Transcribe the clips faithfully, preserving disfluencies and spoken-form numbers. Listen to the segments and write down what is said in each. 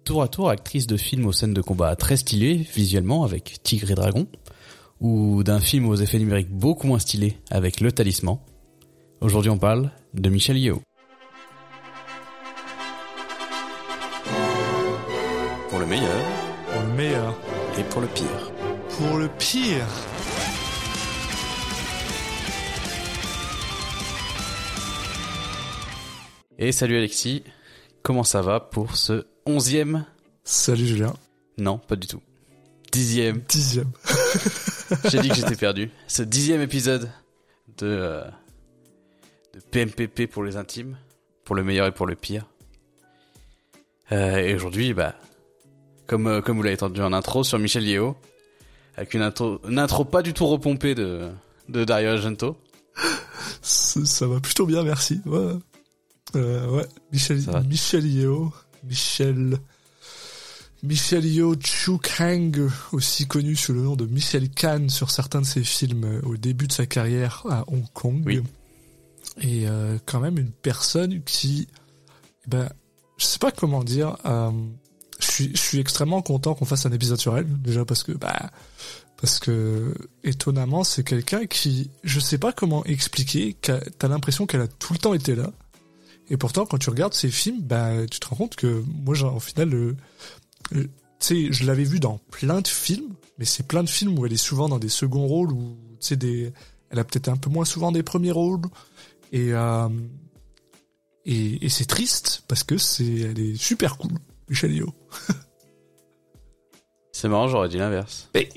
tour à tour actrice de films aux scènes de combat très stylées visuellement avec Tigre et Dragon, ou d'un film aux effets numériques beaucoup moins stylés avec Le Talisman. Aujourd'hui on parle de Michelle Yeoh. Pour le meilleur, pour le meilleur et pour le pire. Pour le pire. Et salut Alexis, comment ça va pour ce onzième? Salut Julien. Non, pas du tout. Dixième. Dixième. J'ai dit que j'étais perdu. Ce dixième épisode de, euh, de P M P P pour les intimes, pour le meilleur et pour le pire. Euh, et aujourd'hui, bah, comme euh, comme vous l'avez entendu en intro sur Michelle Yeoh, avec une intro, une intro pas du tout repompée de de Dario Argento. Ça, ça va plutôt bien, merci. Ouais. Euh, ouais, Michel, Michelle Yeoh, Michelle, Michelle Yeoh Choo Kang, aussi connu sous le nom de Michelle Khan sur certains de ses films au début de sa carrière à Hong Kong. Oui. Et euh, quand même une personne qui, ben, je sais pas comment dire, euh, je suis, je suis extrêmement content qu'on fasse un épisode sur elle, déjà parce que, bah, parce que étonnamment c'est quelqu'un qui, je sais pas comment expliquer, t'as l'impression qu'elle a tout le temps été là. Et pourtant, quand tu regardes ces films, bah, tu te rends compte que moi, genre, au final, le, le, tu sais, je l'avais vu dans plein de films, mais c'est plein de films où elle est souvent dans des seconds rôles, ou tu sais, des, elle a peut-être un peu moins souvent des premiers rôles, et euh, et, et c'est triste parce que c'est, elle est super cool, Michelle Yeoh. C'est marrant, j'aurais dit l'inverse. Mais...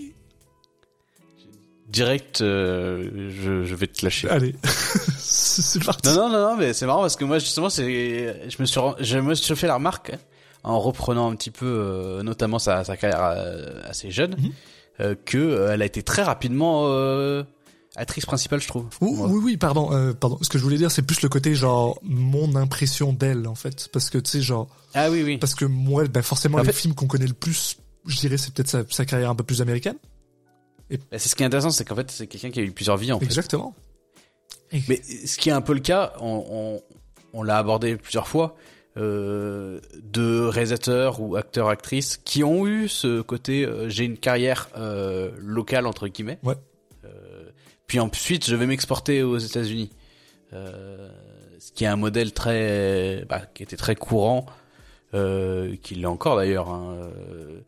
Direct, euh, je, je vais te lâcher. Allez, c'est parti. Non, non, non, non, mais c'est marrant parce que moi, justement, c'est, je me suis, je me suis fait la remarque, hein, en reprenant un petit peu, euh, notamment sa, sa carrière euh, assez jeune, mm-hmm. euh, que euh, elle a été très rapidement euh, actrice principale, je trouve. Oui, oui, oui, pardon, euh, pardon. Ce que je voulais dire, c'est plus le côté genre mon impression d'elle, en fait, parce que tu sais, genre. Ah oui, oui. Parce que moi, ben forcément, en les fait... films qu'on connaît le plus, je dirais, c'est peut-être sa, sa carrière un peu plus américaine. Et... C'est ce qui est intéressant, c'est qu'en fait, c'est quelqu'un qui a eu plusieurs vies, en fait. Exactement. Mais ce qui est un peu le cas, on, on, on l'a abordé plusieurs fois, euh, de réalisateurs ou acteurs, actrices qui ont eu ce côté, euh, j'ai une carrière euh, locale, entre guillemets. Ouais. Euh, puis ensuite, je vais m'exporter aux États-Unis. Euh, ce qui est un modèle très, bah, qui était très courant, euh, qui l'est encore d'ailleurs, hein, euh,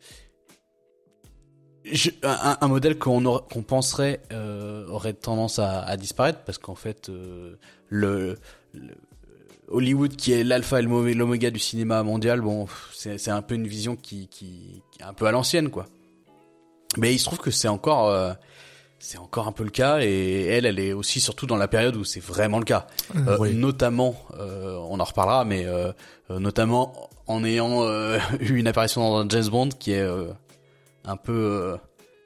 Je, un, un modèle qu'on aurait, qu'on penserait euh, aurait tendance à, à disparaître parce qu'en fait euh, le, le Hollywood qui est l'alpha et l'oméga du cinéma mondial, bon c'est c'est un peu une vision qui qui, qui est un peu à l'ancienne quoi. Mais il se trouve que c'est encore euh, c'est encore un peu le cas et elle elle est aussi surtout dans la période où c'est vraiment le cas. Euh, oui. Notamment euh, on en reparlera mais euh, notamment en ayant euh, eu une apparition dans James Bond qui est euh, un peu euh,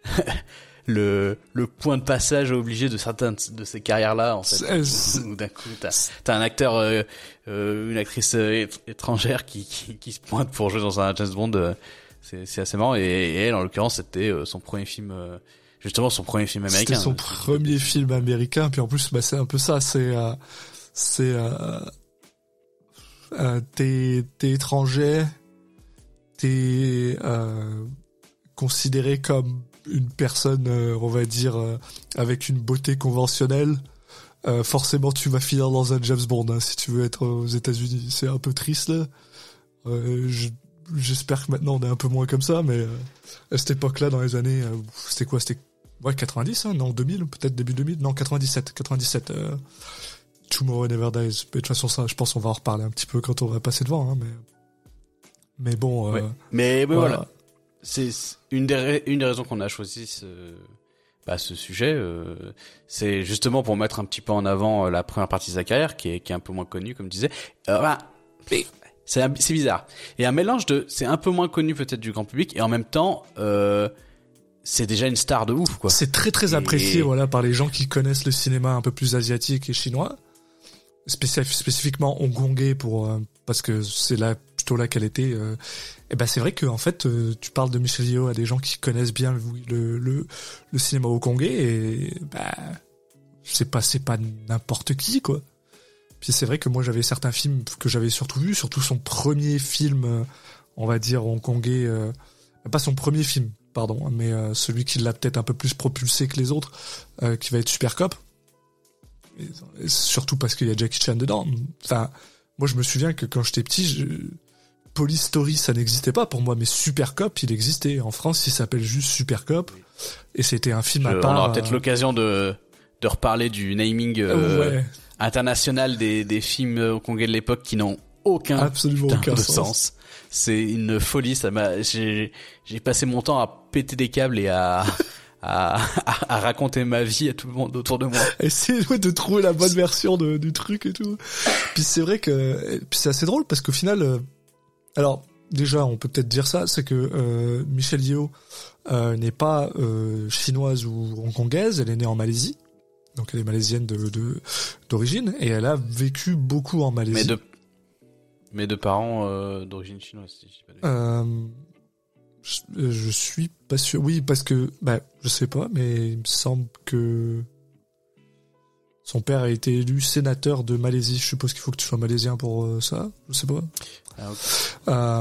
le le point de passage obligé de certaines de ces carrières là en fait où d'un coup t'as t'as un acteur euh, euh, une actrice euh, étrangère qui, qui qui se pointe pour jouer dans un James Bond, euh, c'est c'est assez marrant et, et elle en l'occurrence c'était euh, son premier film euh, justement son premier film américain. C'était son premier film américain puis en plus bah c'est un peu ça, c'est euh, c'est euh, euh, t'es t'es étranger, t'es euh, considéré comme une personne, euh, on va dire, euh, avec une beauté conventionnelle, euh, forcément tu vas finir dans un James Bond hein, si tu veux être aux États-Unis. C'est un peu triste là. Euh, je, j'espère que maintenant on est un peu moins comme ça, mais euh, à cette époque-là, dans les années, euh, c'était quoi, c'était ouais quatre-vingt-dix, hein, non deux mille, peut-être début deux mille, non quatre-vingt-dix-sept, quatre-vingt-dix-sept. Euh, Tomorrow Never Dies. Mais de toute façon, ça, je pense, on va en reparler un petit peu quand on va passer devant, hein, mais mais bon. Euh, ouais. Mais, mais voilà. voilà. C'est une des une des raisons qu'on a choisi ce bah ce sujet, euh, c'est justement pour mettre un petit peu en avant la première partie de sa carrière qui est qui est un peu moins connue comme je disais. Euh, bah, c'est c'est bizarre. Et un mélange de c'est un peu moins connu peut-être du grand public et en même temps euh, c'est déjà une star de ouf quoi. C'est très très apprécié et... voilà par les gens qui connaissent le cinéma un peu plus asiatique et chinois. Spécif- spécifiquement hongkongais pour euh, parce que c'est là plutôt là qu'elle était euh, et ben c'est vrai que en fait euh, tu parles de Michelle Yeoh à des gens qui connaissent bien le le le, le cinéma hongkongais et bah c'est pas c'est pas n'importe qui quoi. Puis c'est vrai que moi j'avais certains films que j'avais surtout vus, surtout son premier film euh, on va dire hongkongais, euh, pas son premier film, pardon, mais euh, celui qui l'a peut-être un peu plus propulsé que les autres, euh, qui va être Super Cop. Et, et surtout parce qu'il y a Jackie Chan dedans. Enfin, moi je me souviens que quand j'étais petit, je... Police Story ça n'existait pas pour moi, mais Super Cop il existait. En France il s'appelle juste Super Cop, et c'était un film je, à part. On aura peut-être euh... l'occasion de de reparler du naming euh, ouais. international des des films hongkongais de l'époque qui n'ont aucun absolument aucun de sens. sens. C'est une folie, ça m'a j'ai j'ai passé mon temps à péter des câbles et à à, à, à raconter ma vie à tout le monde autour de moi. Essayer de trouver la bonne version de, du truc et tout. Puis c'est vrai que puis c'est assez drôle parce qu'au final euh, alors déjà on peut peut-être dire ça, c'est que euh, Michelle Yeoh euh, n'est pas euh, chinoise ou hongkongaise, elle est née en Malaisie. Donc elle est malaisienne de, de d'origine et elle a vécu beaucoup en Malaisie. Mais de mais de parents euh, d'origine chinoise, si je dis pas de... euh, je, je suis pas sûr. Oui, parce que bah je sais pas, mais il me semble que son père a été élu sénateur de Malaisie. Je suppose qu'il faut que tu sois malaisien pour euh, ça. Je sais pas. Ah, okay. euh,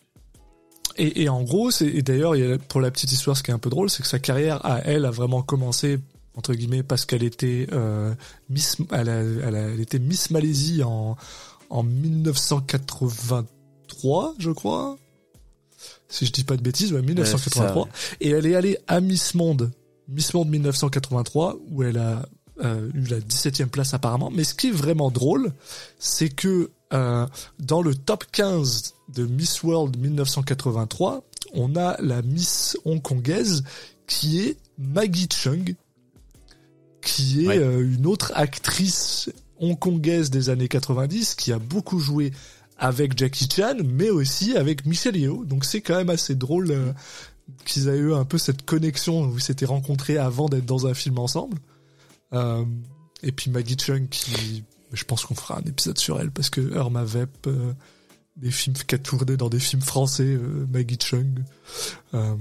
et, et en gros, c'est et d'ailleurs, il y a, pour la petite histoire, ce qui est un peu drôle, c'est que sa carrière à elle a vraiment commencé entre guillemets parce qu'elle était euh, Miss, elle, a, elle, a, elle était Miss Malaisie en en dix-neuf cent quatre-vingt-trois, je crois. Si je dis pas de bêtises, ouais, dix-neuf cent quatre-vingt-trois. Ouais, ça, ouais. Et elle est allée à Miss Monde, Miss Monde dix-neuf cent quatre-vingt-trois, où elle a euh, eu la dix-septième place apparemment. Mais ce qui est vraiment drôle, c'est que euh, dans le top quinze de Miss World dix-neuf cent quatre-vingt-trois, on a la Miss hongkongaise qui est Maggie Cheung, qui est ouais. euh, une autre actrice hongkongaise des années quatre-vingt-dix qui a beaucoup joué avec Jackie Chan, mais aussi avec Michelle Yeoh. Donc c'est quand même assez drôle euh, qu'ils aient eu un peu cette connexion où ils s'étaient rencontrés avant d'être dans un film ensemble. Euh, et puis Maggie Cheung qui, je pense qu'on fera un épisode sur elle parce que Irma Vep, euh, des films qui a tourné dans des films français, euh, Maggie Cheung. Euh...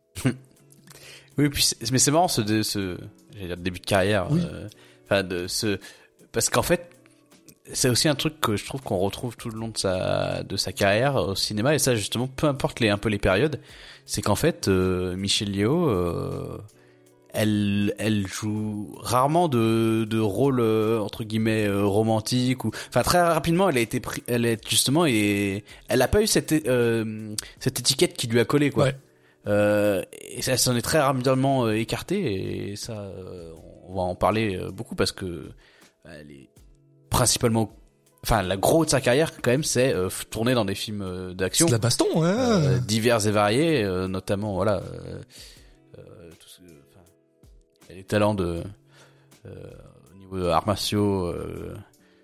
oui, puis c'est, mais c'est marrant ce, de, ce j'allais dire début de carrière, oui. euh, enfin de ce, parce qu'en fait c'est aussi un truc que je trouve qu'on retrouve tout le long de sa de sa carrière au cinéma, et ça justement peu importe les un peu les périodes, c'est qu'en fait euh, Michelle Yeoh euh, elle elle joue rarement de de rôle euh, entre guillemets euh, romantique ou enfin très rapidement elle a été pris, elle est justement et elle a pas eu cette euh, cette étiquette qui lui a collé quoi. Ouais. Euh, et ça s'en est très rapidement euh, écarté, et ça euh, on va en parler euh, beaucoup parce que bah, elle est principalement, enfin la gros de sa carrière quand même c'est euh, tourner dans des films euh, d'action, c'est de la baston ouais. euh, divers et variés, euh, notamment voilà euh, euh, tout ce, enfin, les talents de euh, au niveau de arts martiaux euh,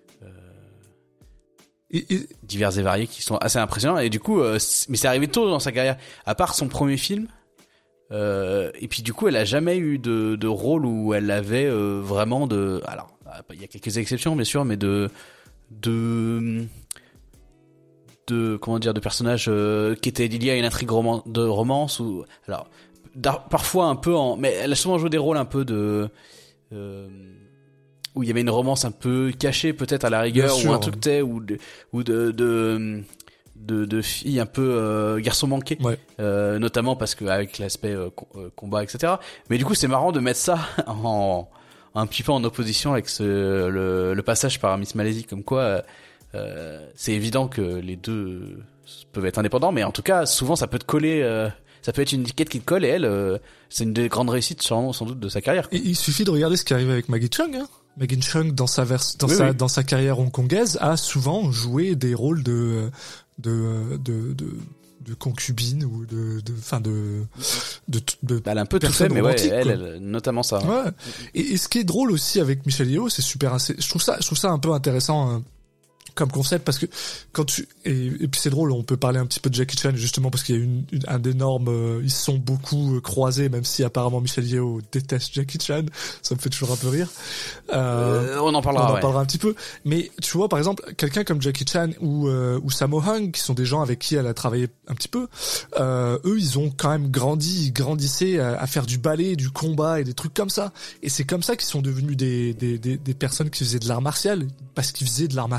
Et, et... divers et variés qui sont assez impressionnants, et du coup euh, c'est, mais c'est arrivé tôt dans sa carrière, à part son premier film euh, et puis du coup elle a jamais eu de, de rôle où elle avait euh, vraiment de, alors il y a quelques exceptions bien sûr, mais de de de comment dire de personnages euh, qui étaient liés à une intrigue roman, de romance ou alors parfois un peu en, mais elle a souvent joué des rôles un peu de euh, où il y avait une romance un peu cachée peut-être à la rigueur, ou un truc t'es ou de ou de de de, de filles un peu euh, garçons manqués, ouais. euh, notamment parce que avec l'aspect euh, combat et cetera. Mais du coup c'est marrant de mettre ça en un petit peu en opposition avec ce le, le passage par Miss Malaisie, comme quoi euh, c'est évident que les deux peuvent être indépendants, mais en tout cas souvent ça peut te coller. Euh, ça peut être une étiquette qui te colle, et elle, euh, c'est une des grandes réussites sûrement, sans doute, de sa carrière. Et il suffit de regarder ce qui arrive avec Maggie Cheung, hein. Maggie Cheung, dans sa vers- dans oui, sa oui. dans sa carrière hongkongaise, a souvent joué des rôles de de de de, de concubine ou de de enfin de, de de de elle a un peu tout fait, mais ouais, elle, elle notamment ça. Ouais. Et, et ce qui est drôle aussi avec Michelle Yeoh, c'est super assez, je trouve ça je trouve ça un peu intéressant hein, comme concept, parce que quand tu et, et puis c'est drôle, on peut parler un petit peu de Jackie Chan justement parce qu'il y a une, une un énorme euh, ils se sont beaucoup euh, croisés, même si apparemment Michelle Yeoh déteste Jackie Chan, ça me fait toujours un peu rire. Euh, euh, on en parlera. On en ouais. parlera un petit peu, mais tu vois par exemple quelqu'un comme Jackie Chan ou euh, ou Sammo Hung, qui sont des gens avec qui elle a travaillé un petit peu, euh, eux ils ont quand même grandi, ils grandissaient à, à faire du ballet, du combat et des trucs comme ça, et c'est comme ça qu'ils sont devenus des des des, des personnes qui faisaient de l'art martial, parce qu'ils faisaient de l'art martial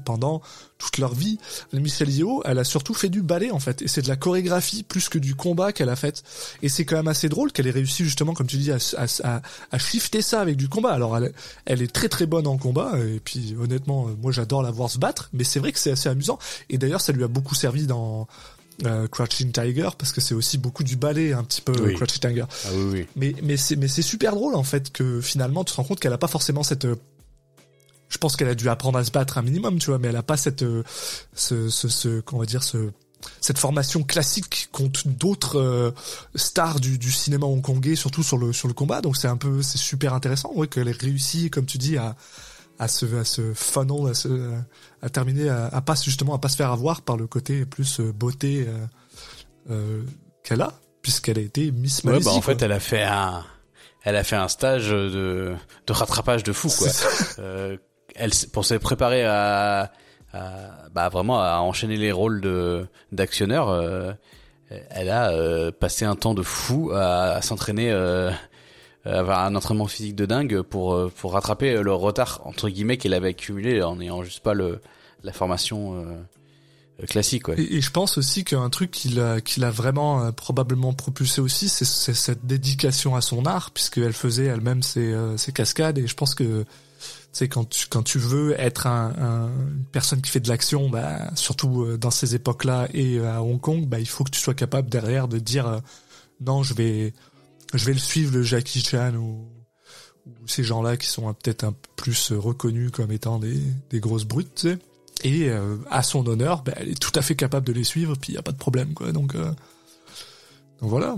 pendant toute leur vie. Michelle Yeoh, elle a surtout fait du ballet en fait, et c'est de la chorégraphie plus que du combat qu'elle a fait. Et c'est quand même assez drôle qu'elle ait réussi justement, comme tu dis, à, à, à shifter ça avec du combat. Alors elle, elle est très très bonne en combat, et puis honnêtement, moi j'adore la voir se battre, mais c'est vrai que c'est assez amusant. Et d'ailleurs, ça lui a beaucoup servi dans euh, Crouching Tiger, parce que c'est aussi beaucoup du ballet, un petit peu oui. Crouching Tiger. Ah oui, oui. Mais mais c'est mais c'est super drôle en fait que finalement tu te rends compte qu'elle a pas forcément cette je pense qu'elle a dû apprendre à se battre un minimum, tu vois, mais elle a pas cette, ce, ce, ce, qu'on va dire, ce, cette formation classique qu'ont d'autres euh, stars du, du cinéma hongkongais, surtout sur le, sur le combat. Donc c'est un peu, c'est super intéressant, ouais, qu'elle ait réussi, comme tu dis, à, à se, à se funnel, à se, à terminer, à, à pas justement, à pas se faire avoir par le côté plus beauté euh, euh, qu'elle a, puisqu'elle a été Miss Malaisie. Ouais, bah en quoi. fait, elle a fait un, elle a fait un stage de, de rattrapage de fou, quoi. euh, Elle, pour se préparer à, à bah vraiment à enchaîner les rôles de d'actionneur, euh, elle a euh, passé un temps de fou à, à s'entraîner, euh, à avoir un entraînement physique de dingue pour pour rattraper le retard entre guillemets qu'elle avait accumulé en n'ayant juste pas le la formation euh, classique. Ouais. Et, et je pense aussi qu'un truc qui l'a qui l'a vraiment euh, probablement propulsé aussi, c'est, c'est cette dédication à son art, puisqu'elle faisait elle-même ses euh, ses cascades, et je pense que c'est quand tu quand tu veux être un, un une personne qui fait de l'action, bah surtout dans ces époques-là et à Hong Kong, bah il faut que tu sois capable derrière de dire euh, non, je vais je vais le suivre, le Jackie Chan ou, ou ces gens-là qui sont peut-être un peu plus reconnus comme étant des des grosses brutes, tu sais. Et euh, à son honneur, bah, elle est tout à fait capable de les suivre, puis il y a pas de problème, quoi. Donc euh, donc voilà.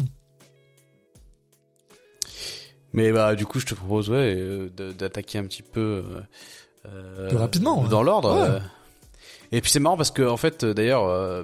Mais bah du coup je te propose ouais euh, d'attaquer un petit peu euh, Plus rapidement dans ouais. l'ordre. Ouais. Euh. Et puis c'est marrant parce que en fait d'ailleurs euh,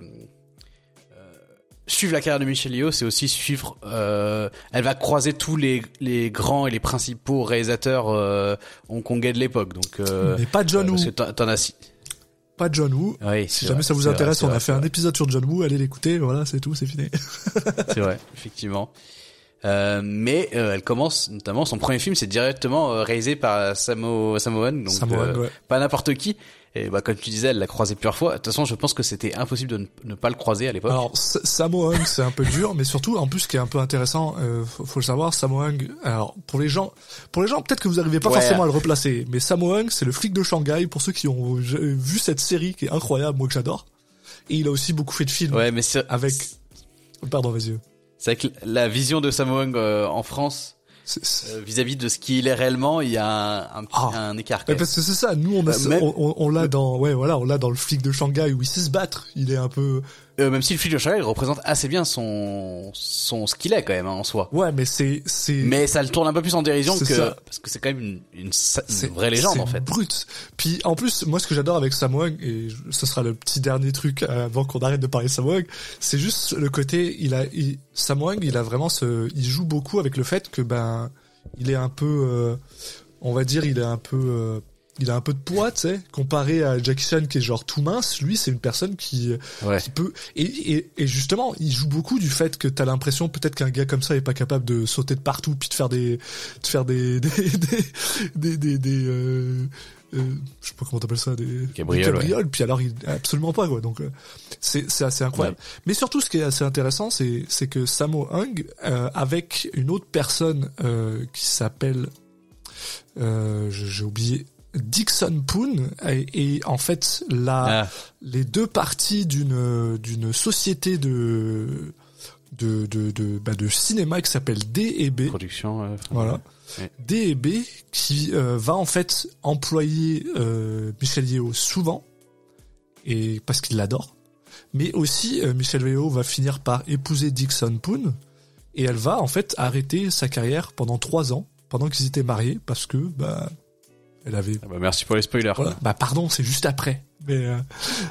euh, suivre la carrière de Michelle Yeoh, c'est aussi suivre. Euh, elle va croiser tous les les grands et les principaux réalisateurs euh, hongkongais de l'époque. Donc euh, mais pas John euh, Woo. parce que t'en, t'en as Pas John Woo. Oui, si jamais vrai, ça vous intéresse, vrai, on a vrai, fait un vrai. épisode sur John Woo. Allez l'écouter. Voilà, c'est tout, c'est fini. C'est vrai, effectivement. Euh, mais euh, elle commence notamment son premier film, c'est directement euh, réalisé par Sammo Sammo Hung, donc Sammo Hung, euh, ouais. pas n'importe qui. Et bah comme tu disais, elle l'a croisé plusieurs fois. De toute façon, je pense que c'était impossible de ne, ne pas le croiser à l'époque. Alors S- Sammo Hung, c'est un peu dur, mais surtout en plus ce qui est un peu intéressant, euh, faut, faut le savoir, Sammo Hung. Alors pour les gens, pour les gens peut-être que vous arrivez pas Ouais. forcément à le replacer, mais Sammo Hung, c'est le flic de Shanghai pour ceux qui ont euh, vu cette série qui est incroyable, moi que j'adore. Et il a aussi beaucoup fait de films Ouais, mais c'est avec. Pardon, vas-y. c'est vrai que la vision de Sammo Hung euh, en France C'est, c'est... euh, vis-à-vis de ce qu'il est réellement, il y a un, un, Ah. un écart. Ouais, parce que c'est ça, nous on a, Euh, même- on, on, on l'a dans, ouais voilà, on l'a dans le flic de Shanghai où il sait se battre. Il est un peu, Euh, même si le flic de Shanghai il représente assez bien son son ce qu'il est quand même hein, en soi. ouais, mais c'est, c'est. Mais ça le tourne un peu plus en dérision C'est que ça. parce que c'est quand même une une, sa- une C'est vraie légende c'est en fait. brut. Puis en plus, moi ce que j'adore avec Sammo Hung, et je- ce sera le petit dernier truc euh, avant qu'on arrête de parler de Sammo Hung, c'est juste le côté, il a, il, Sammo Hung, il a vraiment ce, il joue beaucoup avec le fait que ben, il est un peu, euh, on va dire, il est un peu, euh, il a un peu de poids, tu sais, comparé à Jackie Chan qui est genre tout mince. Lui, c'est une personne qui, Ouais. qui peut, et, et, et justement, il joue beaucoup du fait que t'as l'impression peut-être qu'un gars comme ça est pas capable de sauter de partout puis de faire des, de faire des, des, des, des, des, des, euh, euh, je sais pas comment t'appelles ça, des Cabrioles, des cabrioles, puis alors il absolument pas quoi. Donc euh, c'est c'est assez incroyable. Ouais. Mais surtout ce qui est assez intéressant, c'est c'est que Sammo Hung euh, avec une autre personne euh, qui s'appelle euh, j'ai oublié Dixon Poon et, et en fait la Ah. les deux parties d'une d'une société de de de de, bah, de cinéma qui s'appelle D et B. Production. Euh, Voilà. Ouais. D et B qui euh, va en fait employer euh, Michelle Yeoh souvent et parce qu'il l'adore, mais aussi euh, Michelle Yeoh va finir par épouser Dixon Poon et elle va en fait arrêter sa carrière pendant trois ans pendant qu'ils étaient mariés parce que bah elle avait Ah bah, merci pour les spoilers. voilà. Bah pardon, c'est juste après. Mais euh...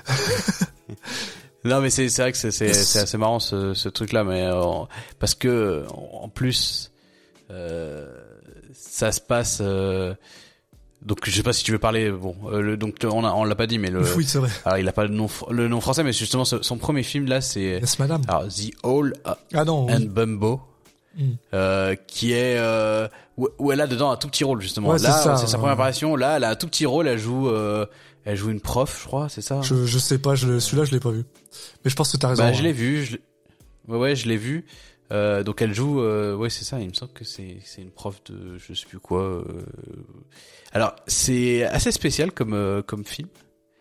Non mais c'est c'est vrai que c'est c'est, c'est assez marrant ce ce truc là mais euh, parce que en plus euh, ça se passe euh, donc je sais pas si tu veux parler bon euh, le, donc on a, on l'a pas dit mais le oui, c'est vrai. alors il a pas le nom fr- le nom français mais c'est justement ce- son premier film là c'est Yes, madame. alors The Hole Ah non. and Oui. Bumbo Mm. euh, qui est euh, où, où elle a dedans un tout petit rôle justement Ouais, là c'est ça, c'est sa ouais. première apparition là elle a un tout petit rôle elle joue euh, elle joue une prof, je crois, c'est ça. Je je sais pas, je, celui-là je l'ai pas vu. Mais je pense que t'as raison. Bah hein. je l'ai vu, je l'ai... ouais ouais, je l'ai vu. Euh, donc elle joue, euh, ouais c'est ça. Il me semble que c'est c'est une prof de je sais plus quoi. Euh... Alors c'est assez spécial comme euh, comme film.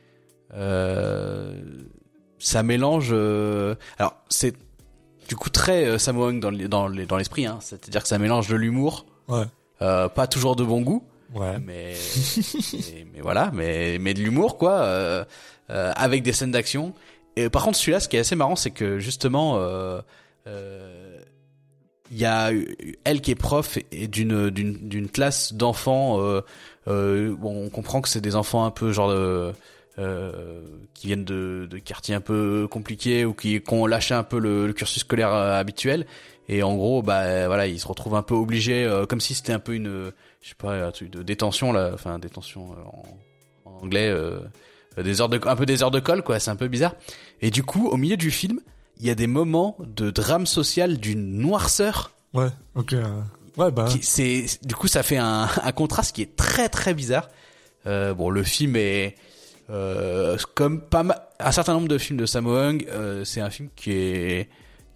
Euh... Ça mélange. Euh... Alors c'est du coup très euh, Sammo Hung dans les, dans les, dans l'esprit, hein. C'est-à-dire que ça mélange de l'humour, ouais. euh, pas toujours de bon goût, ouais. mais, mais mais voilà, mais mais de l'humour quoi, euh, euh, avec des scènes d'action. Et par contre celui-là, ce qui est assez marrant, c'est que justement, euh, euh, il y a elle qui est prof et d'une d'une d'une classe d'enfants. Euh, euh, bon, on comprend que c'est des enfants un peu genre de Euh, qui viennent de, de quartiers un peu compliqués ou qui, qui ont lâché un peu le, le cursus scolaire euh, habituel, et en gros bah voilà ils se retrouvent un peu obligés euh, comme si c'était un peu une je sais pas un truc de détention là, enfin détention euh, en, en anglais, euh, des heures de un peu des heures de colle quoi, c'est un peu bizarre. Et du coup au milieu du film il y a des moments de drame social d'une noirceur. Ouais, ok. Euh... Ouais bah. Qui, c'est du coup ça fait un, un contraste qui est très très bizarre. Euh, bon le film est Euh, comme pas mal, un certain nombre de films de Sammo Hung, euh, c'est un film qui est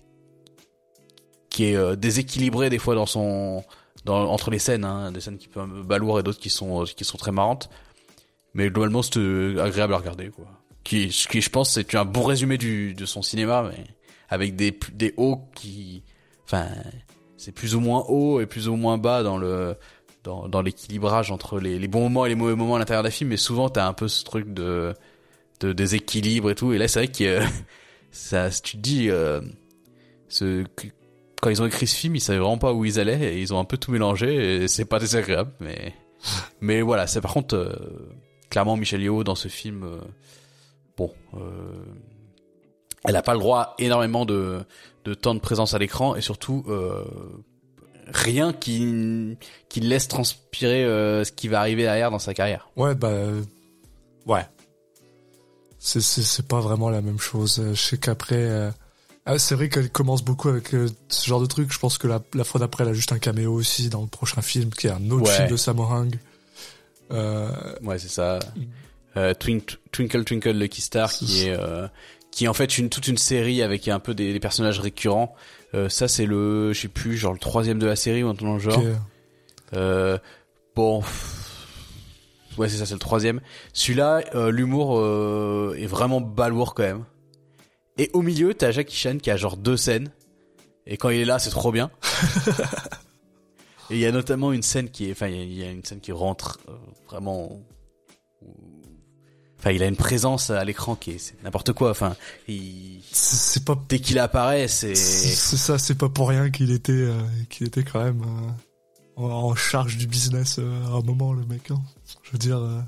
qui est euh, déséquilibré des fois dans son dans entre les scènes, hein, des scènes qui peuvent un peu balourdes et d'autres qui sont qui sont très marrantes. Mais globalement c'est agréable à regarder quoi. Qui qui je pense c'est un bon résumé du de son cinéma, mais avec des des hauts qui enfin c'est plus ou moins haut et plus ou moins bas dans le dans dans l'équilibrage entre les les bons moments et les mauvais moments à l'intérieur d'un film, mais souvent t'as un peu ce truc de de déséquilibre et tout. Et là c'est vrai que euh, ça tu te dis euh, ce quand ils ont écrit ce film ils savaient vraiment pas où ils allaient et ils ont un peu tout mélangé et c'est pas désagréable, mais mais voilà c'est par contre euh, clairement Michelle Yeoh dans ce film euh, bon euh, elle a pas le droit énormément de de temps de présence à l'écran, et surtout euh, rien qui qui laisse transpirer euh, ce qui va arriver derrière dans sa carrière. Ouais bah euh, ouais. C'est c'est c'est pas vraiment la même chose. Je sais qu'après euh... ah, c'est vrai qu'elle commence beaucoup avec euh, ce genre de truc. Je pense que la la fois d'après elle a juste un caméo aussi dans le prochain film qui est un autre ouais. film de Sammo Hung. Euh... Ouais, c'est ça. Euh, Twink, Twinkle Twinkle Lucky Star qui est euh, qui est en fait une toute une série avec un peu des, des personnages récurrents. Euh, ça c'est le, je sais plus, genre le troisième de la série ou un truc dans le genre. Okay. Euh, bon, ouais c'est ça, c'est le troisième. Celui-là, euh, l'humour euh, est vraiment balourd quand même. Et au milieu, t'as Jackie Chan qui a genre deux scènes. Et quand il est là, c'est trop bien. Et il y a notamment une scène qui est, enfin il y, y a une scène qui rentre euh, vraiment. Enfin, il a une présence à l'écran qui est c'est n'importe quoi. Enfin, il... c'est pas dès qu'il apparaît, c'est. C'est ça, c'est pas pour rien qu'il était, euh, qu'il était quand même euh, en, en charge du business euh, à un moment, le mec. Hein. Je veux dire, euh...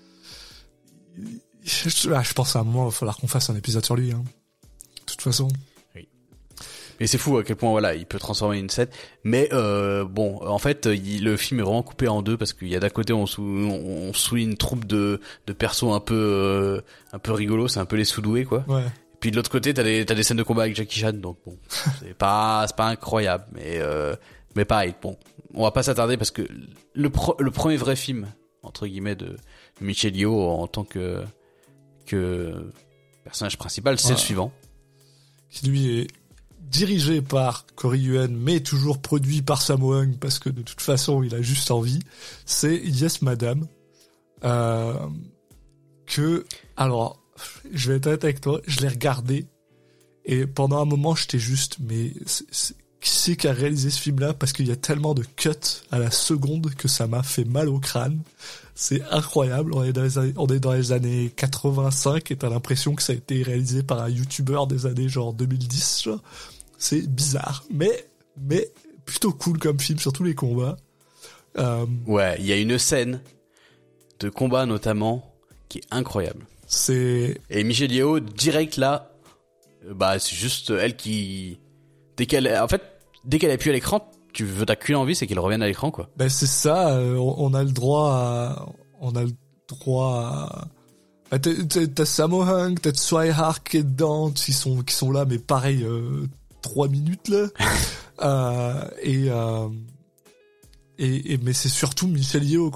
je, ah, je pense à un moment, il va falloir qu'on fasse un épisode sur lui. Hein. De toute façon. Et c'est fou à quel point voilà il peut transformer une scène, mais euh, bon en fait il, le film est vraiment coupé en deux parce qu'il y a d'un côté on, sou, on, on suit une troupe de de persos un peu euh, un peu rigolos, c'est un peu les sous-doués quoi. Ouais. Et puis de l'autre côté t'as des t'as des scènes de combat avec Jackie Chan, donc bon c'est pas c'est pas incroyable, mais euh, mais pareil bon on va pas s'attarder parce que le pro, le premier vrai film entre guillemets de Michelle Yeoh en tant que que personnage principal c'est ouais. le suivant qui lui est dirigé par Corey Yuen, mais toujours produit par Sammo Hung, parce que de toute façon, il a juste envie. C'est Yes Madame. Euh, que, alors, je vais être honnête avec toi, je l'ai regardé, et pendant un moment, j'étais juste, mais c'est, c'est, qui c'est qui a réalisé ce film-là? Parce qu'il y a tellement de cuts à la seconde que ça m'a fait mal au crâne. C'est incroyable. On est dans les années, on est dans les années quatre-vingt-cinq, et t'as l'impression que ça a été réalisé par un YouTuber des années genre deux mille dix, genre. C'est bizarre, mais mais plutôt cool comme film, surtout les combats. Euh... Ouais, il y a une scène de combat notamment qui est incroyable. C'est et Michelle Yeoh direct là, bah c'est juste elle qui dès qu'elle en fait dès qu'elle appuie à l'écran, tu veux t'as qu'une envie, c'est qu'elle revienne à l'écran quoi. Ben c'est ça, euh, on a le droit à on a le droit à T'as, t'as, t'as Sammo Hung, t'as Tsui Hark qui est dedans, qui sont qui sont là, mais pareil. Euh, trois minutes là euh, et, euh, et et mais c'est surtout Michelle Yeoh quoi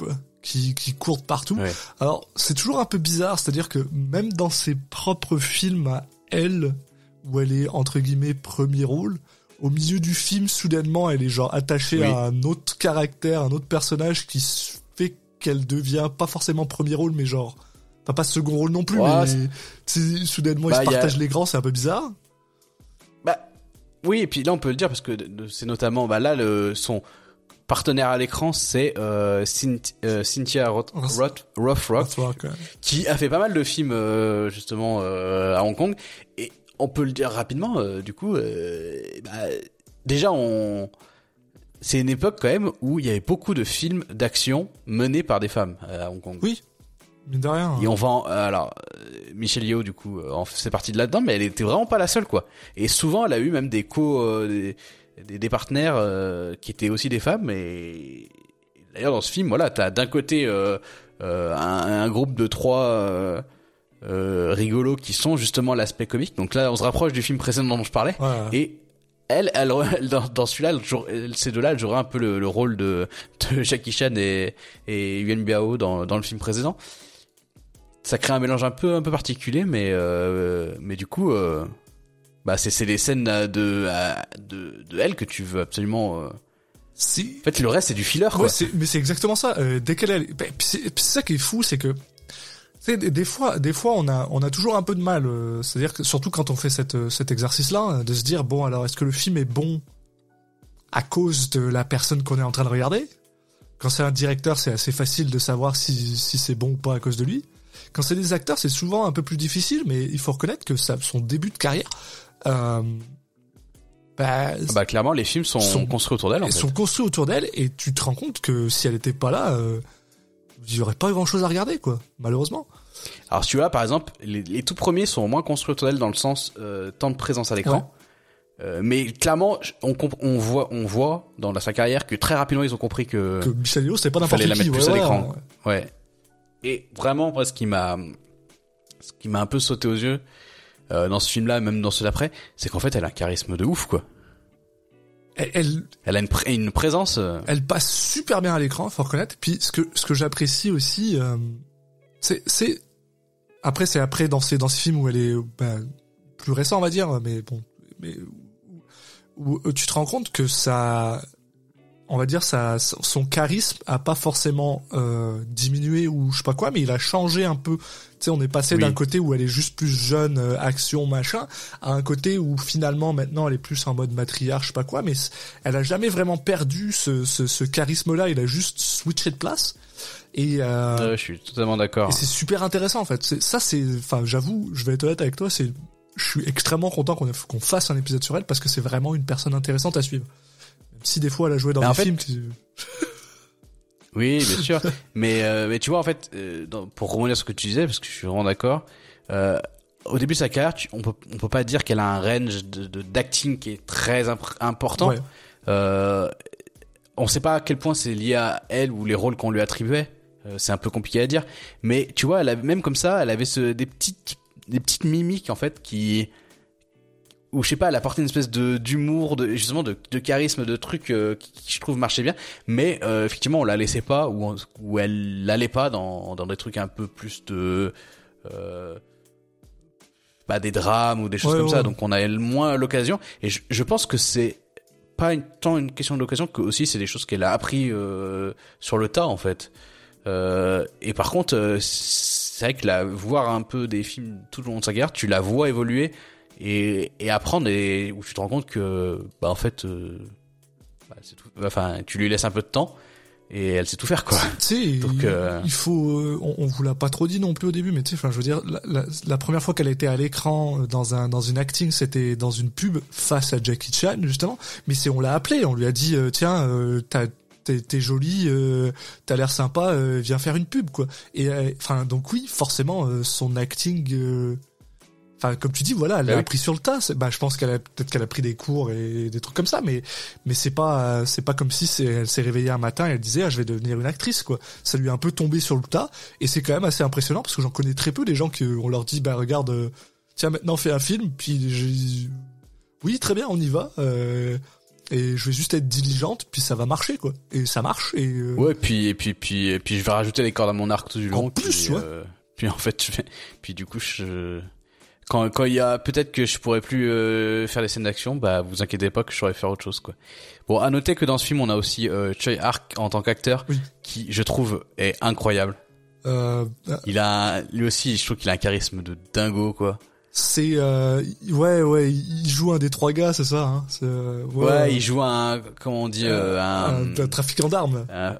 qui qui courent partout. Ouais. Alors c'est toujours un peu bizarre, c'est-à-dire que même dans ses propres films à elle, où elle est entre guillemets premier rôle, au milieu du film soudainement elle est genre attachée oui. à un autre caractère, un autre personnage qui fait qu'elle devient pas forcément premier rôle, mais genre enfin pas second rôle non plus, ouais, mais c'est... soudainement bah, ils se partagent a... l'écran, c'est un peu bizarre. Bah oui, et puis là on peut le dire parce que c'est notamment bah là le son partenaire à l'écran, c'est euh, Cynthia, euh, Cynthia Roth, Roth, Rothrock, Rothrock ouais. qui a fait pas mal de films euh, justement euh, à Hong Kong. Et on peut le dire rapidement, euh, du coup, euh, bah, déjà, on... c'est une époque quand même où il y avait beaucoup de films d'action menés par des femmes à Hong Kong. Oui, mine de rien. Et on vend, alors Michelle Yeoh du coup, en fait partie de là-dedans, mais elle était vraiment pas la seule quoi. Et souvent, elle a eu même des co, euh, des, des, des partenaires euh, qui étaient aussi des femmes. Et d'ailleurs dans ce film, voilà, t'as d'un côté euh, euh, un, un groupe de trois euh, euh, rigolos qui sont justement l'aspect comique. Donc là, on se rapproche du film précédent dont je parlais. Ouais. Et elle, elle, elle dans, dans celui-là, elle, ces deux-là, elle jouera un peu le, le rôle de, de Jackie Chan et, et Yuan Biao dans, dans le film précédent. Ça crée un mélange un peu un peu particulier, mais euh, mais du coup, euh, bah c'est c'est les scènes de de de elle que tu veux absolument. Euh... Si. En fait, le reste c'est du filler, quoi. Ouais, c'est, mais c'est exactement ça. Euh, dès qu'elle est, bah, c'est, c'est ça qui est fou, c'est que, tu sais, des, des fois, des fois, on a on a toujours un peu de mal. Euh, c'est-à-dire que surtout quand on fait cette cet exercice-là, de se dire bon, alors est-ce que le film est bon à cause de la personne qu'on est en train de regarder? Quand c'est un directeur, c'est assez facile de savoir si si c'est bon ou pas à cause de lui. Quand c'est des acteurs, c'est souvent un peu plus difficile, mais il faut reconnaître que ça, son début de carrière, euh, bah, ah bah clairement, les films sont, sont construits autour d'elle. En ils fait. sont construits autour d'elle, et tu te rends compte que si elle était pas là, euh, il y aurait pas grand chose à regarder, quoi. Malheureusement. Alors celui-là, par exemple, les, les tout premiers sont moins construits autour d'elle dans le sens euh, temps de présence à l'écran. Ouais. Euh, mais clairement, on, comp- on voit, on voit dans sa carrière que très rapidement ils ont compris que. Que Michelle Yeoh, c'est pas n'importe qui. Fallait la mettre ouais, plus ouais, à l'écran. Ouais. ouais. Et vraiment, moi, ce qui m'a, ce qui m'a un peu sauté aux yeux euh, dans ce film-là, même dans ceux d'après, c'est qu'en fait, elle a un charisme de ouf, quoi. Elle, elle, elle a une, pr- une présence. Euh... Elle passe super bien à l'écran, faut reconnaître. Puis ce que ce que j'apprécie aussi, euh, c'est c'est après c'est après dans ces dans ces films où elle est ben, plus récent, on va dire, mais bon, mais où, où tu te rends compte que ça. On va dire ça, son charisme a pas forcément euh, diminué ou je sais pas quoi, mais il a changé un peu. Tu sais, on est passé oui. d'un côté où elle est juste plus jeune, euh, action machin, à un côté où finalement maintenant elle est plus en mode matriarche, je sais pas quoi, mais elle a jamais vraiment perdu ce, ce, ce charisme-là. Il a juste switché de place. Et euh, euh, je suis totalement d'accord. Et c'est super intéressant en fait. C'est, ça c'est, enfin j'avoue, je vais être honnête avec toi, c'est, je suis extrêmement content qu'on, qu'on fasse un épisode sur elle parce que c'est vraiment une personne intéressante à suivre. Si des fois elle a joué dans des fait, films qui... oui bien sûr mais euh, mais tu vois en fait euh, dans, pour revenir sur ce que tu disais parce que je suis vraiment d'accord euh, au début de sa carrière tu, on peut on peut pas dire qu'elle a un range de, de d'acting qui est très imp- important ouais. euh, on sait pas à quel point c'est lié à elle ou les rôles qu'on lui attribuait euh, c'est un peu compliqué à dire mais tu vois elle avait, même comme ça elle avait ce, des petites des petites mimiques en fait qui où je sais pas, elle apportait une espèce de d'humour, de justement de, de charisme, de trucs euh, qui, qui je trouve marchaient bien, mais euh, effectivement on la laissait pas ou on, ou elle l'allait pas dans dans des trucs un peu plus de euh, bah des drames ou des choses ouais, comme ouais. ça, donc on a moins l'occasion et je, je pense que c'est pas une, tant une question de l'occasion que aussi c'est des choses qu'elle a appris euh, sur le tas en fait. Euh, et par contre euh, c'est vrai que la voir un peu des films tout au long de sa carrière, tu la vois évoluer. Et, et apprendre et où tu te rends compte que bah en fait euh, bah, c'est tout, enfin tu lui laisses un peu de temps et elle sait tout faire quoi. Tu sais, il, euh... il faut euh, on, on vous l'a pas trop dit non plus au début mais tu sais enfin je veux dire la, la, la première fois qu'elle était à l'écran dans un dans une acting c'était dans une pub face à Jackie Chan justement mais c'est on l'a appelé on lui a dit euh, tiens euh, t'as T'es, t'es jolie, euh, t'as l'air sympa, euh, viens faire une pub quoi. Et enfin euh, donc oui forcément euh, son acting euh, Enfin, comme tu dis, voilà, elle bah a oui. appris sur le tas. Bah, je pense qu'elle a peut-être qu'elle a pris des cours et des trucs comme ça, mais mais c'est pas c'est pas comme si c'est, elle s'est réveillée un matin et elle disait ah je vais devenir une actrice quoi. Ça lui est un peu tombé sur le tas et c'est quand même assez impressionnant parce que j'en connais très peu des gens que on leur dit bah regarde euh, tiens maintenant fais un film puis je, oui très bien on y va. Euh, et je vais juste être diligente, puis ça va marcher, quoi. Et ça marche. Et euh... ouais, puis et puis puis et puis je vais rajouter les cordes à mon arc tout du long. En plus, puis, ouais. Euh, puis en fait, je vais, puis du coup, je quand quand il y a peut-être que je pourrais plus euh, faire des scènes d'action, bah vous inquiétez pas que je saurais faire autre chose, quoi. Bon, à noter que dans ce film, on a aussi euh, Choi Ark en tant qu'acteur, oui. qui je trouve est incroyable. Euh... Il a lui aussi, je trouve qu'il a un charisme de dingo, quoi. C'est euh, ouais ouais il joue un des trois gars, c'est ça hein c'est, euh, ouais, ouais il joue un comment on dit euh, un, un, un trafiquant d'armes euh,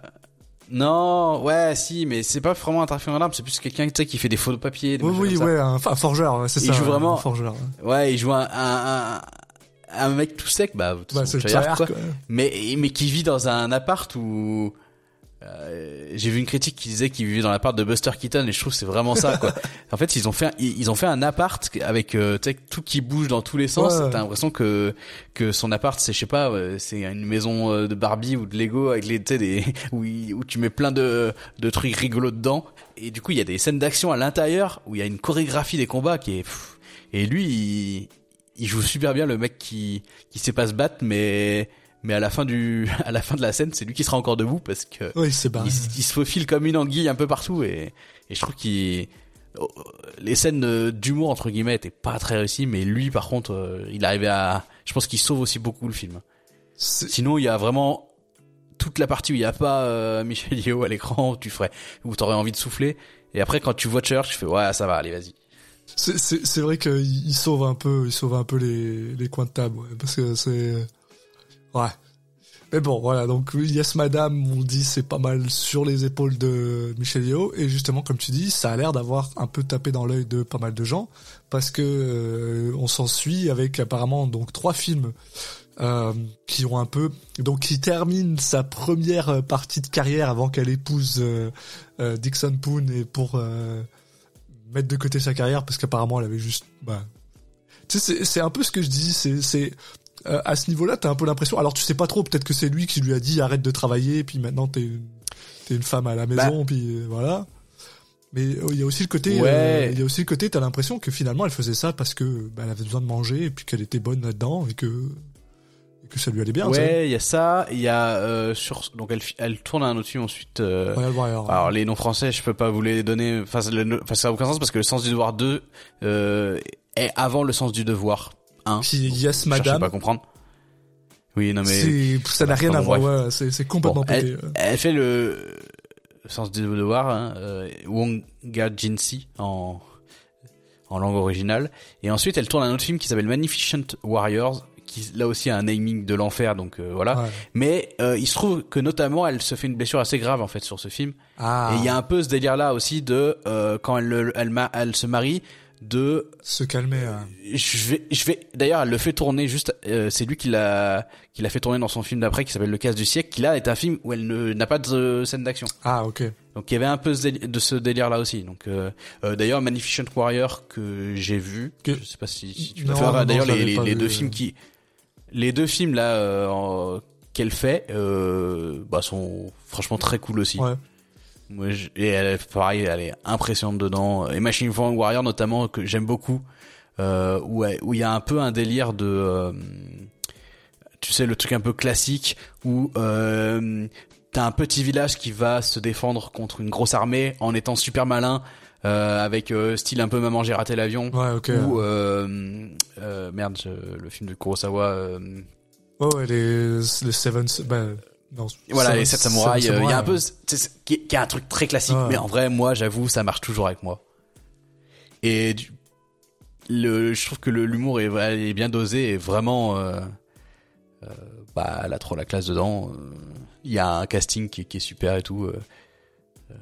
non ouais si mais c'est pas vraiment un trafiquant d'armes, c'est plus quelqu'un tu sais qui fait des faux papiers des oui oui ouais un, un forgeur c'est il ça joue vraiment un forgeur ouais. ouais il joue un, un, un un mec tout sec bah, bah c'est le Arc, quoi. Ouais. mais mais qui vit dans un appart où Euh, j'ai vu une critique qui disait qu'il vivait dans l'appart de Buster Keaton et je trouve que c'est vraiment ça, quoi. En fait, ils ont fait un, ils ont fait un appart avec euh, tu sais tout qui bouge dans tous les sens. Ouais. T'as l'impression que que son appart c'est je sais pas, c'est une maison de Barbie ou de Lego avec les tu sais des où, il, où tu mets plein de de trucs rigolos dedans et du coup il y a des scènes d'action à l'intérieur où il y a une chorégraphie des combats qui est pff, et lui il, il joue super bien le mec qui qui sait pas se battre mais mais à la fin du à la fin de la scène c'est lui qui sera encore debout parce que oui, c'est il, il se faufile comme une anguille un peu partout et et je trouve qu'il les scènes d'humour entre guillemets étaient pas très réussies mais lui par contre il arrivait à je pense qu'il sauve aussi beaucoup le film. Sinon il y a vraiment toute la partie où il y a pas euh, Michelle Yeoh à l'écran où tu ferais où t'aurais envie de souffler et après quand tu vois Church tu fais ouais ça va allez vas-y. C'est c'est c'est vrai qu'il il sauve un peu il sauve un peu les les coins de table ouais, parce que c'est ouais. Mais bon, voilà, donc Yes Madame, on dit c'est pas mal sur les épaules de Michelle Yeoh, et justement, comme tu dis, ça a l'air d'avoir un peu tapé dans l'œil de pas mal de gens, parce que euh, on s'en suit avec apparemment donc trois films euh, qui ont un peu, donc qui terminent sa première partie de carrière avant qu'elle épouse euh, euh, Dixon Poon et pour euh, mettre de côté sa carrière, parce qu'apparemment elle avait juste, bah, tu sais, c'est, c'est un peu ce que je dis, c'est, c'est Euh, à ce niveau-là, t'as un peu l'impression. Alors, tu sais pas trop. Peut-être que c'est lui qui lui a dit arrête de travailler, puis maintenant t'es une, t'es une femme à la maison, bah. puis euh, voilà. Mais il euh, y a aussi le côté. Il ouais. euh, y a aussi le côté. T'as l'impression que finalement, elle faisait ça parce que bah, elle avait besoin de manger et puis qu'elle était bonne là-dedans et que et que ça lui allait bien. Ouais, il y a ça. Il y a euh, sur donc elle elle tourne un autre film ensuite. Euh, ouais, ouais, alors, alors les noms français, je peux pas vous les donner. Enfin, enfin ça a aucun sens parce que le sens du devoir deux euh, est avant le sens du devoir. Hein, puis Yes Madame. Je pas comprendre. Oui, non mais c'est, ça n'a rien à voir. Ouais, c'est, c'est complètement bon, pété. Elle, elle fait le, le sens du devoir, hein, euh, Wonga Jinsi en en langue originale. Et ensuite, elle tourne un autre film qui s'appelle Magnificent Warriors, qui là aussi a un naming de l'enfer, donc euh, voilà. Ouais. Mais euh, il se trouve que notamment, elle se fait une blessure assez grave en fait sur ce film. Ah. Et il y a un peu ce délire là aussi de euh, quand elle elle, elle, elle se marie. De se calmer. Hein. Je vais, je vais. D'ailleurs, elle le fait tourner juste. Euh, c'est lui qui l'a, qui l'a fait tourner dans son film d'après, qui s'appelle Le Casse du siècle, qui là est un film où elle ne n'a pas de scène d'action. Ah ok. Donc il y avait un peu de ce délire là aussi. Donc euh, euh, d'ailleurs, Magnificent Warrior que j'ai vu. Que... Je sais pas si, si tu peux faire. Non, d'ailleurs, les, les, les deux films qui, les deux films là euh, en, qu'elle fait, euh, bah sont franchement très cool aussi. Ouais. Moi, je, et elle, pareil, elle est impressionnante dedans. Et Machine for Warrior notamment que j'aime beaucoup, euh, où où il y a un peu un délire de, euh, tu sais, le truc un peu classique où euh, t'as un petit village qui va se défendre contre une grosse armée en étant super malin, euh, avec euh, style un peu Maman j'ai raté l'avion. Ouais, ok. Ou euh, euh, merde, je, le film de Kurosawa. Euh, oh ouais, les les Seven. Bah... Non, voilà, ça, les sept samouraïs, il euh, y a un peu, c'est, qui, qui est un truc très classique, ah, mais en vrai, moi, j'avoue, ça marche toujours avec moi. Et du, le, je trouve que le, l'humour est, est bien dosé et vraiment, euh, euh, bah, elle a trop la classe dedans. Il y a un casting qui, qui est super et tout. Euh,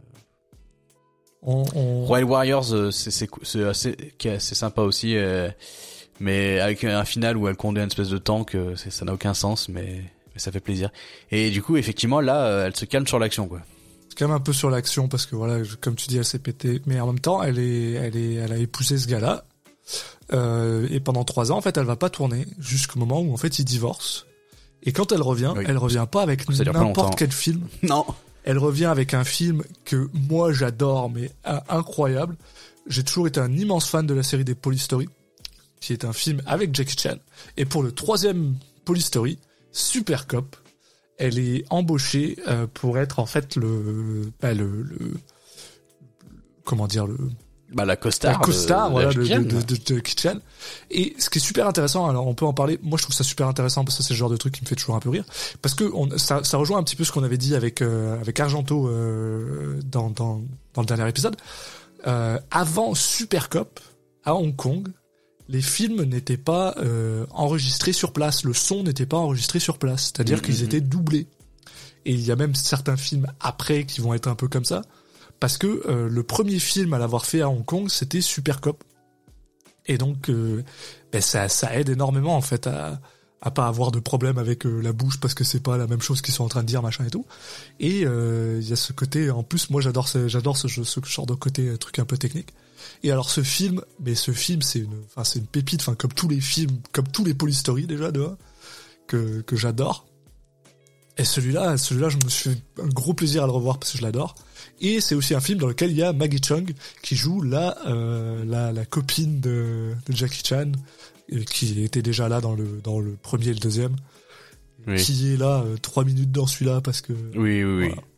on, on... Royal Warriors, c'est, c'est, c'est assez, qui est assez sympa aussi, euh, mais avec un final où elle conduit une espèce de tank, c'est, ça n'a aucun sens, mais ça fait plaisir. Et du coup, effectivement, là, elle se calme sur l'action, quoi. Se calme un peu sur l'action parce que voilà, comme tu dis, elle s'est pétée. Mais en même temps, elle est, elle est, elle a épousé ce gars-là. Euh, et pendant trois ans, en fait, elle va pas tourner jusqu'au moment où en fait, ils divorcent. Et quand elle revient, oui. elle revient pas avec ça n'importe quel film. Non. Elle revient avec un film que moi j'adore, mais euh, incroyable. J'ai toujours été un immense fan de la série des Police Story, qui est un film avec Jackie Chan. Et pour le troisième Police Story, Super Cop. Elle est embauchée euh, pour être en fait le, bah, le, le, comment dire le, bah la costard, la costard, de, voilà, de, de, de, de, de, de Kitchen. Et ce qui est super intéressant, alors on peut en parler. Moi, je trouve ça super intéressant parce que c'est le genre de truc qui me fait toujours un peu rire, parce que on, ça, ça rejoint un petit peu ce qu'on avait dit avec euh, avec Argento euh, dans dans dans le dernier épisode. Euh, avant Super Cop, à Hong Kong, les films n'étaient pas euh, enregistrés sur place, le son n'était pas enregistré sur place, c'est-à-dire mmh, qu'ils mmh. étaient doublés. Et il y a même certains films après qui vont être un peu comme ça, parce que euh, le premier film à l'avoir fait à Hong Kong, c'était Super Cop. Et donc, euh, ben ça, ça aide énormément en fait à, à pas avoir de problème avec euh, la bouche, parce que c'est pas la même chose qu'ils sont en train de dire, machin et tout. Et il euh, y a ce côté, en plus, moi j'adore, ce, j'adore ce, ce genre de côté euh, truc un peu technique. Et alors ce film, mais ce film c'est une, enfin c'est une pépite, enfin comme tous les films, comme tous les Polystory déjà de que que j'adore. Et celui-là, celui-là, je me suis fait un gros plaisir à le revoir parce que je l'adore. Et c'est aussi un film dans lequel il y a Maggie Cheung qui joue la euh, la, la copine de, de Jackie Chan, qui était déjà là dans le dans le premier et le deuxième, oui. Qui est là euh, trois minutes dans celui-là parce que. Oui, oui, oui. Voilà.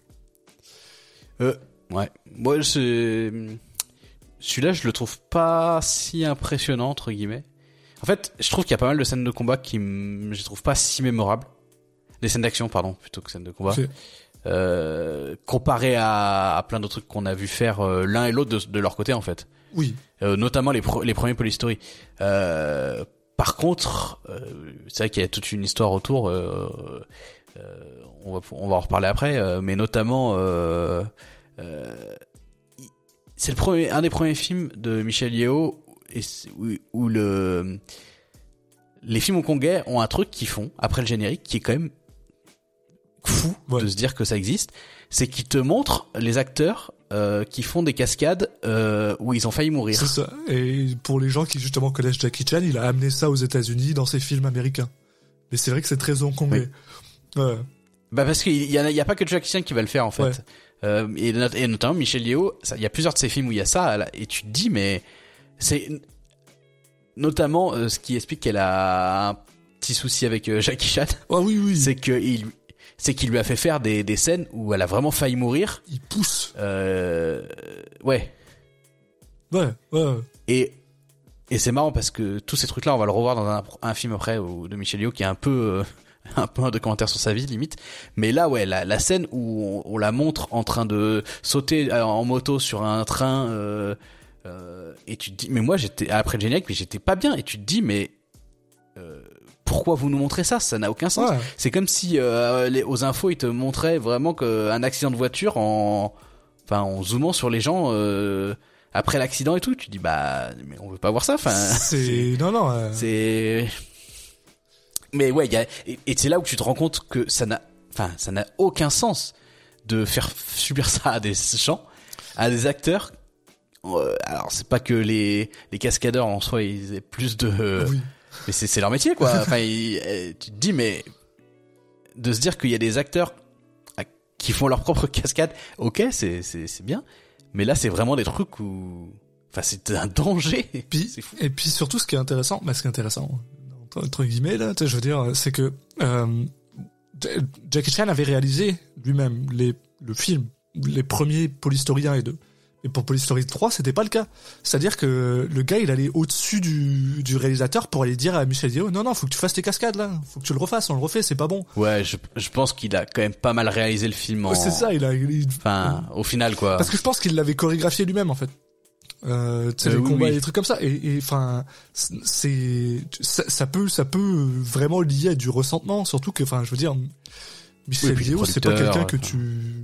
Euh, ouais. Moi, c'est celui-là, je le trouve pas si impressionnant entre guillemets. En fait, je trouve qu'il y a pas mal de scènes de combat qui m... je trouve pas si mémorables. Des scènes d'action, pardon, plutôt que scènes de combat. C'est... Euh, comparé à, à plein d'autres trucs qu'on a vu faire euh, l'un et l'autre de, de leur côté en fait. Oui. Euh, notamment les, pro- les premiers Polystory. Euh, par contre, euh, c'est vrai qu'il y a toute une histoire autour. Euh, euh, on va on va en reparler après, euh, mais notamment euh, euh, c'est le premier, un des premiers films de Michel Yeo et où, où le les films hongkongais ont un truc qu'ils font après le générique qui est quand même fou ouais. de se dire que ça existe, c'est qu'ils te montrent les acteurs euh, qui font des cascades euh, où ils ont failli mourir. C'est ça. Et pour les gens qui justement connaissent Jackie Chan, il a amené ça aux États-Unis dans ses films américains. Mais c'est vrai que c'est très hongkongais. Oui. Ouais. Bah parce qu'il y a, il y a pas que Jackie Chan qui va le faire en fait. Ouais. Euh, et, et notamment Michel Yeo, ça, il y a plusieurs de ses films où il y a ça là, et tu te dis mais c'est notamment euh, ce qui explique qu'elle a un petit souci avec euh, Jackie Chan. Ah oui oui. C'est que il c'est qu'il lui a fait faire des, des scènes où elle a vraiment failli mourir. Il pousse. Euh, ouais. Ouais, ouais. Et, et c'est marrant parce que tous ces trucs-là, on va le revoir dans un, un film après où, de Michel Yeo qui est un peu, euh, un peu un documentaire sur sa vie, limite. Mais là, ouais, la, la scène où on, on la montre en train de sauter en moto sur un train, euh, euh, et tu te dis, mais moi, j'étais, après le générique, mais j'étais pas bien. Et tu te dis, mais, euh, pourquoi vous nous montrez ça? Ça n'a aucun sens. Ouais. C'est comme si euh, les, aux infos ils te montraient vraiment qu'un accident de voiture en, enfin, en zoomant sur les gens euh, après l'accident et tout. Tu dis bah mais on veut pas voir ça. Enfin, c'est, c'est... non non. Euh... C'est. Mais ouais, y a... et, et c'est là où tu te rends compte que ça n'a, enfin, ça n'a aucun sens de faire subir ça à des gens, à des acteurs. Euh, alors c'est pas que les les cascadeurs en soi ils aient plus de. Oui. Mais c'est, c'est leur métier, quoi. Enfin, il, tu te dis, mais de se dire qu'il y a des acteurs qui font leur propre cascade, ok, c'est, c'est, c'est bien. Mais là, c'est vraiment des trucs où, enfin, c'est un danger. Et puis, c'est fou. Et puis surtout, ce qui est intéressant, bah, ce qui est intéressant, entre guillemets, là, tu sais, je veux dire, c'est que euh, Jackie Chan avait réalisé lui-même les, le film, les premiers Polystory un et deux. Et pour Polystory trois, c'était pas le cas. C'est-à-dire que le gars, il allait au-dessus du, du réalisateur pour aller dire à Michel Yeo, non, non, faut que tu fasses tes cascades, là. Faut que tu le refasses, on le refait, c'est pas bon. Ouais, je, je pense qu'il a quand même pas mal réalisé le film en... C'est ça, il a, il... Enfin, au final, quoi. Parce que je pense qu'il l'avait chorégraphié lui-même, en fait. Euh, tu sais, euh, les oui, combats oui. et des trucs comme ça. Et, et, enfin, c'est, ça, ça peut, ça peut vraiment lier à du ressentement, surtout que, enfin, je veux dire, Michel oui, Yeo, c'est pas quelqu'un que tu,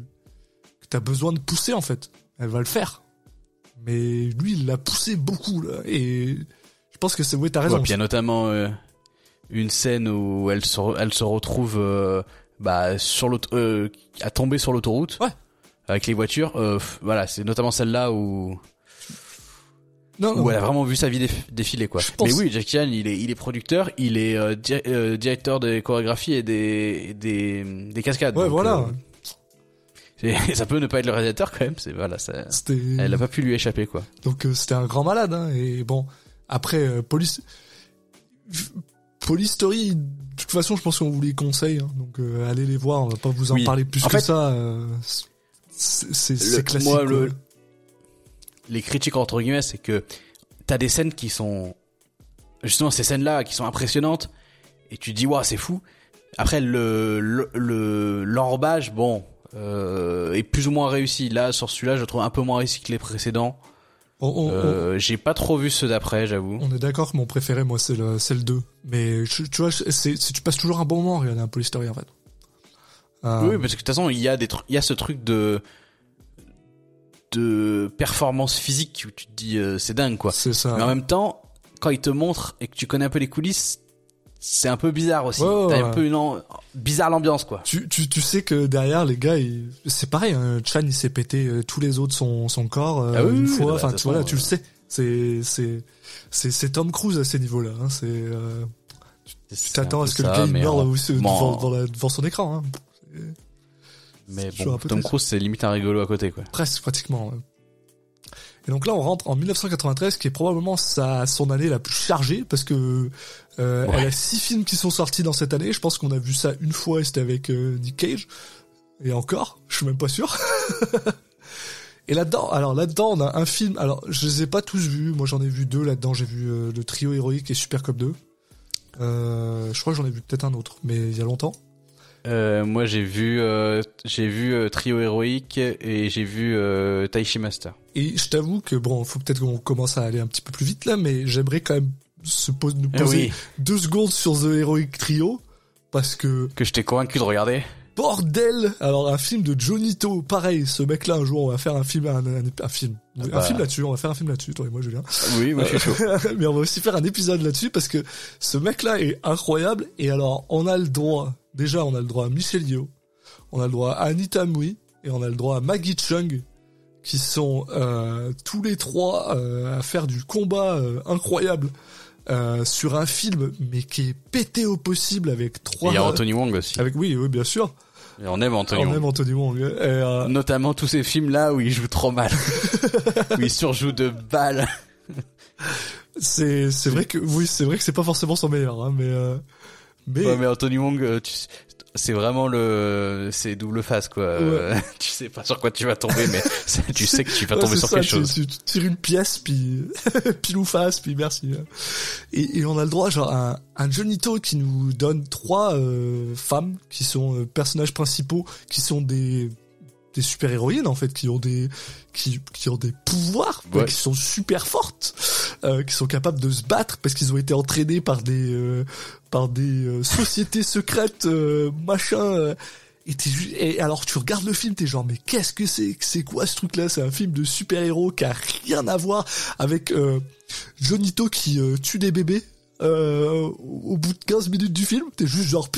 que t'as besoin de pousser, en fait. Elle va le faire. Mais lui, il l'a poussé beaucoup, là. Et je pense que c'est, oui, t'as raison. Ouais, puis il y a notamment euh, une scène où elle se, elle se retrouve euh, bah, sur l'auto, euh, à tomber sur l'autoroute. Ouais. Avec les voitures. Euh, voilà, c'est notamment celle-là où... Non, où non, elle a vraiment vu sa vie déf- défiler, quoi. Mais oui, Jackie Chan, il est, il est producteur, il est euh, di- euh, directeur des chorégraphies et des, des, des cascades. Ouais, donc, voilà. Euh, Et ça peut ne pas être le réalisateur quand même, c'est voilà, ça. C'était... Elle a pas pu lui échapper, quoi. Donc euh, c'était un grand malade, hein. Et bon, après euh, police, Police Story, de toute façon, je pense qu'on vous les conseille, hein, donc euh, allez les voir. On va pas vous en oui. parler plus en que fait, ça. Euh, c'est, c'est, c'est le, classique. Moi, le, les critiques entre guillemets, c'est que t'as des scènes qui sont justement ces scènes-là qui sont impressionnantes et tu te dis waouh, c'est fou. Après le le, le l'enrobage, bon, euh, est plus ou moins réussi. Là, sur celui-là, je le trouve un peu moins réussi que les précédents. On, on, euh, on, j'ai pas trop vu ceux d'après, j'avoue. On est d'accord que mon préféré, moi, c'est le, c'est le deux. Mais, tu, tu vois, c'est, c'est, tu passes toujours un bon moment à regarder un Police Story, en fait. Euh... Oui, parce que de toute façon, il y a des trucs, il y a ce truc de, de performance physique où tu te dis, euh, c'est dingue, quoi. C'est ça. Mais en même temps, quand ils te montrent et que tu connais un peu les coulisses, c'est un peu bizarre aussi. Ouais, T'as ouais. un peu une, en... bizarre l'ambiance, quoi. Tu, tu, tu sais que derrière, les gars, ils... c'est pareil, hein. Chan, il s'est pété euh, tous les autres son, son corps, euh, ah oui, une oui, fois. bah, enfin, tu, façon, voilà, euh... tu le sais. C'est, c'est, c'est, c'est Tom Cruise à ces niveaux-là, hein. C'est, euh... tu c'est t'attends à ce que ça, le gars, il meure en... aussi, bon, devant, devant, la, devant son écran, hein. Mais bon, Tom Cruise, c'est limite un rigolo à côté, quoi. Presque, pratiquement, ouais. Et donc là, on rentre en dix-neuf cent quatre-vingt-treize, qui est probablement sa, son année la plus chargée, parce que euh, ouais. elle a six films qui sont sortis dans cette année. Je pense qu'on a vu ça une fois, et c'était avec euh, Nick Cage. Et encore, je suis même pas sûr. Et là-dedans, alors là-dedans, on a un film. Alors, je les ai pas tous vus. Moi, j'en ai vu deux là-dedans. J'ai vu euh, le trio héroïque et Super Cop deux. Euh, je crois que j'en ai vu peut-être un autre, mais il y a longtemps. Euh, moi, j'ai vu, euh, j'ai vu euh, Trio héroïque et j'ai vu euh, Taishi Master. Et je t'avoue que bon, faut peut-être qu'on commence à aller un petit peu plus vite là, mais j'aimerais quand même se pose, nous poser oui. deux secondes sur The Heroic Trio parce que que je t'ai convaincu de regarder. Bordel! Alors un film de Johnny To, pareil, ce mec-là un jour on va faire un film, un, un, un film, ah bah. un film là-dessus, on va faire un film là-dessus, toi et moi Julien. Oui, moi je suis chaud. Mais on va aussi faire un épisode là-dessus parce que ce mec-là est incroyable et alors on a le droit. Déjà, on a le droit à Michelle Yeoh, on a le droit à Anita Mui et on a le droit à Maggie Cheung, qui sont euh, tous les trois euh, à faire du combat euh, incroyable euh, sur un film, mais qui est pété au possible avec trois. Il y a Anthony Wong aussi. Avec oui, oui, bien sûr. Et on aime Anthony on Wong. On aime Anthony Wong. Et, euh... Notamment tous ces films là où il joue trop mal, où il surjoue de balles. c'est c'est vrai que oui, c'est vrai que c'est pas forcément son meilleur, hein, mais. Euh... Mais... Ouais, mais Anthony Wong, tu, c'est vraiment le, c'est double face, quoi. Ouais. Tu sais pas sur quoi tu vas tomber, mais tu sais que tu vas tomber ouais, sur ça, quelque tu, chose. Tu, tu tires une pièce, puis pile ou face, puis merci. Et, et on a le droit, genre, à un, un Johnny To qui nous donne trois euh, femmes qui sont euh, personnages principaux, qui sont des des super-héroïnes en fait, qui ont des qui qui ont des pouvoirs, ouais. qui sont super fortes, euh, qui sont capables de se battre parce qu'ils ont été entraînés par des euh, par des euh, sociétés secrètes euh, machin. Euh, et, et alors tu regardes le film, t'es genre mais qu'est-ce que c'est c'est quoi ce truc là? C'est un film de super-héros qui a rien à voir avec euh, Johnny To qui euh, tue des bébés euh, au bout de quinze minutes du film. T'es juste genre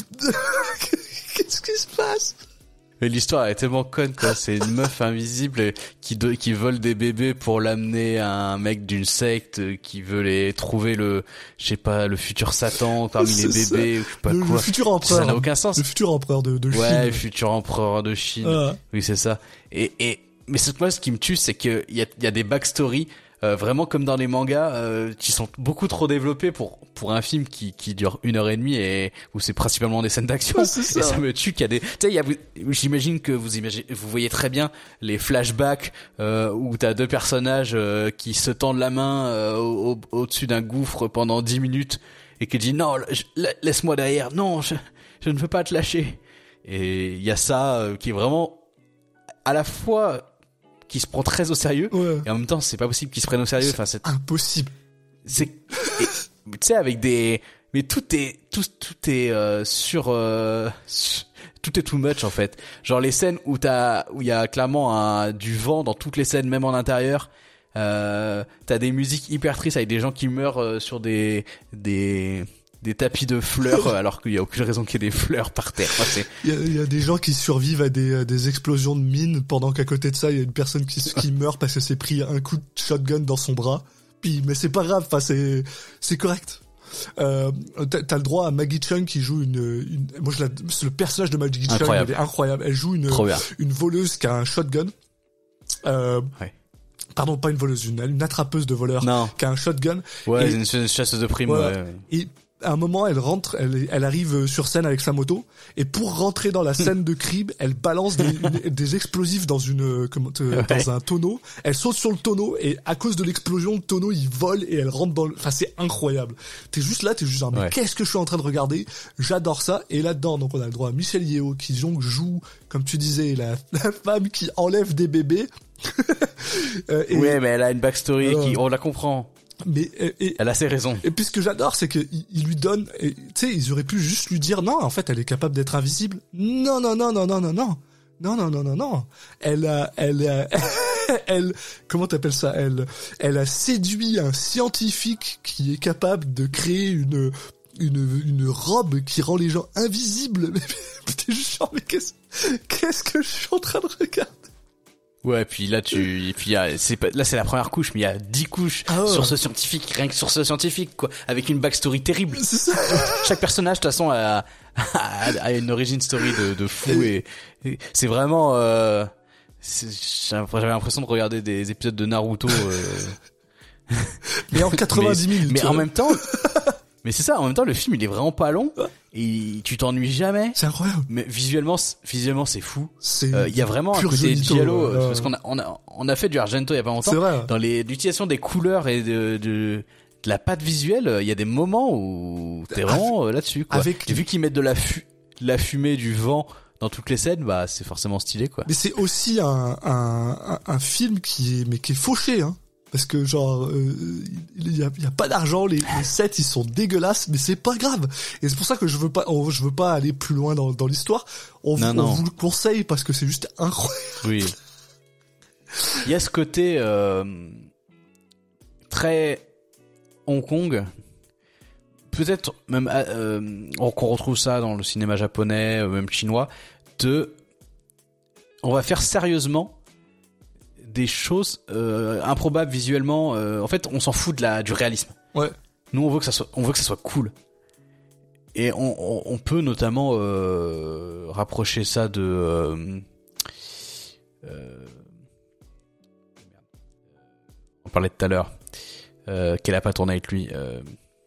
qu'est-ce qui se passe? Mais l'histoire est tellement conne, quoi. C'est une meuf invisible qui de, qui vole des bébés pour l'amener à un mec d'une secte qui veut les trouver le, je sais pas, le futur Satan parmi les bébés, ou je sais pas le, quoi. Le futur empereur. Ça n'a aucun sens. Le futur empereur de, de Chine. Ouais, le futur empereur de Chine. Ah. Oui, c'est ça. Et, et, mais cette moi, ce qui me tue, c'est que il y a, il y a des backstories, euh, vraiment comme dans les mangas, euh, qui sont beaucoup trop développés pour, pour un film qui, qui dure une heure et demie et où c'est principalement des scènes d'action. Ouais, ça. Et ça me tue qu'il y a des, tu sais, il y a, j'imagine que vous imaginez, vous voyez très bien les flashbacks, euh, où t'as deux personnages, euh, qui se tendent la main, euh, au, au-dessus d'un gouffre pendant dix minutes et qui dit non, je, laisse-moi derrière, non, je, je ne veux pas te lâcher. Et il y a ça, euh, qui est vraiment, à la fois, qui se prend très au sérieux, ouais. et en même temps c'est pas possible qu'il se prenne au sérieux. C'est enfin c'est impossible. C'est tu sais avec des mais tout est tout tout est euh, sur euh, tout est too much en fait. Genre les scènes où t'as où il y a clairement un, du vent dans toutes les scènes, même en intérieur. Euh, t'as des musiques hyper tristes avec des gens qui meurent euh, sur des des des tapis de fleurs alors qu'il y a aucune raison qu'il y ait des fleurs par terre. Enfin, c'est... Il, y a, il y a des gens qui survivent à des, à des explosions de mines pendant qu'à côté de ça il y a une personne qui, qui meurt parce que s'est pris un coup de shotgun dans son bras. Puis mais c'est pas grave, enfin c'est c'est correct. Euh, t'as, t'as le droit à Maggie Cheung qui joue une, une moi je la, le personnage de Maggie Cheung elle est incroyable. Elle joue une une voleuse qui a un shotgun. Euh, ouais. Pardon, pas une voleuse, une, une attrapeuse de voleurs non. qui a un shotgun. Ouais, et, une, une chasseuse de primes. voilà. Ouais, ouais. Et à un moment, elle rentre, elle, elle arrive sur scène avec sa moto, et pour rentrer dans la scène de crime, elle balance des, une, des explosifs dans une, comment, euh, ouais. dans un tonneau. Elle saute sur le tonneau, et à cause de l'explosion, le tonneau il vole et elle rentre dans le. Enfin, c'est incroyable. T'es juste là, t'es juste genre, mais ouais. qu'est-ce que je suis en train de regarder? J'adore ça. Et là-dedans, donc on a le droit à Michelle Yeoh qui joue, comme tu disais, la, la femme qui enlève des bébés. euh, et, ouais, mais elle a une backstory euh, qui, on la comprend. Mais et, elle a ses raisons. Et puis ce que j'adore, c'est que il, il lui donne, tu sais, ils auraient pu juste lui dire non, en fait, elle est capable d'être invisible. Non, non, non, non, non, non, non, non, non, non, non, non. Elle a, elle, a, elle, comment t'appelles ça? Elle, elle a séduit un scientifique qui est capable de créer une, une, une robe qui rend les gens invisibles. Mais t'es juste genre, mais qu'est-ce, qu'est-ce que je suis en train de regarder? Ouais, puis là tu, et puis là c'est pas, là c'est la première couche, mais il y a dix couches ah ouais. sur ce scientifique, rien que sur ce scientifique quoi, avec une backstory terrible. C'est ça. Chaque personnage de toute façon a, a, a une origin story de, de fou et, et c'est vraiment, euh, c'est, j'avais l'impression de regarder des épisodes de Naruto. Euh... mais en quatre-vingt-dix minutes. Mais en même temps. Mais c'est ça, en même temps, le film, il est vraiment pas long, et tu t'ennuies jamais. C'est incroyable. Mais visuellement, visuellement, c'est fou. C'est, euh, il y a vraiment un côté giallo, euh, parce qu'on a, on a, on a fait du Argento il y a pas longtemps. C'est vrai. Dans les, l'utilisation des couleurs et de, de, de la patte visuelle, il y a des moments où t'es vraiment avec, là-dessus, quoi. Avec... Et vu qu'ils mettent de la fu, de la fumée, du vent dans toutes les scènes, bah, c'est forcément stylé, quoi. Mais c'est aussi un, un, un, un film qui est, mais qui est fauché, hein. Parce que genre euh, il y a, il y a pas d'argent, les, les sets ils sont dégueulasses, mais c'est pas grave. Et c'est pour ça que je veux pas, on, je veux pas aller plus loin dans, dans l'histoire. On, non, on non. vous le conseille parce que c'est juste incroyable. Oui. Il y a ce côté euh, très Hong Kong. Peut-être même euh, qu'on retrouve ça dans le cinéma japonais, même chinois. De, on va faire sérieusement des choses euh, improbables visuellement. Euh, en fait, on s'en fout de la du réalisme. Ouais. Nous, on veut que ça soit, on veut que ça soit cool. Et on, on, on peut notamment euh, rapprocher ça de. Euh, euh, on parlait tout à l'heure. Euh, qu'elle a pas tourné avec lui. Euh,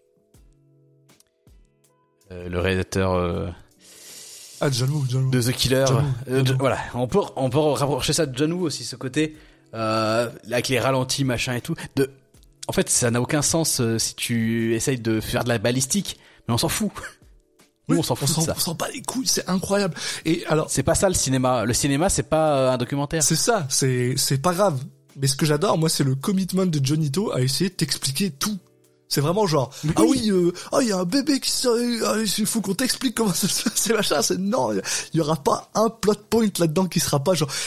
euh, le réalisateur. Euh, ah, John Woo, John Woo. De The Killer. John Woo, euh, John Woo. Voilà. On peut, on peut rapprocher ça de John Woo aussi, ce côté. Euh, avec les ralentis machin et tout de en fait ça n'a aucun sens euh, si tu essayes de faire de la balistique, mais on s'en fout. Nous oui, on s'en fout on de ça. On s'en bat les couilles, c'est incroyable. Et alors c'est pas ça le cinéma, le cinéma c'est pas euh, un documentaire. C'est ça, c'est c'est pas grave. Mais ce que j'adore moi c'est le commitment de Johnny To à essayer de t'expliquer tout. C'est vraiment genre oui. ah oui euh, oh il y a un bébé qui sort, ah, il faut qu'on t'explique comment ça se passe, c'est machin, c'est non, il y aura pas un plot point là-dedans qui sera pas genre.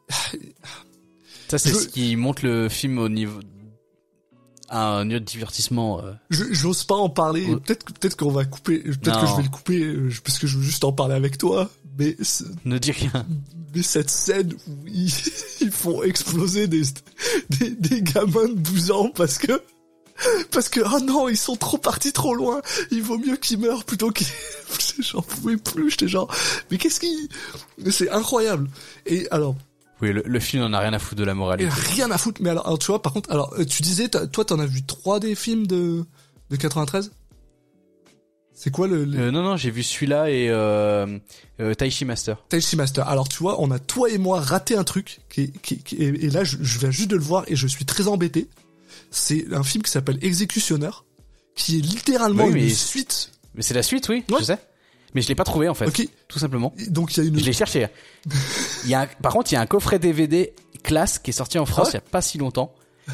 Ça, c'est je... ce qui monte le film au niveau, à un niveau de divertissement. Euh... Je, j'ose pas en parler. Ouais. Peut-être, peut-être qu'on va couper, peut-être non. que je vais le couper, euh, parce que je veux juste en parler avec toi. Mais ne dis rien. Mais cette scène où ils, ils font exploser des, des, des gamins de douze ans parce que, parce que, oh non, ils sont trop partis trop loin. Il vaut mieux qu'ils meurent plutôt qu'ils, j'en pouvais plus. J'étais genre, mais qu'est-ce qui, c'est incroyable. Et alors, oui, le, le film n'en a rien à foutre de la moralité. Rien à foutre, mais alors, alors tu vois, par contre, alors tu disais, toi, t'en as vu trois des films de de quatre-vingt-treize. C'est quoi le, le... Euh, non, non, j'ai vu celui-là et euh, euh, Taishi Master. Taishi Master. Alors tu vois, on a toi et moi raté un truc, qui, qui, qui et, et là, je, je viens juste de le voir et je suis très embêté. C'est un film qui s'appelle Exécutionneur, qui est littéralement oui, une suite. Mais c'est la suite, oui, ouais. Je sais. Mais je l'ai pas trouvé en fait, okay. Tout simplement. Donc il y a une. Je l'ai cherché. Il y a un... par contre il y a un coffret D V D classe qui est sorti en France ah ouais il y a pas si longtemps.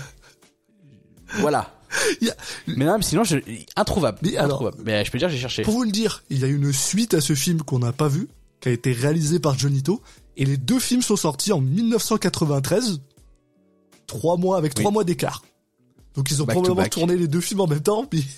Voilà. A... Mais non, mais sinon je introuvable. Mais introuvable. Alors, mais je peux dire j'ai cherché. Pour vous le dire, il y a une suite à ce film qu'on n'a pas vu, qui a été réalisé par Johnny To, et les deux films sont sortis en dix-neuf cent quatre-vingt-treize, trois mois avec trois oui. mois d'écart. Donc ils ont back probablement tourné les deux films en même temps. Puis...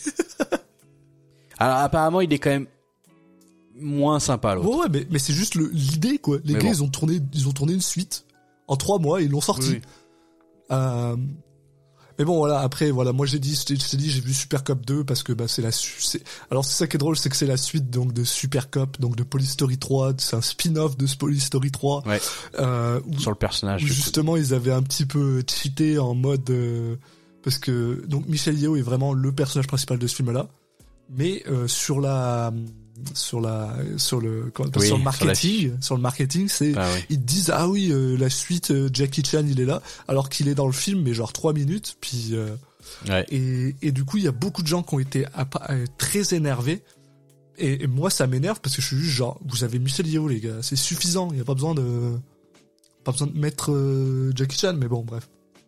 Alors apparemment il est quand même moins sympa l'autre. Ouais, ouais mais, mais c'est juste le, l'idée quoi. Les mais gars bon. ils ont tourné ils ont tourné une suite en trois mois et ils l'ont sorti. Oui. Euh, mais bon voilà après voilà moi j'ai dit je t'ai, je t'ai dit j'ai vu Super Cop deux parce que bah c'est la c'est alors c'est ça qui est drôle c'est que c'est la suite donc de Super Cop donc de Police Story trois, c'est un spin-off de Police Story trois. Ouais. Euh, où, sur le personnage. Où justement ils avaient un petit peu cheaté en mode euh, parce que donc Michelle Yeoh est vraiment le personnage principal de ce film là. mais euh, sur la sur la sur le comment, oui, sur le marketing sur, la... sur le marketing c'est ah, oui. ils te disent ah oui euh, la suite euh, Jackie Chan il est là alors qu'il est dans le film mais genre trois minutes puis euh, ouais. et et du coup il y a beaucoup de gens qui ont été euh, très énervés et, et moi ça m'énerve parce que je suis juste genre vous avez Michel Yeoh les gars c'est suffisant il y a pas besoin de pas besoin de mettre euh, Jackie Chan mais bon bref.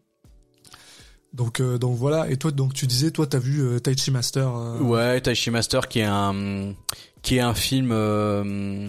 Donc euh, donc voilà et toi donc tu disais toi t'as vu euh, Taichi Master euh... Ouais, Taichi Master qui est un qui est un film euh,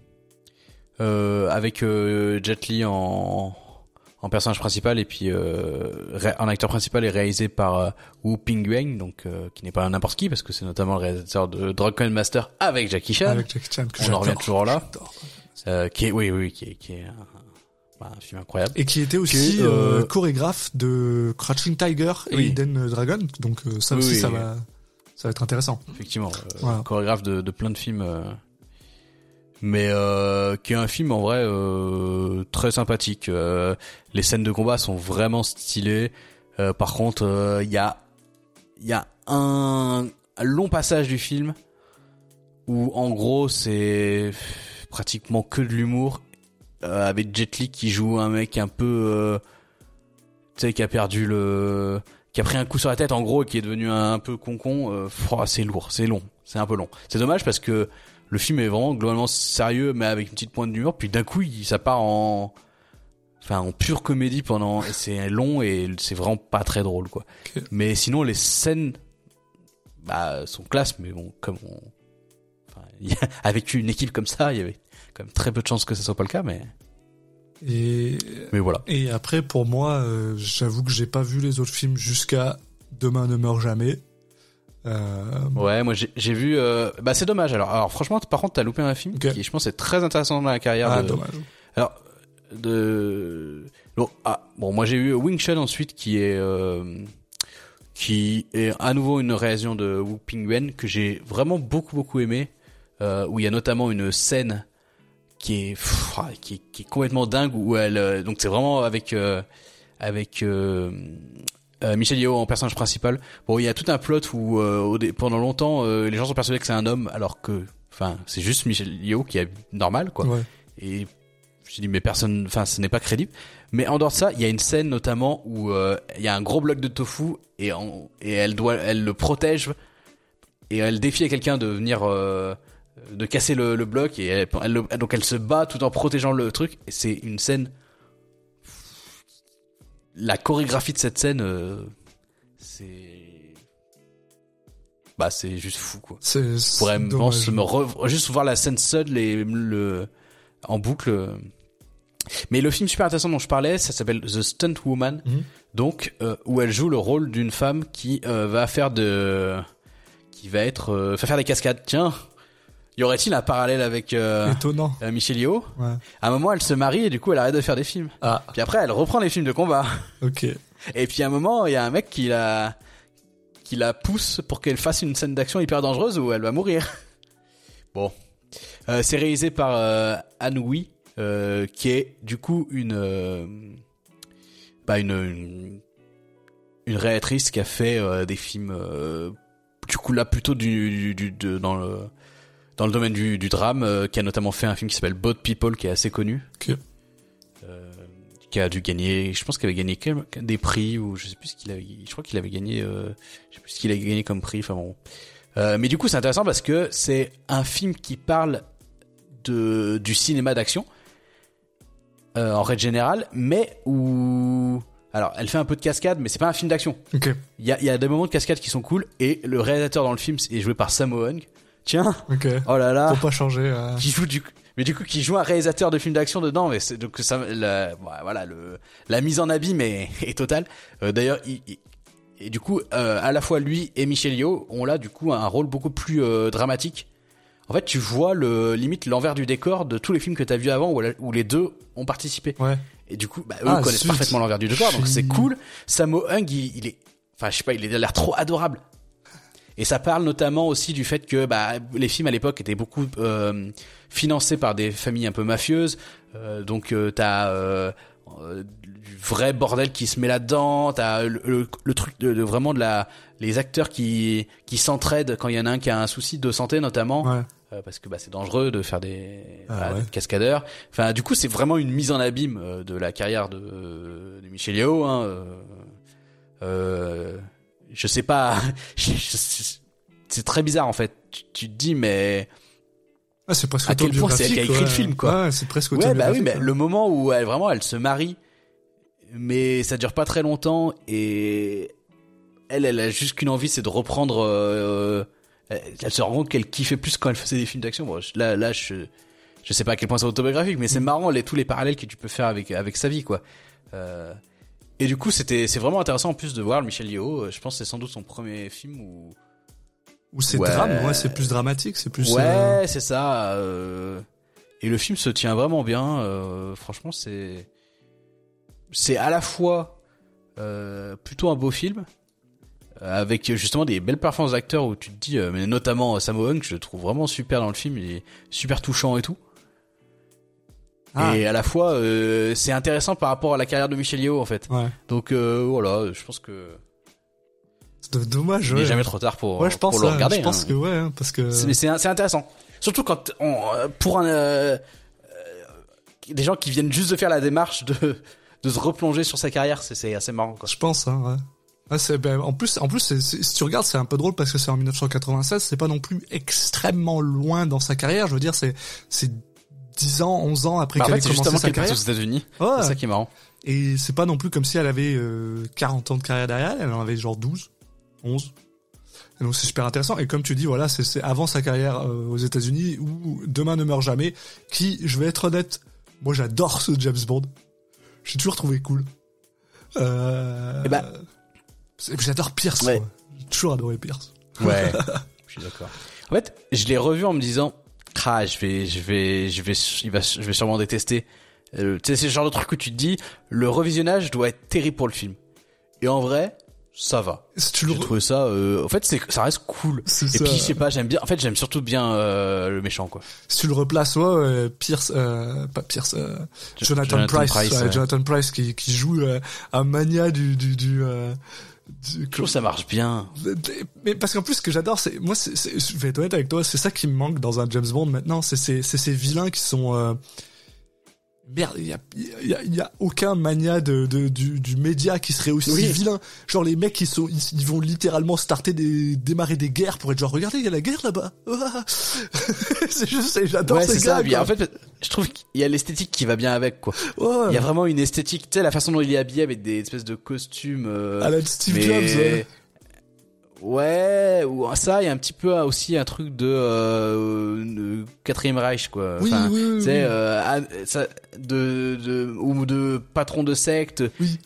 euh, avec euh, Jet Li en en personnage principal et puis euh, en acteur principal est réalisé par euh, Wu Pingyuan donc euh, qui n'est pas n'importe qui parce que c'est notamment le réalisateur de Dragon Master avec Jackie Chan. Avec Jackie Chan que on en revient toujours là. Euh, qui est oui oui qui est qui est un, Bah, un film incroyable. Et qui était aussi que, euh... euh, chorégraphe de Crouching Tiger et oui. Hidden Dragon. Donc euh, ça aussi, oui, ça oui. va, ça va être intéressant. Effectivement, euh, voilà. Chorégraphe de, de plein de films, euh... mais euh, qui est un film en vrai euh, très sympathique. Euh, les scènes de combat sont vraiment stylées. Euh, par contre, il euh, y a, il y a un, un long passage du film où en gros c'est pratiquement que de l'humour. Euh, avec Jet Li qui joue un mec un peu euh, tu sais qui a perdu le qui a pris un coup sur la tête en gros et qui est devenu un, un peu concon euh, oh, c'est lourd, c'est long, c'est un peu long. C'est dommage parce que le film est vraiment globalement sérieux mais avec une petite pointe d'humour puis d'un coup il, ça part en enfin en pure comédie pendant et c'est long et c'est vraiment pas très drôle quoi. Okay. Mais sinon les scènes bah sont classe mais bon comme on enfin avec une équipe comme ça, il y avait quand même très peu de chances que ça soit pas le cas mais et mais voilà. Et après pour moi euh, j'avoue que j'ai pas vu les autres films jusqu'à Demain ne meurt jamais. Euh... Ouais, moi j'ai j'ai vu euh... bah c'est dommage alors alors franchement par contre t'as loupé un film okay. qui je pense est très intéressant dans la carrière ah, de dommage. Alors de bon ah bon moi j'ai eu Wing Chun ensuite qui est euh... qui est à nouveau une réalisation de Wu Pingyuan que j'ai vraiment beaucoup beaucoup aimé euh, où il y a notamment une scène qui est, pff, qui est qui est complètement dingue où elle euh, donc c'est vraiment avec euh, avec euh, euh, Michel Yeoh en personnage principal. Bon, il y a tout un plot où euh, au dé- pendant longtemps euh, les gens sont persuadés que c'est un homme alors que enfin c'est juste Michel Yeoh qui est normal quoi. Ouais. Et je dis mais personne enfin ce n'est pas crédible. Mais en dehors de ça, il y a une scène notamment où euh, il y a un gros bloc de tofu et en, et elle doit elle le protège et elle défie à quelqu'un de venir euh, de casser le, le bloc et elle, elle, donc elle se bat tout en protégeant le truc et c'est une scène la chorégraphie de cette scène euh, c'est bah c'est juste fou quoi. C'est, je pourrais me, pense, me re, juste voir la scène seule les, le en boucle mais le film super intéressant dont je parlais ça s'appelle The Stunt Woman mm-hmm. donc euh, où elle joue le rôle d'une femme qui euh, va faire de qui va être euh, va faire des cascades. Tiens, y aurait-il un parallèle avec euh, étonnant euh, Michel Yeoh? Ouais. À un moment, elle se marie et du coup, elle arrête de faire des films. Ah. Puis après, elle reprend les films de combat. Ok. Et puis à un moment, il y a un mec qui la qui la pousse pour qu'elle fasse une scène d'action hyper dangereuse où elle va mourir. Bon, euh, c'est réalisé par euh, Anne Hui, euh, qui est du coup une euh, bah une, une une réalisatrice qui a fait euh, des films euh, du coup là plutôt du, du, du de, dans le dans le domaine du, du drame, euh, qui a notamment fait un film qui s'appelle Boat People, qui est assez connu, okay. euh, qui a dû gagner, je pense qu'il avait gagné des prix ou je sais plus ce qu'il avait, je crois qu'il avait gagné, euh, je sais plus ce qu'il a gagné comme prix. Enfin bon, euh, mais du coup c'est intéressant parce que c'est un film qui parle de du cinéma d'action euh, en règle générale, mais où alors elle fait un peu de cascade, mais c'est pas un film d'action. Il okay. y a il y a des moments de cascade qui sont cool et le réalisateur dans le film est joué par Sammo Hung. Tiens, okay. Oh là là, faut pas changer. Euh... Qui joue du, mais du coup qui joue un réalisateur de films d'action dedans, mais c'est donc ça, la, voilà le, la mise en abîme est, est totale. Euh, d'ailleurs, il, il, et du coup, euh, à la fois lui et Michel Yeoh ont là du coup un rôle beaucoup plus euh, dramatique. En fait, tu vois le limite l'envers du décor de tous les films que t'as vus avant où, où les deux ont participé. Ouais. Et du coup, bah, eux ah, connaissent zut. parfaitement l'envers du décor, donc c'est cool. Sammo Hung, il, il est, enfin je sais pas, il a l'air trop adorable. Et ça parle notamment aussi du fait que bah les films à l'époque étaient beaucoup euh, financés par des familles un peu mafieuses. Euh, donc euh, t'as euh, euh, du vrai bordel qui se met là-dedans. T'as le, le, le truc de, de vraiment de la les acteurs qui qui s'entraident quand il y en a un qui a un souci de santé notamment. Ouais. Euh, parce que bah c'est dangereux de faire des, Ah, bah, ouais. des cascadeurs. Enfin du coup c'est vraiment une mise en abîme euh, de la carrière de, euh, de Michel Yeo. Hein, euh, euh, je sais pas. je, je, c'est très bizarre en fait. Tu, tu te dis mais Ah, c'est presque à quel point c'est elle qui a écrit ouais. le film quoi. Ouais, c'est presque Ouais bah oui mais hein. le moment où elle vraiment elle se marie, mais ça dure pas très longtemps et elle elle a juste qu'une envie, c'est de reprendre. Euh, elle se rend compte qu'elle kiffait plus quand elle faisait des films d'action. Bon, là là je je sais pas à quel point c'est autobiographique, mais c'est marrant les tous les parallèles que tu peux faire avec avec sa vie quoi. Euh, et du coup c'était c'est vraiment intéressant en plus de voir Michel Yeo. Je pense que c'est sans doute son premier film où Ou c'est ouais. drame, ouais, c'est plus dramatique, c'est plus. Ouais, euh... c'est ça. Euh... Et le film se tient vraiment bien. Euh... Franchement, c'est c'est à la fois euh, plutôt un beau film, avec justement des belles performances d'acteurs où tu te dis, euh, mais notamment Sammo Hung, je le trouve vraiment super dans le film, il est super touchant et tout. Ah. Et à la fois, euh, c'est intéressant par rapport à la carrière de Michel Yeo en fait. Ouais. Donc euh, voilà, je pense que c'est dommage. Il ouais. n'est jamais trop tard pour, ouais, je pense, pour le regarder. Je pense hein. que ouais, hein, parce que c'est, c'est, c'est intéressant. Surtout quand on, pour un euh, euh, des gens qui viennent juste de faire la démarche de de se replonger sur sa carrière, c'est, c'est assez marrant quoi. Je pense, hein, ouais. Ah, c'est, ben, en plus, en plus, c'est, c'est, si tu regardes, c'est un peu drôle parce que c'est en dix-neuf cent quatre-vingt-seize, c'est pas non plus extrêmement loin dans sa carrière. Je veux dire, c'est, c'est dix ans, onze ans après bah, qu'elle en ait fait, commencé justement sa carrière. aux États-Unis. Ouais. C'est ça qui est marrant. Et c'est pas non plus comme si elle avait euh, quarante ans de carrière derrière elle, elle en avait genre douze, onze. Et donc c'est super intéressant. Et comme tu dis, voilà, c'est, c'est avant sa carrière euh, aux États-Unis où Demain ne meurt jamais, qui, je vais être honnête, moi j'adore ce James Bond. J'ai toujours trouvé cool. Euh... Et bah, j'adore Pierce. Ouais. Quoi. J'ai toujours adoré Pierce. Ouais, je suis d'accord. En fait, je l'ai revu en me disant, ah, je vais, je vais, je vais, il va, je vais sûrement détester. Euh, tu sais, c'est le genre de truc que tu te dis, le revisionnage doit être terrible pour le film. Et en vrai, ça va. Si tu J'ai le... trouvé ça, euh, en fait, c'est, ça reste cool. C'est Et ça. puis, je sais pas, j'aime bien, en fait, j'aime surtout bien, euh, le méchant, quoi. Si tu le replaces, ouais, euh, Pierce, euh, pas Pierce, euh, Jonathan, Jonathan Price, Price, ouais, ouais. Jonathan Price qui, qui joue euh, un mania du, du, du, euh, du Je trouve que ça marche bien. Mais parce qu'en plus, ce que j'adore, c'est, moi, c'est, c'est, je vais être honnête avec toi, c'est ça qui me manque dans un James Bond maintenant, c'est ces, c'est ces vilains qui sont, euh, merde, il y a, il y a, il y a aucun mania de, de du, du média qui serait aussi oui. vilain. Genre les mecs qui sont, ils, ils vont littéralement starter des, démarrer des guerres pour être genre, regardez, il y a la guerre là-bas. c'est juste, j'adore ouais, ces c'est gars. ça. Puis, en fait, je trouve qu'il y a l'esthétique qui va bien avec, quoi. Ouais. Il y a vraiment une esthétique, tu sais, la façon dont il est habillé avec des espèces de costumes. Euh, à la Steve mais... Jobs. Ouais. Ouais, ou ça, il y a un petit peu aussi un truc de, euh, de quatrième Reich, quoi. Oui, enfin, oui, oui. Tu sais, oui. euh, ça, de, de, ou de patron de secte. Oui.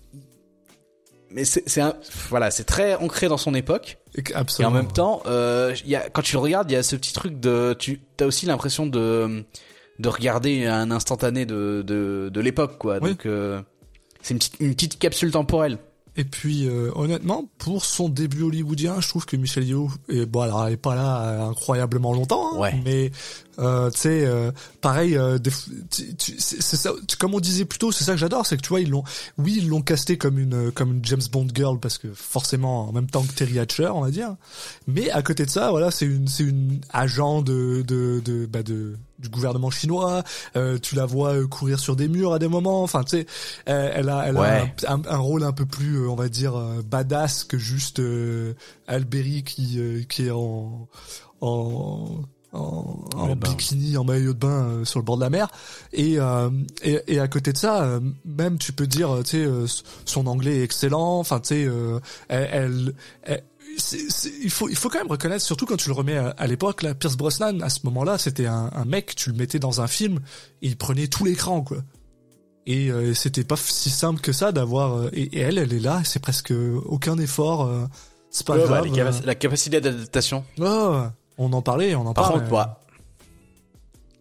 Mais c'est, c'est un, voilà, c'est très ancré dans son époque. Absolument. Et en même temps, euh, il y a, quand tu le regardes, il y a ce petit truc de, tu, t'as aussi l'impression de, de regarder un instantané de, de, de l'époque, quoi. Oui. Donc, euh, c'est une petite, une petite capsule temporelle. Et puis euh, honnêtement, pour son début hollywoodien, je trouve que Michel Yeoh, et bon alors elle est pas là euh, incroyablement longtemps, hein, ouais. mais euh, tu sais, euh, pareil, euh, des, tu, tu, c'est, c'est ça, tu, comme on disait plus tôt, c'est ça que j'adore, c'est que tu vois ils l'ont, oui ils l'ont casté comme une comme une James Bond girl parce que forcément en même temps que Terry Hatcher, on va dire, mais à côté de ça, voilà, c'est une c'est une agent de de de bah de du gouvernement chinois, euh, tu la vois euh, courir sur des murs à des moments, enfin tu sais, euh, elle a elle ouais. a un, un, un rôle un peu plus, euh, on va dire, euh, badass que juste euh, Alberi qui euh, qui est en en en, en bikini, en maillot de bain euh, sur le bord de la mer, et euh, et, et à côté de ça, euh, même tu peux dire, tu sais, euh, son anglais est excellent, enfin tu sais, euh, elle, elle, elle C'est, c'est, il faut, il faut quand même reconnaître, surtout quand tu le remets à, à l'époque, là, Pierce Brosnan, à ce moment-là, c'était un, un mec, tu le mettais dans un film, et il prenait tout l'écran, quoi. Et euh, c'était pas si simple que ça d'avoir, euh, et, et elle, elle est là, c'est presque aucun effort, euh, c'est pas ouais, grave. Bah, capac- euh... La capacité d'adaptation. Oh, on en parlait, on en Par parle. contre, bah,